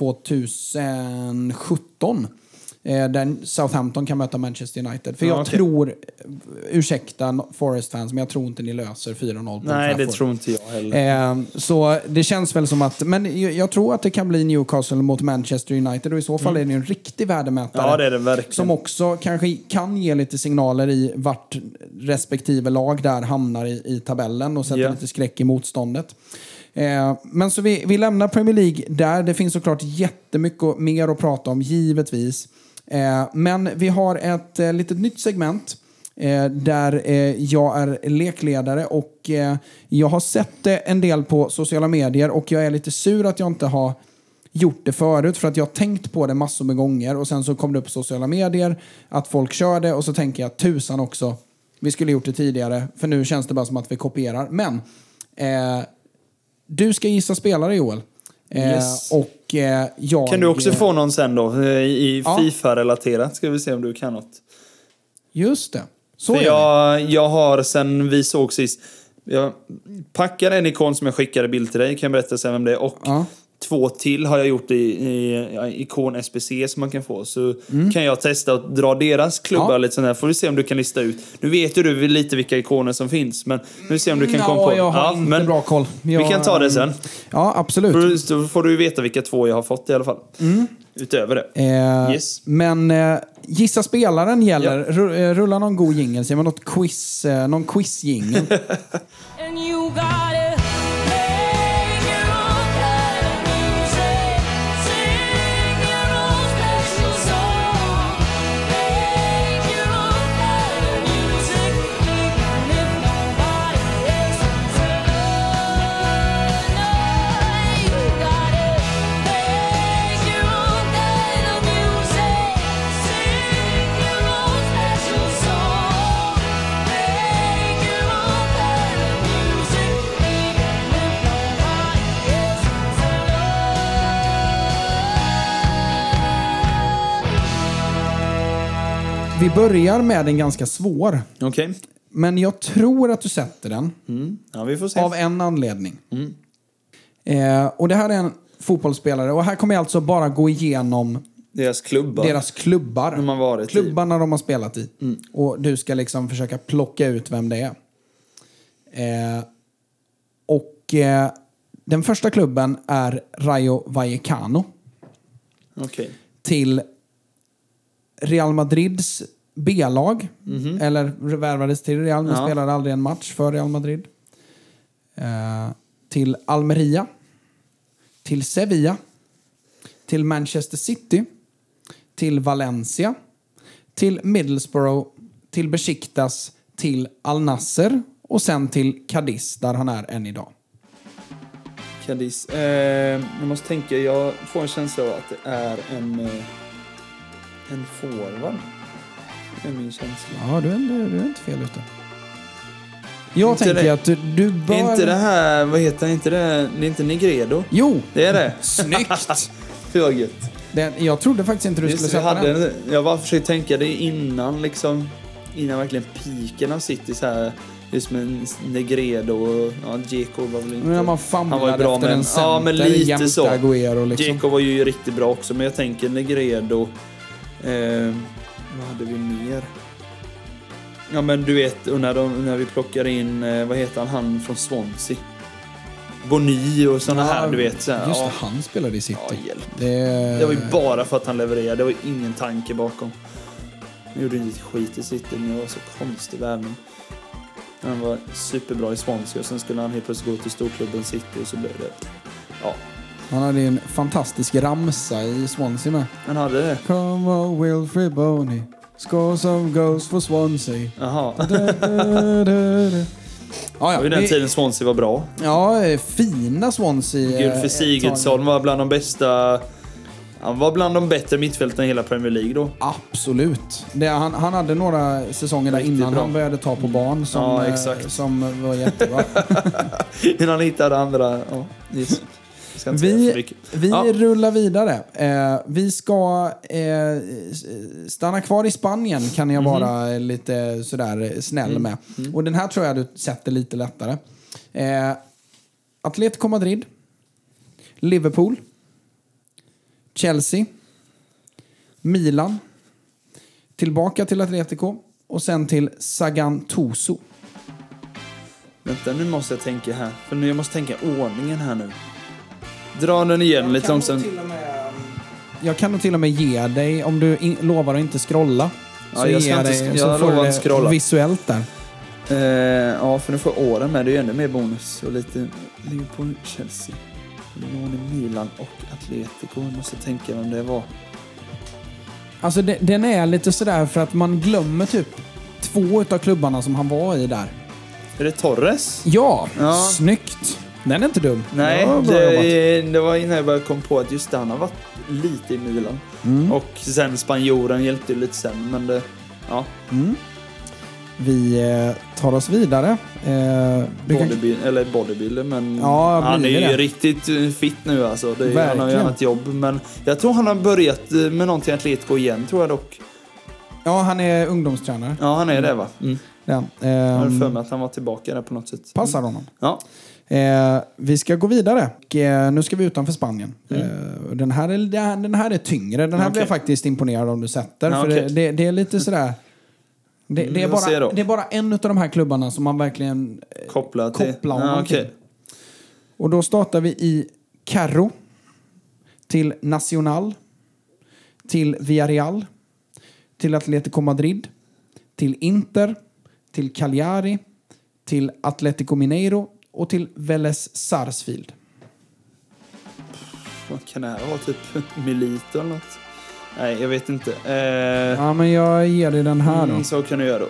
tjugohundrasjutton. Eh, där Southampton kan möta Manchester United. För Ja, jag okej. tror, ursäkta Forest-fans, men jag tror inte ni löser fyra noll på Nej, det Trafford. tror inte jag heller. Eh, så det känns väl som att, men jag, jag tror att det kan bli Newcastle mot Manchester United och i så fall är det en riktig värdemätare. Ja, det är det verkligen. Som också kanske kan ge lite signaler i vart respektive lag där hamnar i, i tabellen och sätter Ja. lite skräck i motståndet. Eh, men så vi, vi lämnar Premier League där. Det finns såklart jättemycket mer att prata om, givetvis. Eh, men vi har ett eh, litet nytt segment eh, där eh, jag är lekledare och eh, jag har sett det en del på sociala medier och jag är lite sur att jag inte har gjort det förut för att jag har tänkt på det massor med gånger och sen så kom det upp på sociala medier att folk kör det och så tänker jag tusan också, vi skulle gjort det tidigare för nu känns det bara som att vi kopierar. Men eh, du ska gissa spelare, Joel. Eh, Yes. och eh, jag... Kan du också få någon sen då? eh, I Ja. FIFA-relaterat. Ska vi se om du kan något. Just det. Så För är det. jag, jag har sen vi såg sist. Jag packade en ikon som jag skickade bild till dig. Kan jag berätta sen vem det är. Och Ja. två till har jag gjort i, i, i ikon S B C som man kan få. Så Mm. kan jag testa att dra deras klubbar Ja. lite sån här. Får vi se om du kan lista ut. Nu vet ju du lite vilka ikoner som finns. Men nu se om du kan Ja, komma på. jag har inte men bra koll. Jag, vi kan ta det sen. Ja, absolut. Då då får du ju veta vilka två jag har fått i alla fall. Utöver det. Eh, Yes. Men eh, gissa spelaren gäller. Ru- eh, Rulla någon god jingle. Säger man något quiz, eh, någon quiz-jingle. And you gotta make your own kind of music, sing your own special song, make your own kind of music, even if nobody else is around. You gotta make your own kind of music, sing your own special song, make your own kind of music. Vi börjar med en ganska svår. Okej. Okay. Men jag tror att du sätter den. Mm. Ja, vi får se. Av en anledning. Mm. Eh, och det här är en fotbollsspelare. Och här kommer jag alltså bara gå igenom deras klubbar. Deras klubbar. De har varit Klubbarna i. de har spelat i. Mm. Och du ska liksom försöka plocka ut vem det är. Eh, och eh, den första klubben är Rayo Vallecano. Okej. Okay. Till Real Madrids B-lag. Mm-hmm. Eller värvades till Real, men ja. spelade aldrig en match för Real Madrid. Eh, till Almeria. Till Sevilla. Till Manchester City. Till Valencia. Till Middlesbrough. Till Besiktas. Till Al Nasser. Och sen till Cadiz, där han är än idag. Cadiz. Eh, jag måste tänka, jag får en känsla av att det är en... Eh, en forward. Det är min känsla. Ja, du är, du är inte fel ute. Jag inte tänker det, att du, du bör... Inte det här, vad heter det? Inte det, det är inte Negredo? Jo! Det är det. Snyggt! För gött. Det, jag trodde faktiskt inte du Just, skulle sätta hade, den. Jag var försökt tänka det innan liksom, innan verkligen piken av City så här, just med Negredo och ja, Dzeko var väl inte... Men när man famlade han var bra, efter men, en center, ja, men lite så. Agüero, liksom. Dzeko var ju riktigt bra också, men jag tänker Negredo. Eh, vad hade vi mer? Ja, men du vet, när, de, när vi plockar in, eh, vad heter han, han från Swansea? Boni och såna ja, här, du vet. Så här, just ja. det, han spelade i City. Ja, hjälp. Det... det var ju bara för att han levererade, det var ingen tanke bakom. Han gjorde inte skit i City, men det var så konstig värvning. Han var superbra i Swansea och sen skulle han helt plötsligt gå till storklubben City och så blev det... Ja. Han hade en fantastisk ramsa i Swansea med. Han hade det. Come on, Wilfred Boney. Score some goals for Swansea. Jaha. Da, da, da, da. Ja, ja. Det var ju den tiden Swansea var bra. Ja, fina Swansea. Gylfi Sigurdsson var bland de bästa... Han var bland de bättre mittfältarna i hela Premier League då. Absolut. Det, han, han hade några säsonger där innan bra. Han började ta på barn som, ja, eh, som var jättebra. Innan han hittade andra... Ja, yes. Vi, vi ja. rullar vidare. Eh, vi ska eh, stanna kvar i Spanien, kan jag vara mm-hmm. lite sådär snäll mm. med. Mm. Och den här tror jag du sätter lite lättare. Eh, Atletico Madrid, Liverpool, Chelsea, Milan, tillbaka till Atletico och sen till Sagantoso. Vänta, nu måste jag tänka här. För nu jag måste tänka ordningen här nu. Dra den igen jag lite om sen. Med, jag kan nog till och med ge dig, om du in, lovar att inte scrolla. Ja, så jag ska inte, dig, jag så får lovar du inte scrolla. Visuellt där. Eh, ja, för nu får åren med. Det är ju ännu mer bonus. Och lite ligger på Chelsea. Någon i Milan och Atletico. Jag måste tänka vem det var. Alltså det, den är lite sådär för att man glömmer typ två av klubbarna som han var i där. Är det Torres? Ja, ja. Snyggt. Den är inte dum. Nej, ja, det, det var innan jag började komma på att just det, han har varit lite i Milan. Mm. Och sen spanjoren hjälpte lite sen, men det, ja. Mm. Vi eh, tar oss vidare. Eh, Bodybuild, kan... Eller bodybuilder, men ja, han är ju det. riktigt fit nu alltså. Det är, han har ju annat jobb, men jag tror han har börjat med någonting Atletico igen, tror jag dock. Ja, han är ungdomstränare. Ja, han är mm. det va? Mm. Ja, eh, jag har för mig att han var tillbaka där på något sätt. Passar mm. honom. Ja. Eh, vi ska gå vidare. Och, eh, nu ska vi utanför Spanien. Mm. Eh, den, här är, den här är tyngre. Den här okay. blir jag faktiskt imponerad om du sätter. Ja, för okay. det, det, det är lite sådär... Det, det, är bara, det är bara en av de här klubbarna som man verkligen eh, kopplar till. Kopplar honom ja, okay. till. Och då startar vi i Carro. Till Nacional. Till Villarreal. Till Atletico Madrid. Till Inter. Till Cagliari. Till Atletico Mineiro. Och till Vélez Sarsfield. Vad kan det här vara? Typ Milito eller något? Nej, jag vet inte. Eh... Ja, men jag ger dig den här då. Mm, så kan du göra då.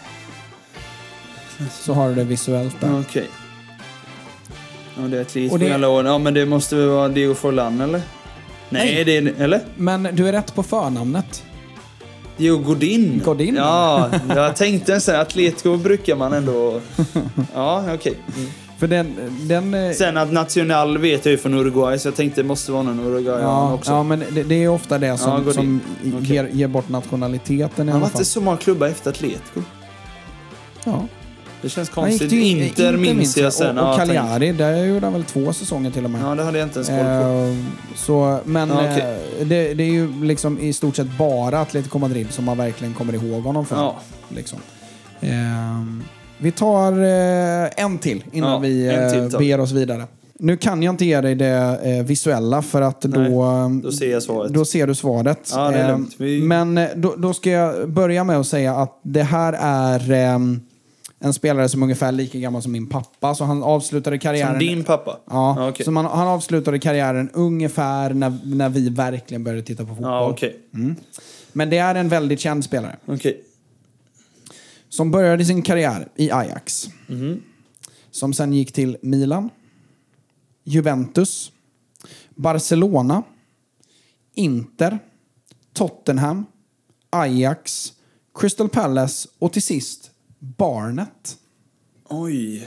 Så har du det visuellt där. Okej. Okay. Ja, det är ett litet det... Ja, men det måste väl vara Diego Forlan, eller? Nej, Nej. Det är... Eller? Men du är rätt på förnamnet. Diego Godin. Godin. Ja, jag tänkte så här, Atletico brukar man ändå... Ja, okej. Okay. Mm. För den... den eh, Sen att Nacional vet jag ju från Uruguay, så jag tänkte det måste vara någon Uruguay ja, också. ja, men det, det är ofta det som, Ja, går som dit. Okej. ger, ger bort nationaliteten i Han alla har fall. inte så många klubbar efter Atletico. Ja. Det känns Han gick konstigt. till Inter minns jag sen. Och, och Ja, tänk- Cagliari, där gjorde han väl två säsonger till och med. Ja, det hade jag inte ens koll på. Eh, så, men Ja, okej. eh, det, det är ju liksom i stort sett bara Atletico Madrid som man verkligen kommer ihåg honom för. Ja. Liksom. Eh, vi tar eh, en till innan Ja, vi en till eh, tar vi. beger oss vidare. Nu kan jag inte ge dig det eh, visuella för att då, Nej, då ser jag svaret. då ser du svaret. Ja, det är Eh, lugnt. Vi- Men eh, då, då ska jag börja med att säga att det här är eh, en spelare som är ungefär lika gammal som min pappa. Så han avslutade karriären... Som din pappa? Ja, Ja, okej. så man, han avslutade karriären ungefär när, när vi verkligen började titta på fotboll. Ja, okej. Men det är en väldigt känd spelare. Okej. Som började sin karriär i Ajax. Mhm. Som sen gick till Milan, Juventus, Barcelona, Inter, Tottenham, Ajax, Crystal Palace och till sist Barnet. Oj.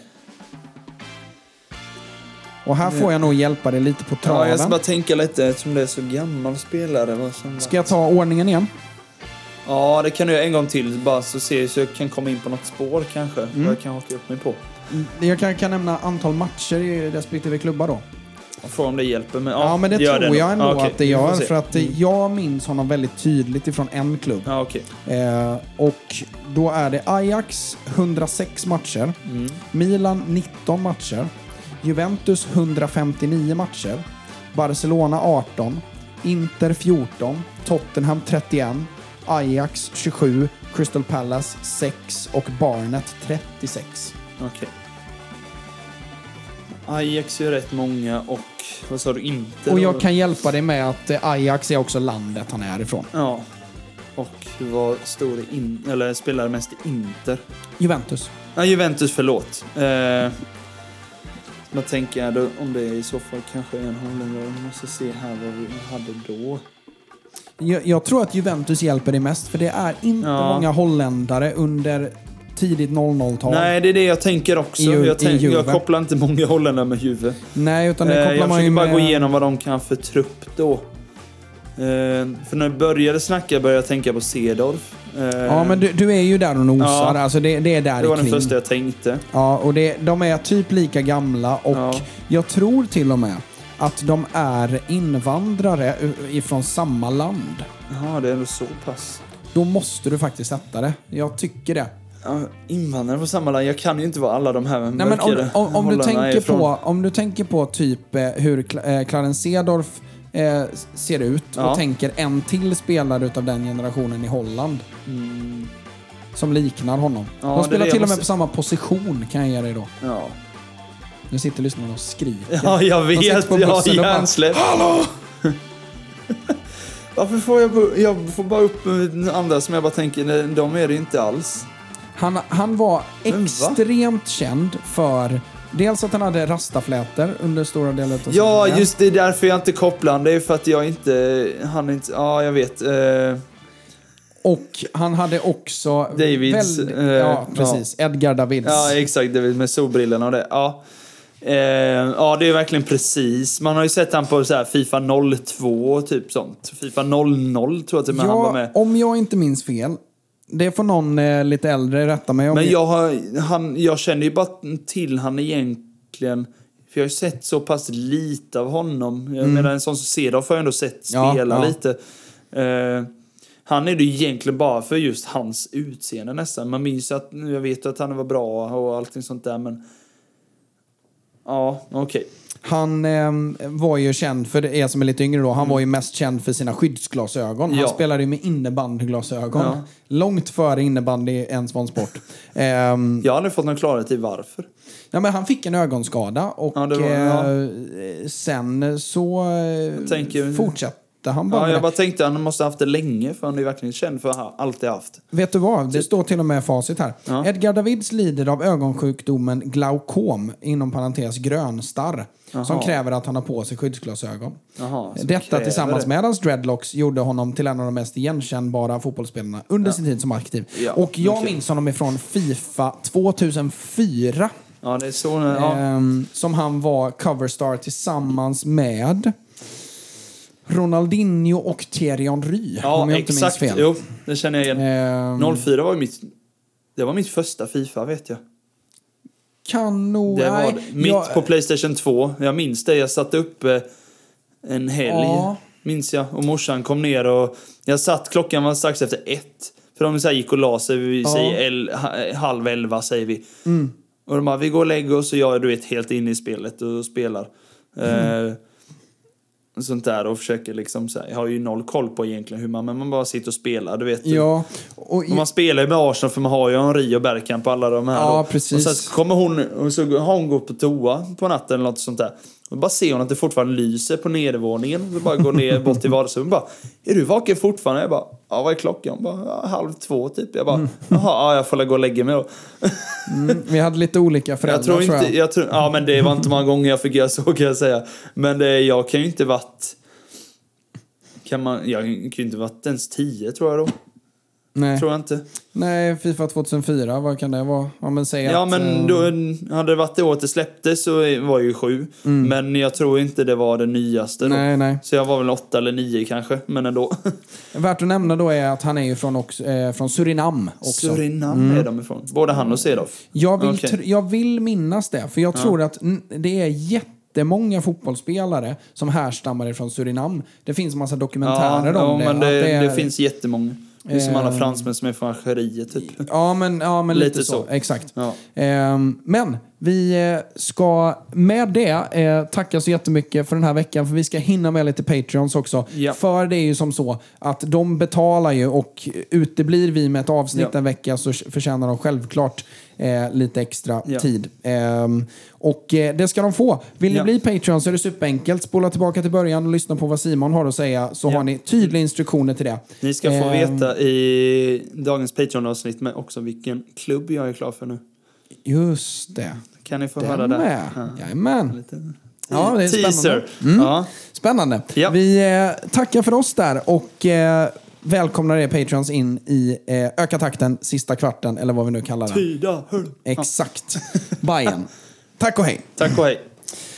Och här får jag nog hjälpa dig lite på Ja, traven. jag ska bara tänka lite eftersom det är så gammal spelare. Vad som... Ska jag ta ordningen igen? Ja, det kan du göra en gång till. Bara så ser så jag kan komma in på något spår kanske. Mm. Vad jag kan haka upp mig på. Jag kan, kan nämna antal matcher i respektive klubbar då. Jag får om det hjälper. Men, Ja, men det gör tror nog. jag ändå Ja, okej. att det Vi får gör. se. För att eh, jag minns honom väldigt tydligt ifrån en klubb. Ja, okej. Eh, och då är det Ajax hundrasex matcher. Mm. Milan nitton matcher. Juventus hundrafemtionio matcher. Barcelona arton. Inter fjorton. Tottenham trettioett. Ajax tjugosju. Crystal Palace sex. Och Barnet trettiosex. Okej. Ajax är rätt många och vad sa du inte? Och då? jag kan hjälpa dig med att eh, Ajax är också landet han är ifrån. Ja. Och vad står det in eller spelar mest i Inter? Juventus. Nej, Juventus, förlåt. Eh, vad tänker jag då om det är i så fall kanske en holländare. Jag måste se här vad vi hade då. Jag, jag tror att Juventus hjälper dig mest, för det är inte Ja. många holländare under tidigt noll noll-tal. Nej, det är det jag tänker också. I Ju- jag, tänk, i Juve. jag kopplar inte många holländare med Juve. Nej, utan det Eh, kopplar jag man ju försöker bara med... gå igenom vad de kan för trupp då. Eh, för när jag började snacka började jag tänka på Seedorf. Eh, Ja, men du, du är ju där och nosar. Ja. Alltså det, det är där det var den kring. första jag tänkte. Ja, och det, de är typ lika gamla och Ja. jag tror till och med att de är invandrare u- ifrån samma land. Ja, det är ändå så pass. Då måste du faktiskt sätta det. Jag tycker det. Ja, invandrare på samma land. Jag kan ju inte vara alla de här Nej, men om, mörkare om, om, du hollarna tänker ifrån. på, om du tänker på typ eh, hur Cla- eh, Clarence Seedorf eh, ser ut Ja. och tänker en till spelare utav den generationen i Holland Mm, som liknar honom. Ja, De det är spelar det till jag och med måste- på samma position, kan jag ge dig då. ja. Nu sitter lyssnarna och skriker. ja, jag De sitter vet. på Jag har bussen och bara, hjärnsläpp. Hallå! Varför får jag... bu- Jag får bara upp eh, andra som jag bara tänker, nej, de är det inte alls. Han, han var Men va? extremt känd för dels att han hade rastaflätor under stora delar av Ja, säsongen. just det är därför jag inte kopplar han. Det är för att jag inte... Han är inte... Ja, jag vet. Eh, Och han hade också... Davids, väldigt- eh, ja, precis. Edgar Davids. ja, exakt. Det är med solbrillorna och det. Ja. Eh, ja, det är verkligen precis. Man har ju sett han på så här FIFA noll två typ sånt. FIFA noll noll tror jag till och med han var Ja, med. om jag inte minns fel. Det får någon eh, lite äldre rätta mig om. Men jag, har, han, jag känner ju bara till han egentligen. För jag har ju sett så pass lite av honom. Jag menar en sån som Seedorf har jag ändå sett Ja, spela ja. lite. Eh, han är det ju egentligen bara för just hans utseende nästan. Man minns att, jag vet att han var bra och allting sånt där, men ja, okej. Han eh, var ju känd för er som är lite yngre då. Han var ju mest känd för sina skyddsglasögon. Han Ja. spelade ju med innebandyglasögon. Ja. Långt före innebandy ens var en sport. Ehm, Jag har aldrig fått någon klarhet i varför. Ja, men han fick en ögonskada och Ja, det var- ja. eh, sen så eh, tänker- fortsatte han bara Ja, med jag det. bara tänkte att han måste ha haft det länge, för han är ju verkligen känd för att ha alltid haft. Vet du vad? Det står till och med facit här. Ja. Edgar Davids lider av ögonsjukdomen glaukom, inom parentes grönstarr, som Jaha. kräver att han har på sig skyddsglasögon. Jaha, så Detta kräver tillsammans det. med hans dreadlocks gjorde honom till en av de mest igenkännbara fotbollsspelarna under sin tid som aktiv. Ja, och jag okej. minns honom ifrån FIFA tvåtusenfyra. Ja, det är så. Ja. Ehm, som han var coverstar tillsammans med Ronaldinho och Thierry Henry. Ja, om jag inte minns exakt. fel. Jo, det känner jag igen. Ehm, noll fyra var ju mitt... Det var mitt första FIFA, vet jag. Kan nog... Det var nej, det. Mitt jag- på PlayStation två. Jag minns det. Jag satte upp eh, en helg. Ja. Minns jag. Och morsan kom ner och... Jag satt... Klockan var strax efter ett. För de så här gick och la sig. Vi Ja. säger el, ha- halv elva, säger vi. Mm. Och de bara, vi går och lägger oss. Och jag är, du vet, helt inne i spelet och spelar. Mm. Eh, och sånt där. Och försöker liksom... Så här, jag har ju noll koll på egentligen hur man... Men man bara sitter och spelar, du vet. Ja. Och, Och man spelar ju med Arsenal för man har ju Henry och Bergkamp på alla de här. Ja, då. precis. Och sen kommer hon och så har hon gått på toa på natten eller något sånt där. Och bara ser hon att det fortfarande lyser på nedervåningen. Så bara går ner bort till vardagsrummet. Bara, är du vaken fortfarande? Jag bara, ja, vad är klockan? Bara, ja, halv två typ. Jag bara, Mm. jaha, ja, jag får gå och lägga mig då. mm, vi hade lite olika föräldrar, Jag tror inte, tror jag. jag tror, ja men det var inte många gånger jag fick göra så, kan jag säga. Men det, jag kan ju inte varit, kan man, jag kan ju inte varit ens tio tror jag då. Nej. Tror jag inte. Nej, FIFA tjugohundrafyra, vad kan det vara? Ja, men säg Ja, att, men eh, då hade det varit det året det släpptes så var jag ju sju. Men jag tror inte det var det nyaste då. Nej, nej. Så jag var väl åtta eller nio kanske, men ändå. Värt att nämna då är att han är ju från, också, eh, från Surinam också. Surinam är de ifrån. Både han och Cedow. Jag vill, Okej. tr- jag vill minnas det, för jag tror att n- det är jättemånga fotbollsspelare som härstammar ifrån Surinam. Det finns en massa dokumentärer Ja, om ja, det. men det, att är- det finns jättemånga. Det är som alla Eh, fransmän som är från Algeriet typ. Ja, men, ja, men lite, Lite så. så. Exakt. Ja. Ehm, men vi eh, ska med det eh, tacka så jättemycket för den här veckan, för vi ska hinna med lite Patreons också. Ja. För det är ju som så att de betalar ju, och uteblir vi med ett avsnitt Ja. en vecka så förtjänar de självklart eh, lite extra Ja. tid. Ehm, och eh, det ska de få. Vill ni Ja. bli Patreon så är det superenkelt. Spola tillbaka till början och lyssna på vad Simon har att säga, så Ja. har ni tydliga instruktioner till det. Ni ska få Ehm, veta i dagens Patreon-avsnitt med också vilken klubb jag är klar för nu. Just det. Kan ni få Den höra där? med. Ja. Jajamän. Lite Ja, det är teaser. spännande. Mm. Ja. Spännande. Ja. Vi eh, tackar för oss där och eh, välkomnar er Patreons in i eh, Öka takten, sista kvarten eller vad vi nu kallar den. Tyda, hör. Exakt. Bajen. Tack och hej. Tack och hej.